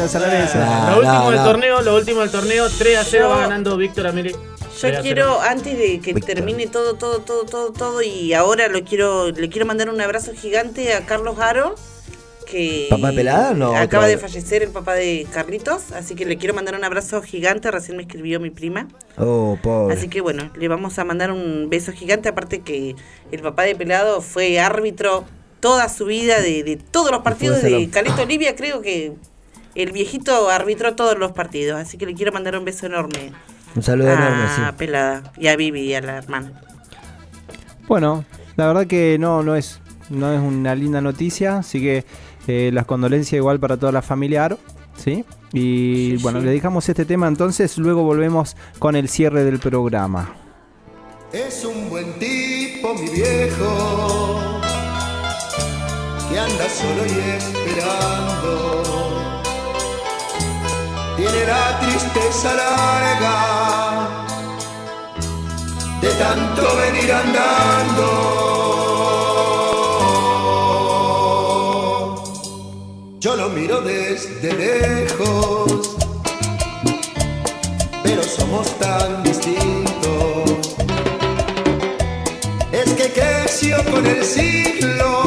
Lo último del torneo, 3-0 va ganando Víctor América. Yo quiero, antes de que termine todo, y ahora le quiero mandar un abrazo gigante a Carlos Aro, que ¿Papá de Pelada? No, acaba de fallecer el papá de Carlitos, así que le quiero mandar un abrazo gigante. Recién me escribió mi prima. Oh, pobre. Así que bueno, le vamos a mandar un beso gigante, aparte que el papá de Pelado fue árbitro toda su vida de todos los partidos de Caleta Olivia. Creo que el viejito arbitró todos los partidos, así que le quiero mandar un beso enorme. Un saludo enorme, sí. A Pelada y a Vivi y a la hermana. Bueno, la verdad que no es una linda noticia, así que las condolencias igual para toda la familia Aro, ¿sí? Y bueno, le dejamos este tema entonces, luego volvemos con el cierre del programa. Es un buen tipo, mi viejo, que anda solo y esperando. Tiene la tristeza larga de tanto venir andando. Yo lo miro desde lejos, pero somos tan distintos. Es que creció con el siglo,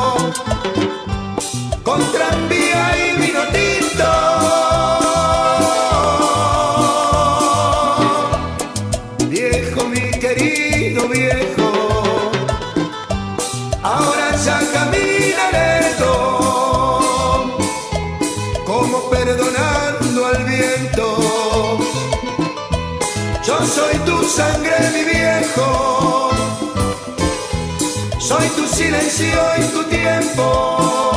con tranvía y vino tinto. Soy tu sangre, mi viejo, soy tu silencio y tu tiempo.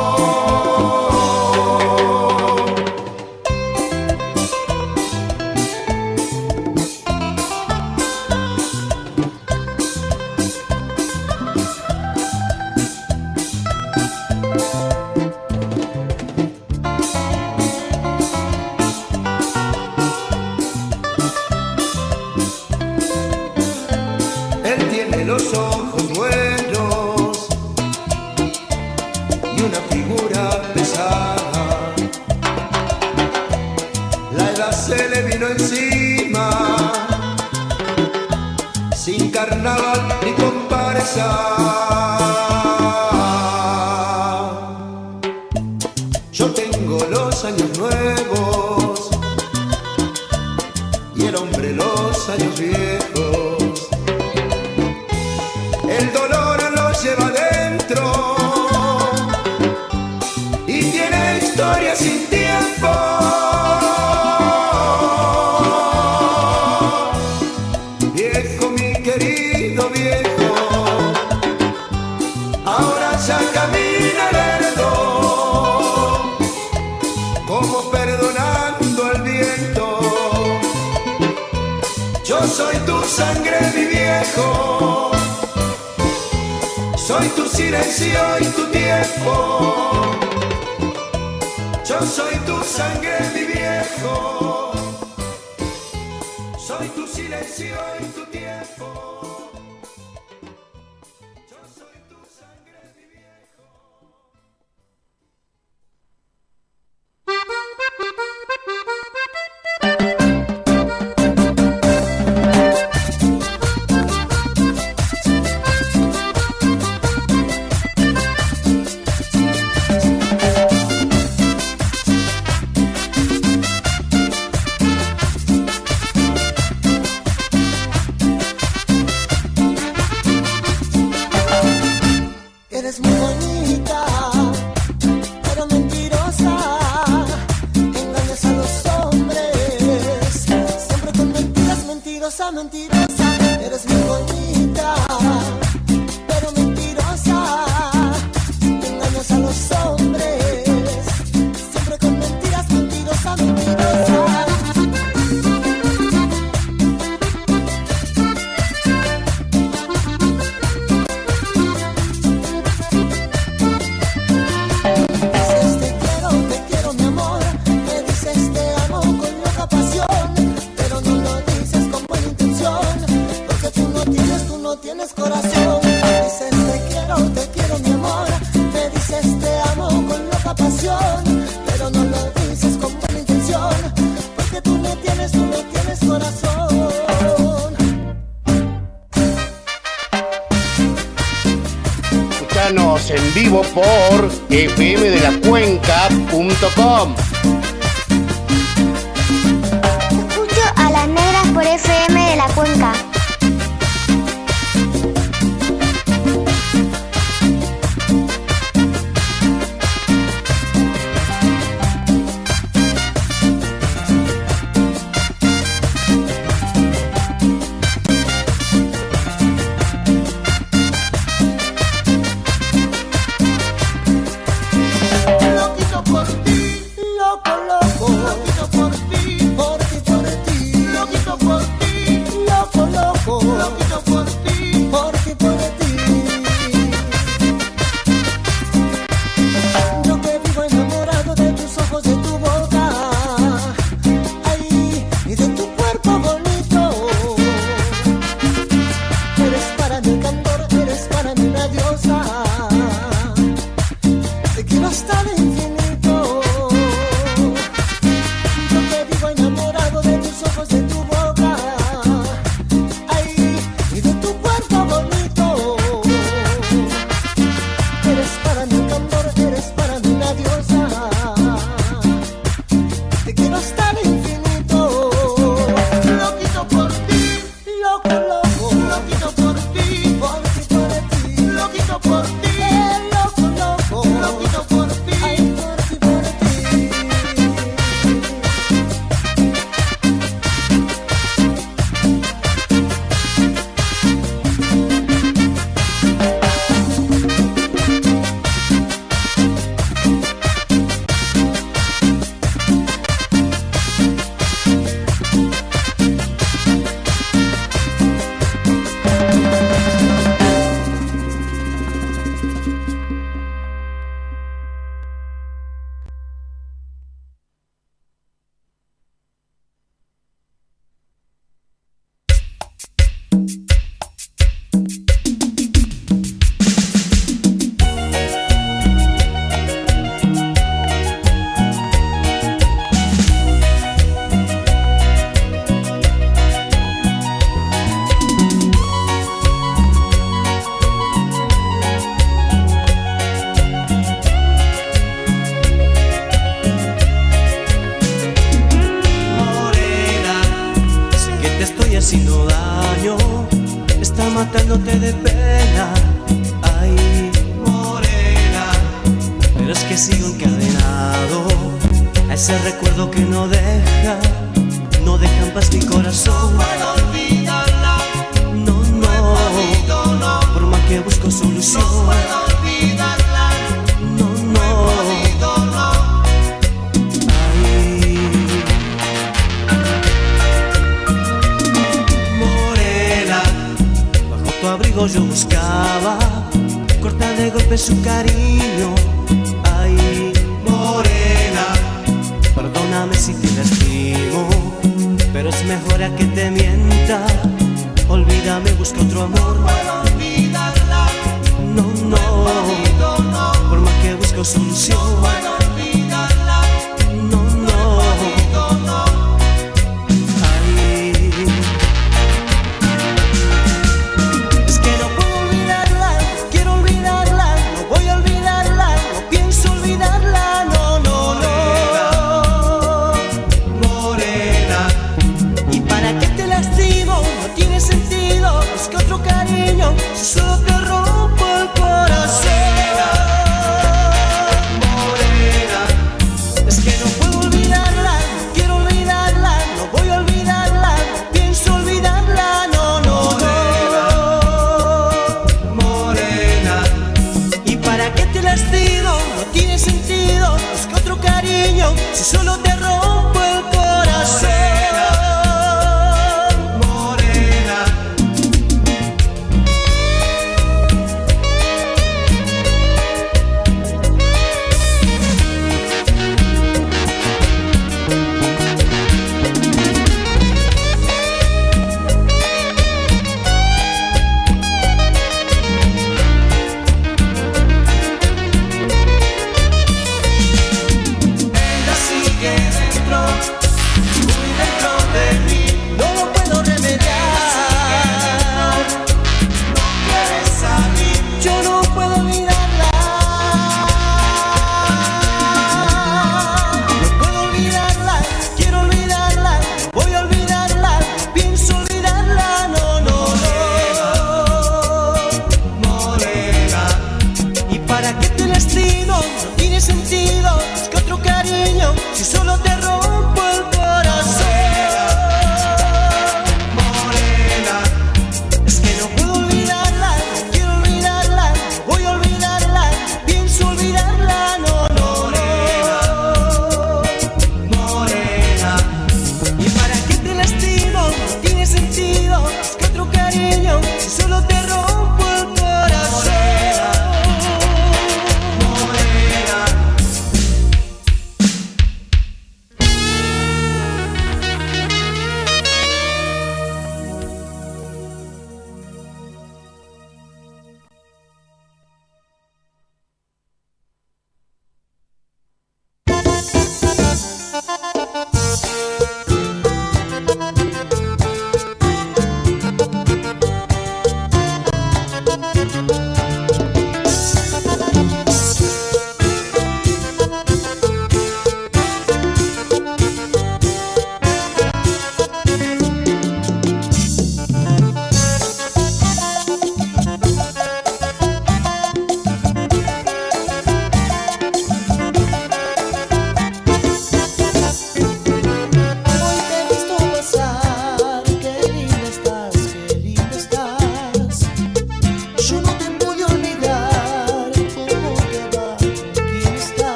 Yo tengo los años nuevos y el hombre los años viejos. El dolor lo lleva dentro y tiene historia sin tiempo. Viejo, mi querido viejo, ahora ya camina lerdo, como perdonando al viento. Yo soy tu sangre, mi viejo, soy tu silencio y tu tiempo. Yo soy tu sangre, mi viejo, soy tu silencio y tu tiempo. Eres muy bonita, pero mentirosa, engañas a los hombres, siempre con mentiras, mentirosa, mentirosa. Eres muy bonita, pero mentirosa, engañas a los hombres, siempre con mentiras, mentirosa, mentirosa. vivo por fmdelacuenca.com. Escucho a las negras por FM de la Cuenca. matándote de pena. Ay, morena, pero es que sigo encadenado a ese recuerdo que no deja en paz mi corazón. No puedo olvidarla, no, no, por más que busco solución. No puedo olvidarla, no, no. Ay, morena, bajo tu abrigo yo buscaba cortar de golpe su cariño. Ay, morena, perdóname si te lastimo, pero es mejor a que te mienta. Olvídame, busca otro amor. No puedo olvidarla, no, no, por más que busco solución. No puedo olvidarla, no, no. Ay, es que no puedo olvidarla, quiero olvidarla, no voy a olvidarla, no pienso olvidarla, no, no, no. Morena, ¿y para qué te lastimo? No tiene sentido, busca otro cariño, solo te rompo el corazón. Morena, es que no puedo olvidarla, no quiero olvidarla, no voy a olvidarla, no pienso olvidarla, no, no, no. Morena, ¿y para qué te lastimo? No tiene sentido, busca otro cariño, si solo te rompo el corazón. Morena,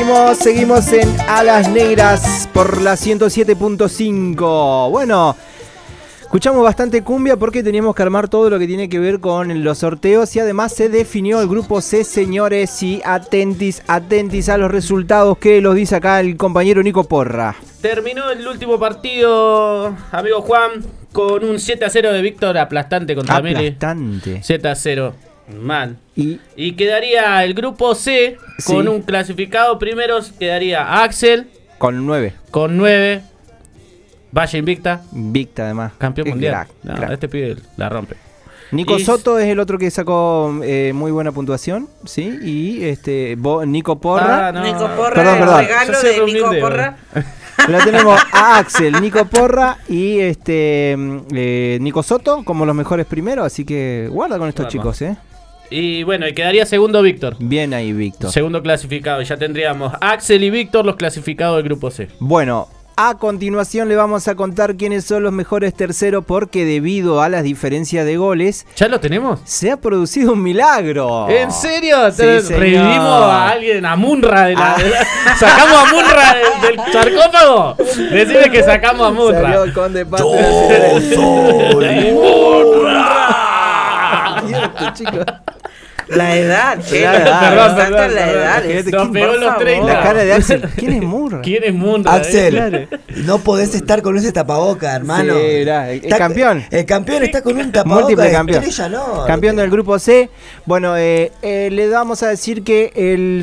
seguimos en Alas Negras por la 107.5. Bueno, escuchamos bastante cumbia porque teníamos que armar todo lo que tiene que ver con los sorteos y además se definió el grupo C, señores, y atentis a los resultados que los dice acá el compañero Nico Porra. Terminó el último partido, amigo Juan, con un 7-0 de Víctor aplastante contra Meli. Aplastante. 7-0. Mal. Y quedaría el grupo C con un clasificado primeros. Quedaría Axel. Con 9. Con 9. Valle invicta. Invicta además. Campeón mundial. Crack. Este pibe la rompe. Nico Soto es el otro que sacó muy buena puntuación, ¿sí? Y Nico Porra. Nico Porra, perdón. el regalo de Nico Porra. La tenemos a Axel, Nico Porra y Nico Soto como los mejores primeros, así que guarda con estos chicos, Y bueno, y quedaría segundo Víctor. Bien ahí, Víctor. Segundo clasificado. Y ya tendríamos Axel y Víctor los clasificados del grupo C. Bueno, a continuación le vamos a contar quiénes son los mejores terceros porque debido a las diferencias de goles... ¿Ya lo tenemos? Se ha producido un milagro. ¿En serio? Sí, ¿Revivimos a alguien, a Munra? ¿Sacamos a Munra del sarcófago? Decime que sacamos a Munra. Salió el Conde Pato. ¡Yo soy Munra! Chicos. La edad, che. Perdón. La edad. Nos pegó los 30. La cara de Axel. ¿Quién es Munra? ¿Quién es Munra? Axel, Claro. no podés estar con ese tapaboca, hermano. Sí, mirá, el campeón. El campeón está con un tapaboca Múltiple campeón. estrella, ¿no? Campeón del grupo C. Bueno, le vamos a decir que el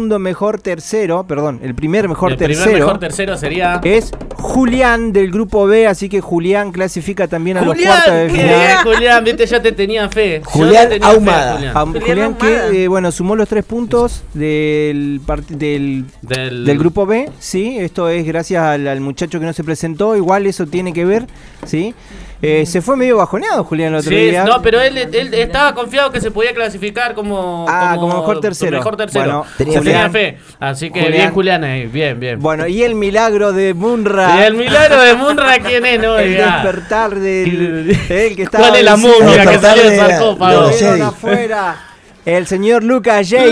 primer mejor tercero sería... es Julián del grupo B, así que Julián clasifica también a los cuartos de final. Julián, viste, ya te tenía fe. Julián Ahumada. Julián que sumó los 3 puntos del grupo B, ¿sí? Esto es gracias al muchacho que no se presentó, igual eso tiene que ver, ¿sí? Se fue medio bajoneado Julián el otro día. No, pero él estaba confiado que se podía clasificar como mejor tercero. Bueno, tenía fe. Así que bien Julián ahí, bien. Bueno, y el milagro de Munra. ¿Y el milagro de Munra quién es? No, el despertar del que estaba. ¿Cuál es la momia que salió del sarcófago? Afuera. El señor Lucas Jacob.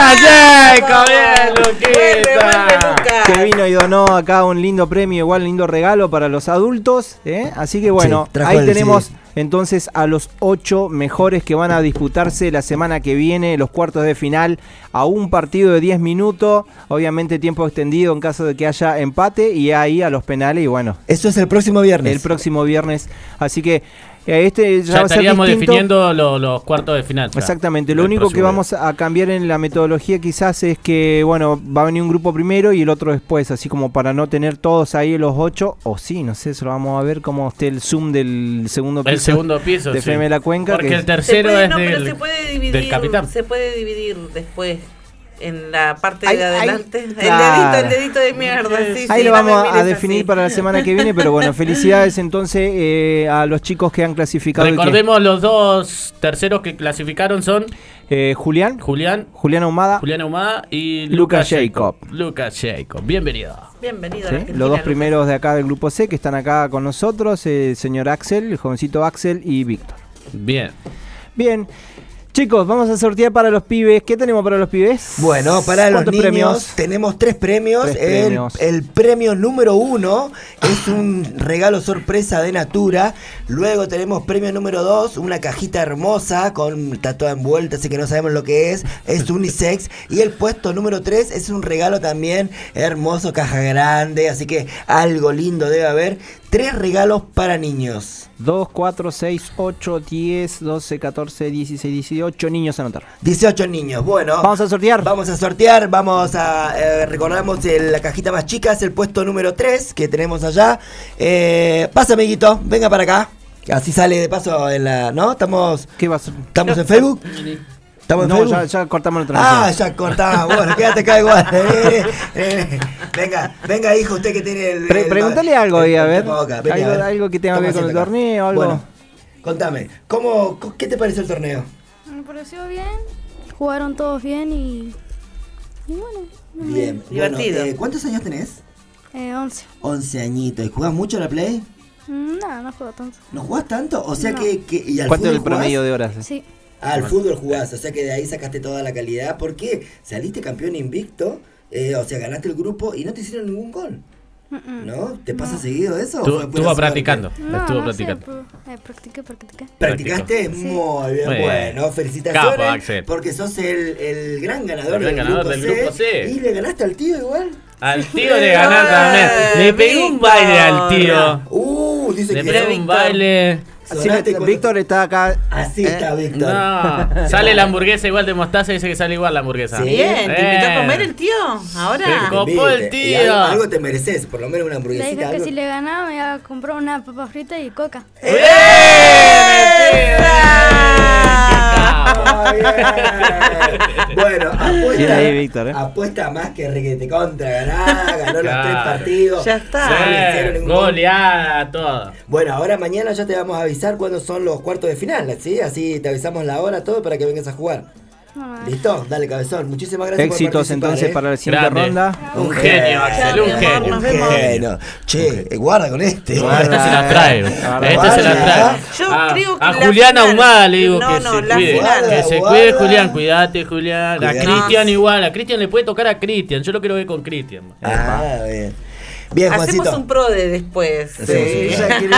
Bien, Luquita. Que vino y donó acá un lindo premio, igual un lindo regalo para los adultos. Así que bueno, sí, ahí tenemos entonces a los 8 mejores que van a disputarse la semana que viene, los cuartos de final, a un partido de 10 minutos. Obviamente tiempo extendido en caso de que haya empate y ahí a los penales y bueno. Eso es el próximo viernes. El próximo viernes. Así que ya estaríamos definiendo los cuartos de final. Exactamente, lo único que vamos a cambiar en la metodología quizás es que, bueno, va a venir un grupo primero y el otro después, así como para no tener todos ahí los 8, o sí, no sé, eso lo vamos a ver cómo esté el zoom del segundo piso. El segundo piso, de FM La Cuenca. Porque el tercero es del capitán. Se puede dividir después. En la parte de adelante, claro. el dedito de mierda. Sí, ahí lo vamos a definir así para la semana que viene, pero bueno, felicidades entonces a los chicos que han clasificado. Recordemos los 2 terceros que clasificaron son Julián Ahumada y Lucas Jacob. Lucas Jacob, bienvenido. Bienvenido. ¿Sí? Los 2 primeros de acá del grupo C que están acá con nosotros, el señor Axel, el jovencito Axel y Víctor. Bien. Chicos, vamos a sortear para los pibes. ¿Qué tenemos para los pibes? Bueno, para los niños premios? Tenemos 3 premios. El premio número 1 es un regalo sorpresa de Natura. Luego tenemos premio número 2, una cajita hermosa con toda envuelta, así que no sabemos lo que es unisex. Y el puesto número 3 es un regalo también hermoso, caja grande, así que algo lindo debe haber. 3 regalos para niños. 2, 4, 6, 8, 10, 12, 14, 16, 18 niños a anotar. 18 niños, bueno. Vamos a sortear. Recordamos la cajita más chica, es el puesto número 3 que tenemos allá. Pasa, amiguito, venga para acá. Así sale de paso en la... ¿No? Estamos... ¿Qué vas? ¿Estamos en Facebook? ¿Estamos en Facebook? Ya cortamos la transmisión. Ya cortamos. Bueno, quédate acá igual. Venga, hijo, usted que tiene el... Pregúntale algo ahí, a ver. Algo que tenga que ver con el torneo, algo. Bueno, contame, ¿qué te pareció el torneo? Me pareció bien, jugaron todos bien y bueno. Bien, divertido. Bueno, ¿cuántos años tenés? 11. 11 añitos. ¿Y jugás mucho a la Play? No juego tanto. ¿No jugás tanto? O sea no. ¿Y al ¿cuánto es fútbol el promedio jugás? de horas? Sí. Al fútbol jugás, o sea que de ahí sacaste toda la calidad porque saliste campeón invicto o sea, ganaste el grupo y no te hicieron ningún gol. ¿No? ¿Te pasa seguido eso? Estuvo practicando. No, practicando. Practiqué. ¿Practicaste? Sí. Muy bien. Bueno, felicitaciones. Capo, Axel. Porque sos el gran ganador, del grupo C. ¿Y le ganaste al tío igual? Al tío le gané también. Le pegué un baile al tío. Dice le que pegué un baile. Víctor está acá. Así está Víctor. No, sale la hamburguesa igual de mostaza y dice que sale igual la hamburguesa. Bien, ¿te invitó a comer el tío? Ahora. Te copó el tío. Y algo te mereces, por lo menos una Le hamburguesita. dije que algo. si le ganaba me iba a comprar una papa frita y coca. Bueno, Bien ahí, Víctor, apuesta más que requete contra ganar, ganó los 3 partidos. Ya está. No le hicieron ningún gol. Goleada, todo. Bueno, ahora mañana ya te vamos a avisar cuándo son los cuartos de final, ¿sí? Así te avisamos la hora, todo para que vengas a jugar. ¿Listo? Dale, cabezón. Muchísimas gracias Éxitos por participar, entonces para la siguiente Grande. ronda. Un genio, Axel, un genio. Un genio. Che, guarda con este. Este se la trae. Este se la trae. Yo creo que a la Julián final- Ahumada le digo No, que no, se la cuide. final. Que se Guarda. cuide, Julián. Cuídate, Julián. A Cuidado. Cristian igual. A Cristian le puede tocar a Cristian. Yo lo quiero ver con Cristian. Bien. Bien, Hacemos Juancito. un pro de después. Sí.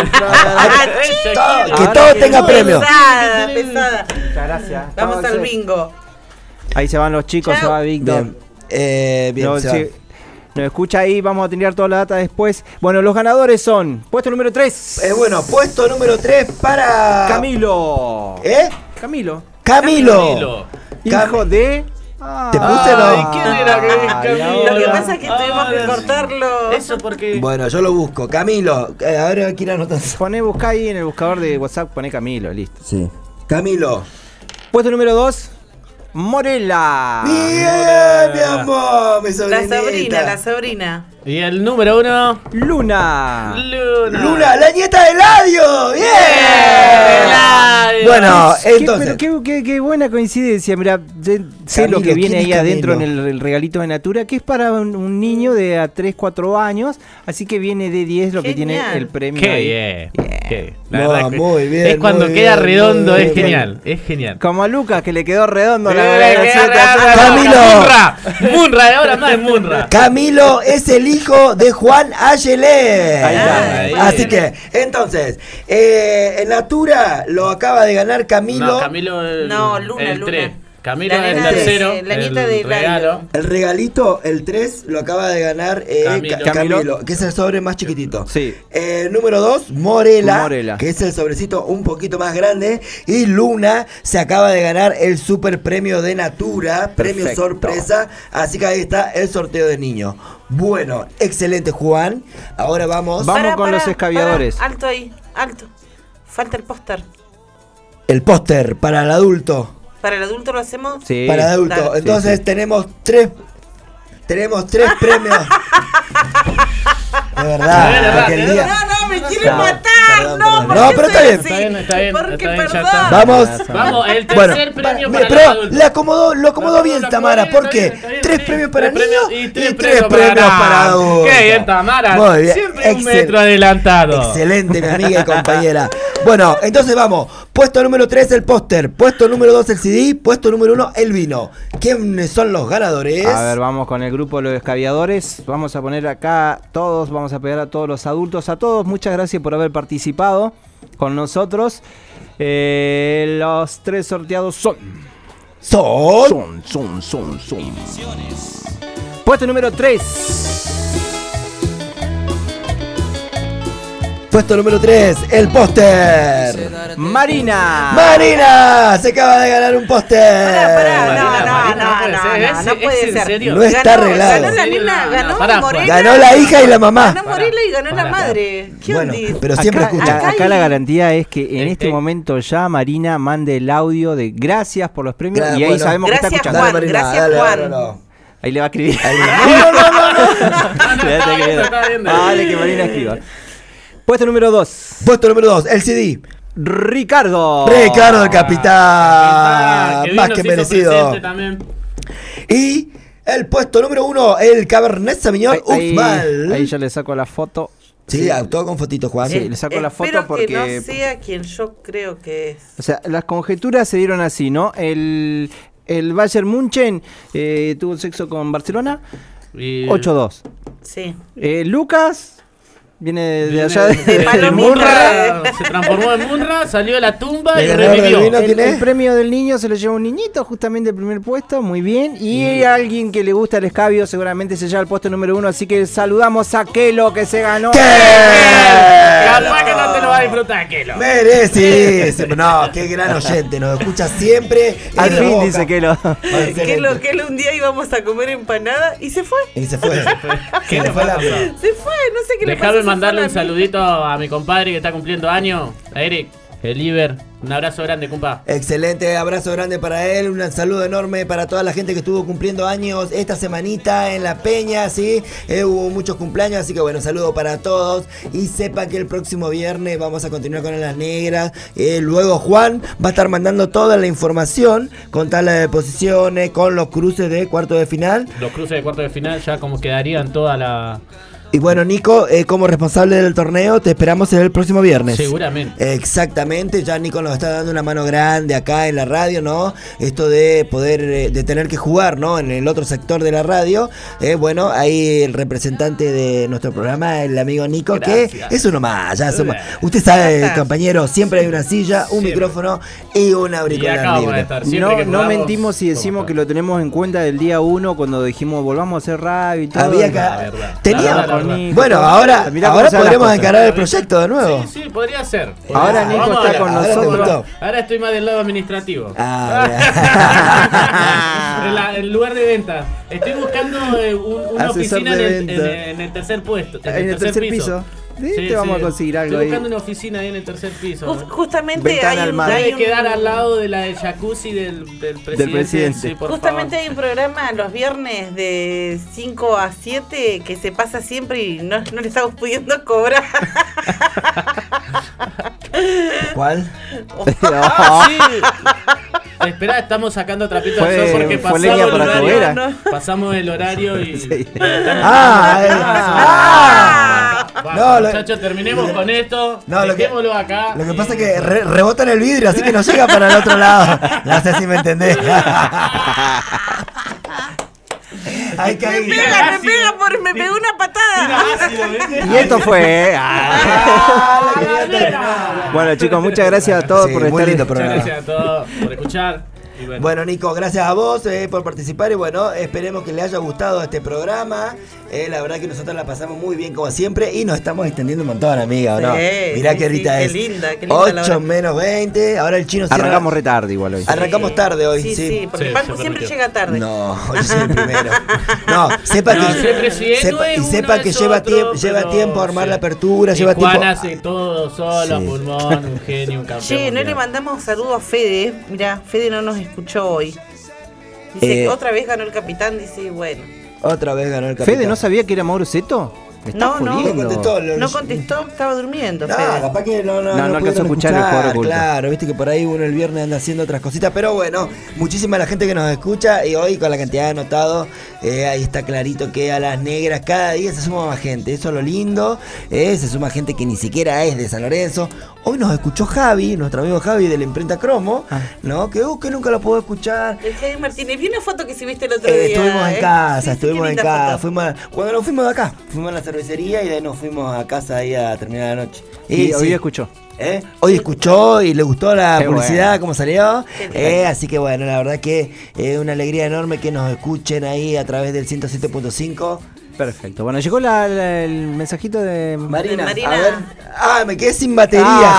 Que todo tenga premio. Pesada. Muchas gracias. Vamos al bingo. Ahí se van los chicos, se va Víctor. Bien, No, se si nos escucha ahí, vamos a tener toda la data después. Bueno, los ganadores son puesto número 3. Bueno, puesto número 3 para Camilo. Camilo. Hijo de... Te puse los... ¿Quién era que es Camilo? Lo que pasa es que tuvimos que cortarlo. Eso porque... Bueno, yo lo busco. Camilo. A ver, ¿quién anota? Buscá ahí en el buscador de WhatsApp, poné Camilo, listo. Sí. Camilo. Puesto número 2, Morela. Bien, mi amor, mi sobrinita. La sobrina. Y el número 1, Luna. Luna, la nieta de Eladio. Bien. Bueno, entonces. Pero qué buena coincidencia. Mira, sé lo que viene ahí adentro en el regalito de Natura, que es para un niño de a 3, 4 años. Así que viene de 10 lo que tiene el premio. Qué ahí. bien. La No, verdad que muy bien. es cuando muy queda bien, redondo, muy es bien. genial. Es genial. Como a Lucas, que le quedó redondo la Camilo. Munra, ahora más es Munra. Camilo es el hijo de Juan Ayelé. Ahí. Así que, entonces, en Natura lo acaba de ganar Camilo. No, Camilo Luna. el 3. Camilo La el nena de- tercero. la nieta el de regalo. El regalito, el 3, lo acaba de ganar Camilo, que es el sobre más chiquitito. Sí. Número 2, Morela, Morela, que es el sobrecito un poquito más grande. Y Luna se acaba de ganar el super premio de Natura, premio Perfecto. sorpresa. Así que ahí está el sorteo de niño. Bueno, excelente, Juan. Ahora vamos. Vamos los escabiadores. Alto ahí, alto. Falta el póster. El póster para el adulto. ¿Para el adulto lo hacemos? Sí. Para el adulto. Dale. Entonces tenemos tres premios. De verdad. Porque el día... No, me quieren No, matar. perdón, No, perdón. No, pero está bien. Está bien. Porque está bien, ya perdón. está. Vamos. El Bueno, tercer premio para pero los adultos. lo acomodó bien Tamara. ¿Por qué? Está bien, 3 sí. premios para 3 niños premios y y 3 3 premios para adultos. Qué bien, Tamara. Muy bien. Siempre un metro adelantado. Excelente, mi amiga y compañera. Bueno, entonces vamos. Puesto número 3, el póster. Puesto número 2, el CD. Puesto número 1, el vino. ¿Quiénes son los ganadores? A ver, vamos con el grupo de los escabiadores. Vamos a poner acá todos, vamos a pegar a todos los adultos. A todos, muchas gracias por haber participado con nosotros. Los 3 sorteados son. Puesto número 3. Puesto número 3, el póster. Marina. Marina se acaba de ganar un póster. No puede ser. No está arreglado. Ganó la nena, ganó Morela. Ganó la hija y la mamá. Ganó Morela y ganó la madre. ¿Qué Bueno, onda? pero siempre escucha. Acá la garantía es que en este momento ya Marina mande el audio de gracias por los premios y ahí bueno. sabemos que está Gracias, escuchando. Juan. Dale, Marina, Gracias, dale, Juan. dale, Ahí le va a escribir. Está viendo. Dale, que Marina escriba. Puesto número 2. Puesto número 2, el CD. Ricardo, el capitán. Que Más vino, que se hizo merecido. presente también. Y el puesto número 1, el Cabernet Sauvignon Ahí Uxmal. yo le saco la foto. Sí, todo con fotito, Juan. Sí, le saco la foto Espero porque... que no sea quien yo creo que es. O sea, las conjeturas se dieron así, ¿no? El Bayern München tuvo sexo con Barcelona. 8-2. Sí. Lucas viene de allá de Munra. Se transformó en Munra, salió de la tumba y revivió. El premio del niño se lo lleva un niñito, justamente el primer puesto, muy bien. Y alguien que le gusta el escabio seguramente se lleva el puesto número 1. Así que saludamos a Kelo, que se ganó. Capaz que no te lo va a disfrutar, Kelo. Merece. No, qué gran oyente, nos escucha siempre. Al fin, dice Kelo. Kelo un día íbamos a comer empanada y se fue. Se fue. Se fue, no sé qué le pasó. Déjame mandarle un saludito a mi compadre que está cumpliendo años, a Eric, el Iber. Un abrazo grande, compa. Excelente, abrazo grande para él, un saludo enorme para toda la gente que estuvo cumpliendo años esta semanita en La Peña, ¿sí? Hubo muchos cumpleaños, así que bueno, saludo para todos. Y sepan que el próximo viernes vamos a continuar con Las Negras. Luego Juan va a estar mandando toda la información con tabla de posiciones, con los cruces de cuarto de final. Los cruces de cuarto de final ya como quedarían toda la... Y bueno, Nico, como responsable del torneo, te esperamos el próximo viernes. Seguramente. Exactamente, ya Nico nos está dando una mano grande acá en la radio, ¿no? Esto de poder, de tener que jugar, ¿no? En el otro sector de la radio. Bueno, ahí el representante de nuestro programa, el amigo Nico, gracias. Que es uno más, ya somos. Usted sabe, compañero, siempre hay una silla, un micrófono y un auricular libre. No mentimos si decimos que lo tenemos en cuenta del día 1 cuando dijimos volvamos a hacer radio y todo. Había que... Teníamos... Bueno, ahora podremos encarar el proyecto de nuevo. Sí, podría ser. Ahora Nico está con nosotros. Ahora estoy más del lado administrativo. En lugar de venta. Estoy buscando una oficina en el tercer puesto. En el tercer piso. Sí, te vamos a conseguir algo. Estoy buscando una oficina ahí en el tercer piso. Justamente debe quedar al lado de la del jacuzzi del presidente. Sí, justamente hay un programa los viernes de 5 a 7 que se pasa siempre y no le estamos pudiendo cobrar. ¿Cuál? Sí. Espera, estamos sacando trapito al sol porque pasamos el horario y... Sí. Muchachos, terminemos con esto. Dejémoslo acá. Lo que pasa es que rebota en el vidrio, así que no llega para el otro lado. No sé si me entendés. Me pegó una patada. Y esto fue. Bueno, chicos, muchas gracias a todos por estar. Muchas gracias a todos por escuchar. Bueno, Nico, gracias a vos por participar y bueno, esperemos que les haya gustado este programa. La verdad que nosotros la pasamos muy bien como siempre y nos estamos extendiendo un montón, amiga, ¿no? Mirá qué ahorita es. Qué linda 8 menos 20, ahora el chino cierra. Arrancamos retarde igual hoy. Arrancamos tarde hoy, sí. Porque Paco siempre llega tarde. No, yo soy el primero. No, sepa que lleva tiempo armar la apertura, lleva tiempo. Juan hace todo solo, pulmón, un genio, un campeón. No le mandamos saludos a Fede. Mirá, Fede no nos escuchó hoy. Dice que otra vez ganó el capitán, dice, bueno. Otra vez ganó el capitán. ¿Fede no sabía que era Mauro Seto? No contestó, estaba durmiendo. Capaz que no alcanzó a escuchar el jugador oculto. Claro, viste que por ahí uno el viernes anda haciendo otras cositas, pero bueno, muchísima la gente que nos escucha y hoy con la cantidad de anotados, ahí está clarito que a Las Negras cada día se suma más gente, eso es lo lindo, se suma gente que ni siquiera es de San Lorenzo. Hoy nos escuchó Javi, nuestro amigo Javi de la imprenta Cromo, ¿no? Que nunca lo puedo escuchar. El Javi Martínez, vi una foto que subiste el otro día. Estuvimos en casa, cuando nos fuimos de acá, fuimos a la cervecería y de ahí nos fuimos a casa ahí a terminar la noche. Y hoy escuchó. Hoy escuchó y le gustó la publicidad, cómo salió. Así que bueno, la verdad que es una alegría enorme que nos escuchen ahí a través del 107.5. Perfecto. Bueno, llegó el mensajito de Marina. A ver. Me quedé sin batería,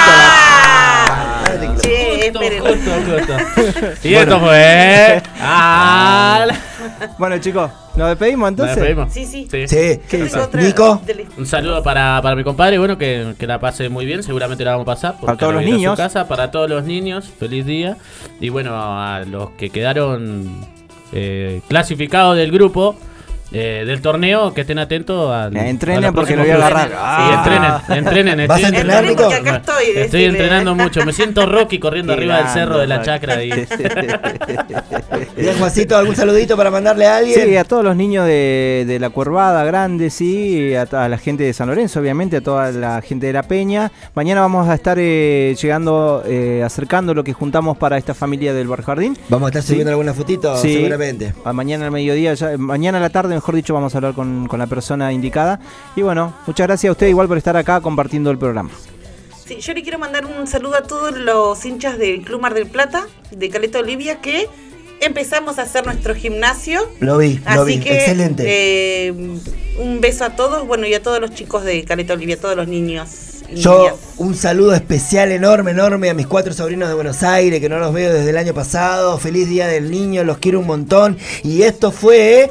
justo. Y esto fue. Bueno, chicos, ¿nos despedimos entonces? Sí. Nico. Un saludo para mi compadre, bueno, que la pase muy bien, seguramente la vamos a pasar. Para todos los niños. Para todos los niños, feliz día. Y bueno, a los que quedaron clasificados del grupo. Del torneo, que estén atentos entrenen porque lo voy a agarrar. Sí, entrenen. ¿Vas a entrenar, Nico? Estoy entrenando mucho. Me siento Rocky corriendo arriba del cerro de la chacra. Bien, Juancito, ¿algún saludito para mandarle a alguien? Sí, a todos los niños de la Cuervada Grande, sí, a la gente de San Lorenzo, obviamente, a toda la gente de La Peña. Mañana vamos a estar acercando lo que juntamos para esta familia del Bar Jardín. Vamos a estar subiendo alguna fotito, seguramente. Mañana al mediodía, mañana a la tarde mejor dicho, vamos a hablar con la persona indicada. Y bueno, muchas gracias a usted igual por estar acá compartiendo el programa. Sí, yo le quiero mandar un saludo a todos los hinchas del Club Mar del Plata, de Caleta Olivia, que empezamos a hacer nuestro gimnasio. Lo vi, excelente. Un beso a todos, bueno, y a todos los chicos de Caleta Olivia, a todos los niños. Yo un saludo especial enorme a mis 4 sobrinos de Buenos Aires, que no los veo desde el año pasado. Feliz Día del Niño, los quiero un montón. Y esto fue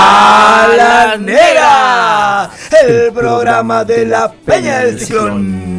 A las Negras, el programa de la Peña del Ciclón.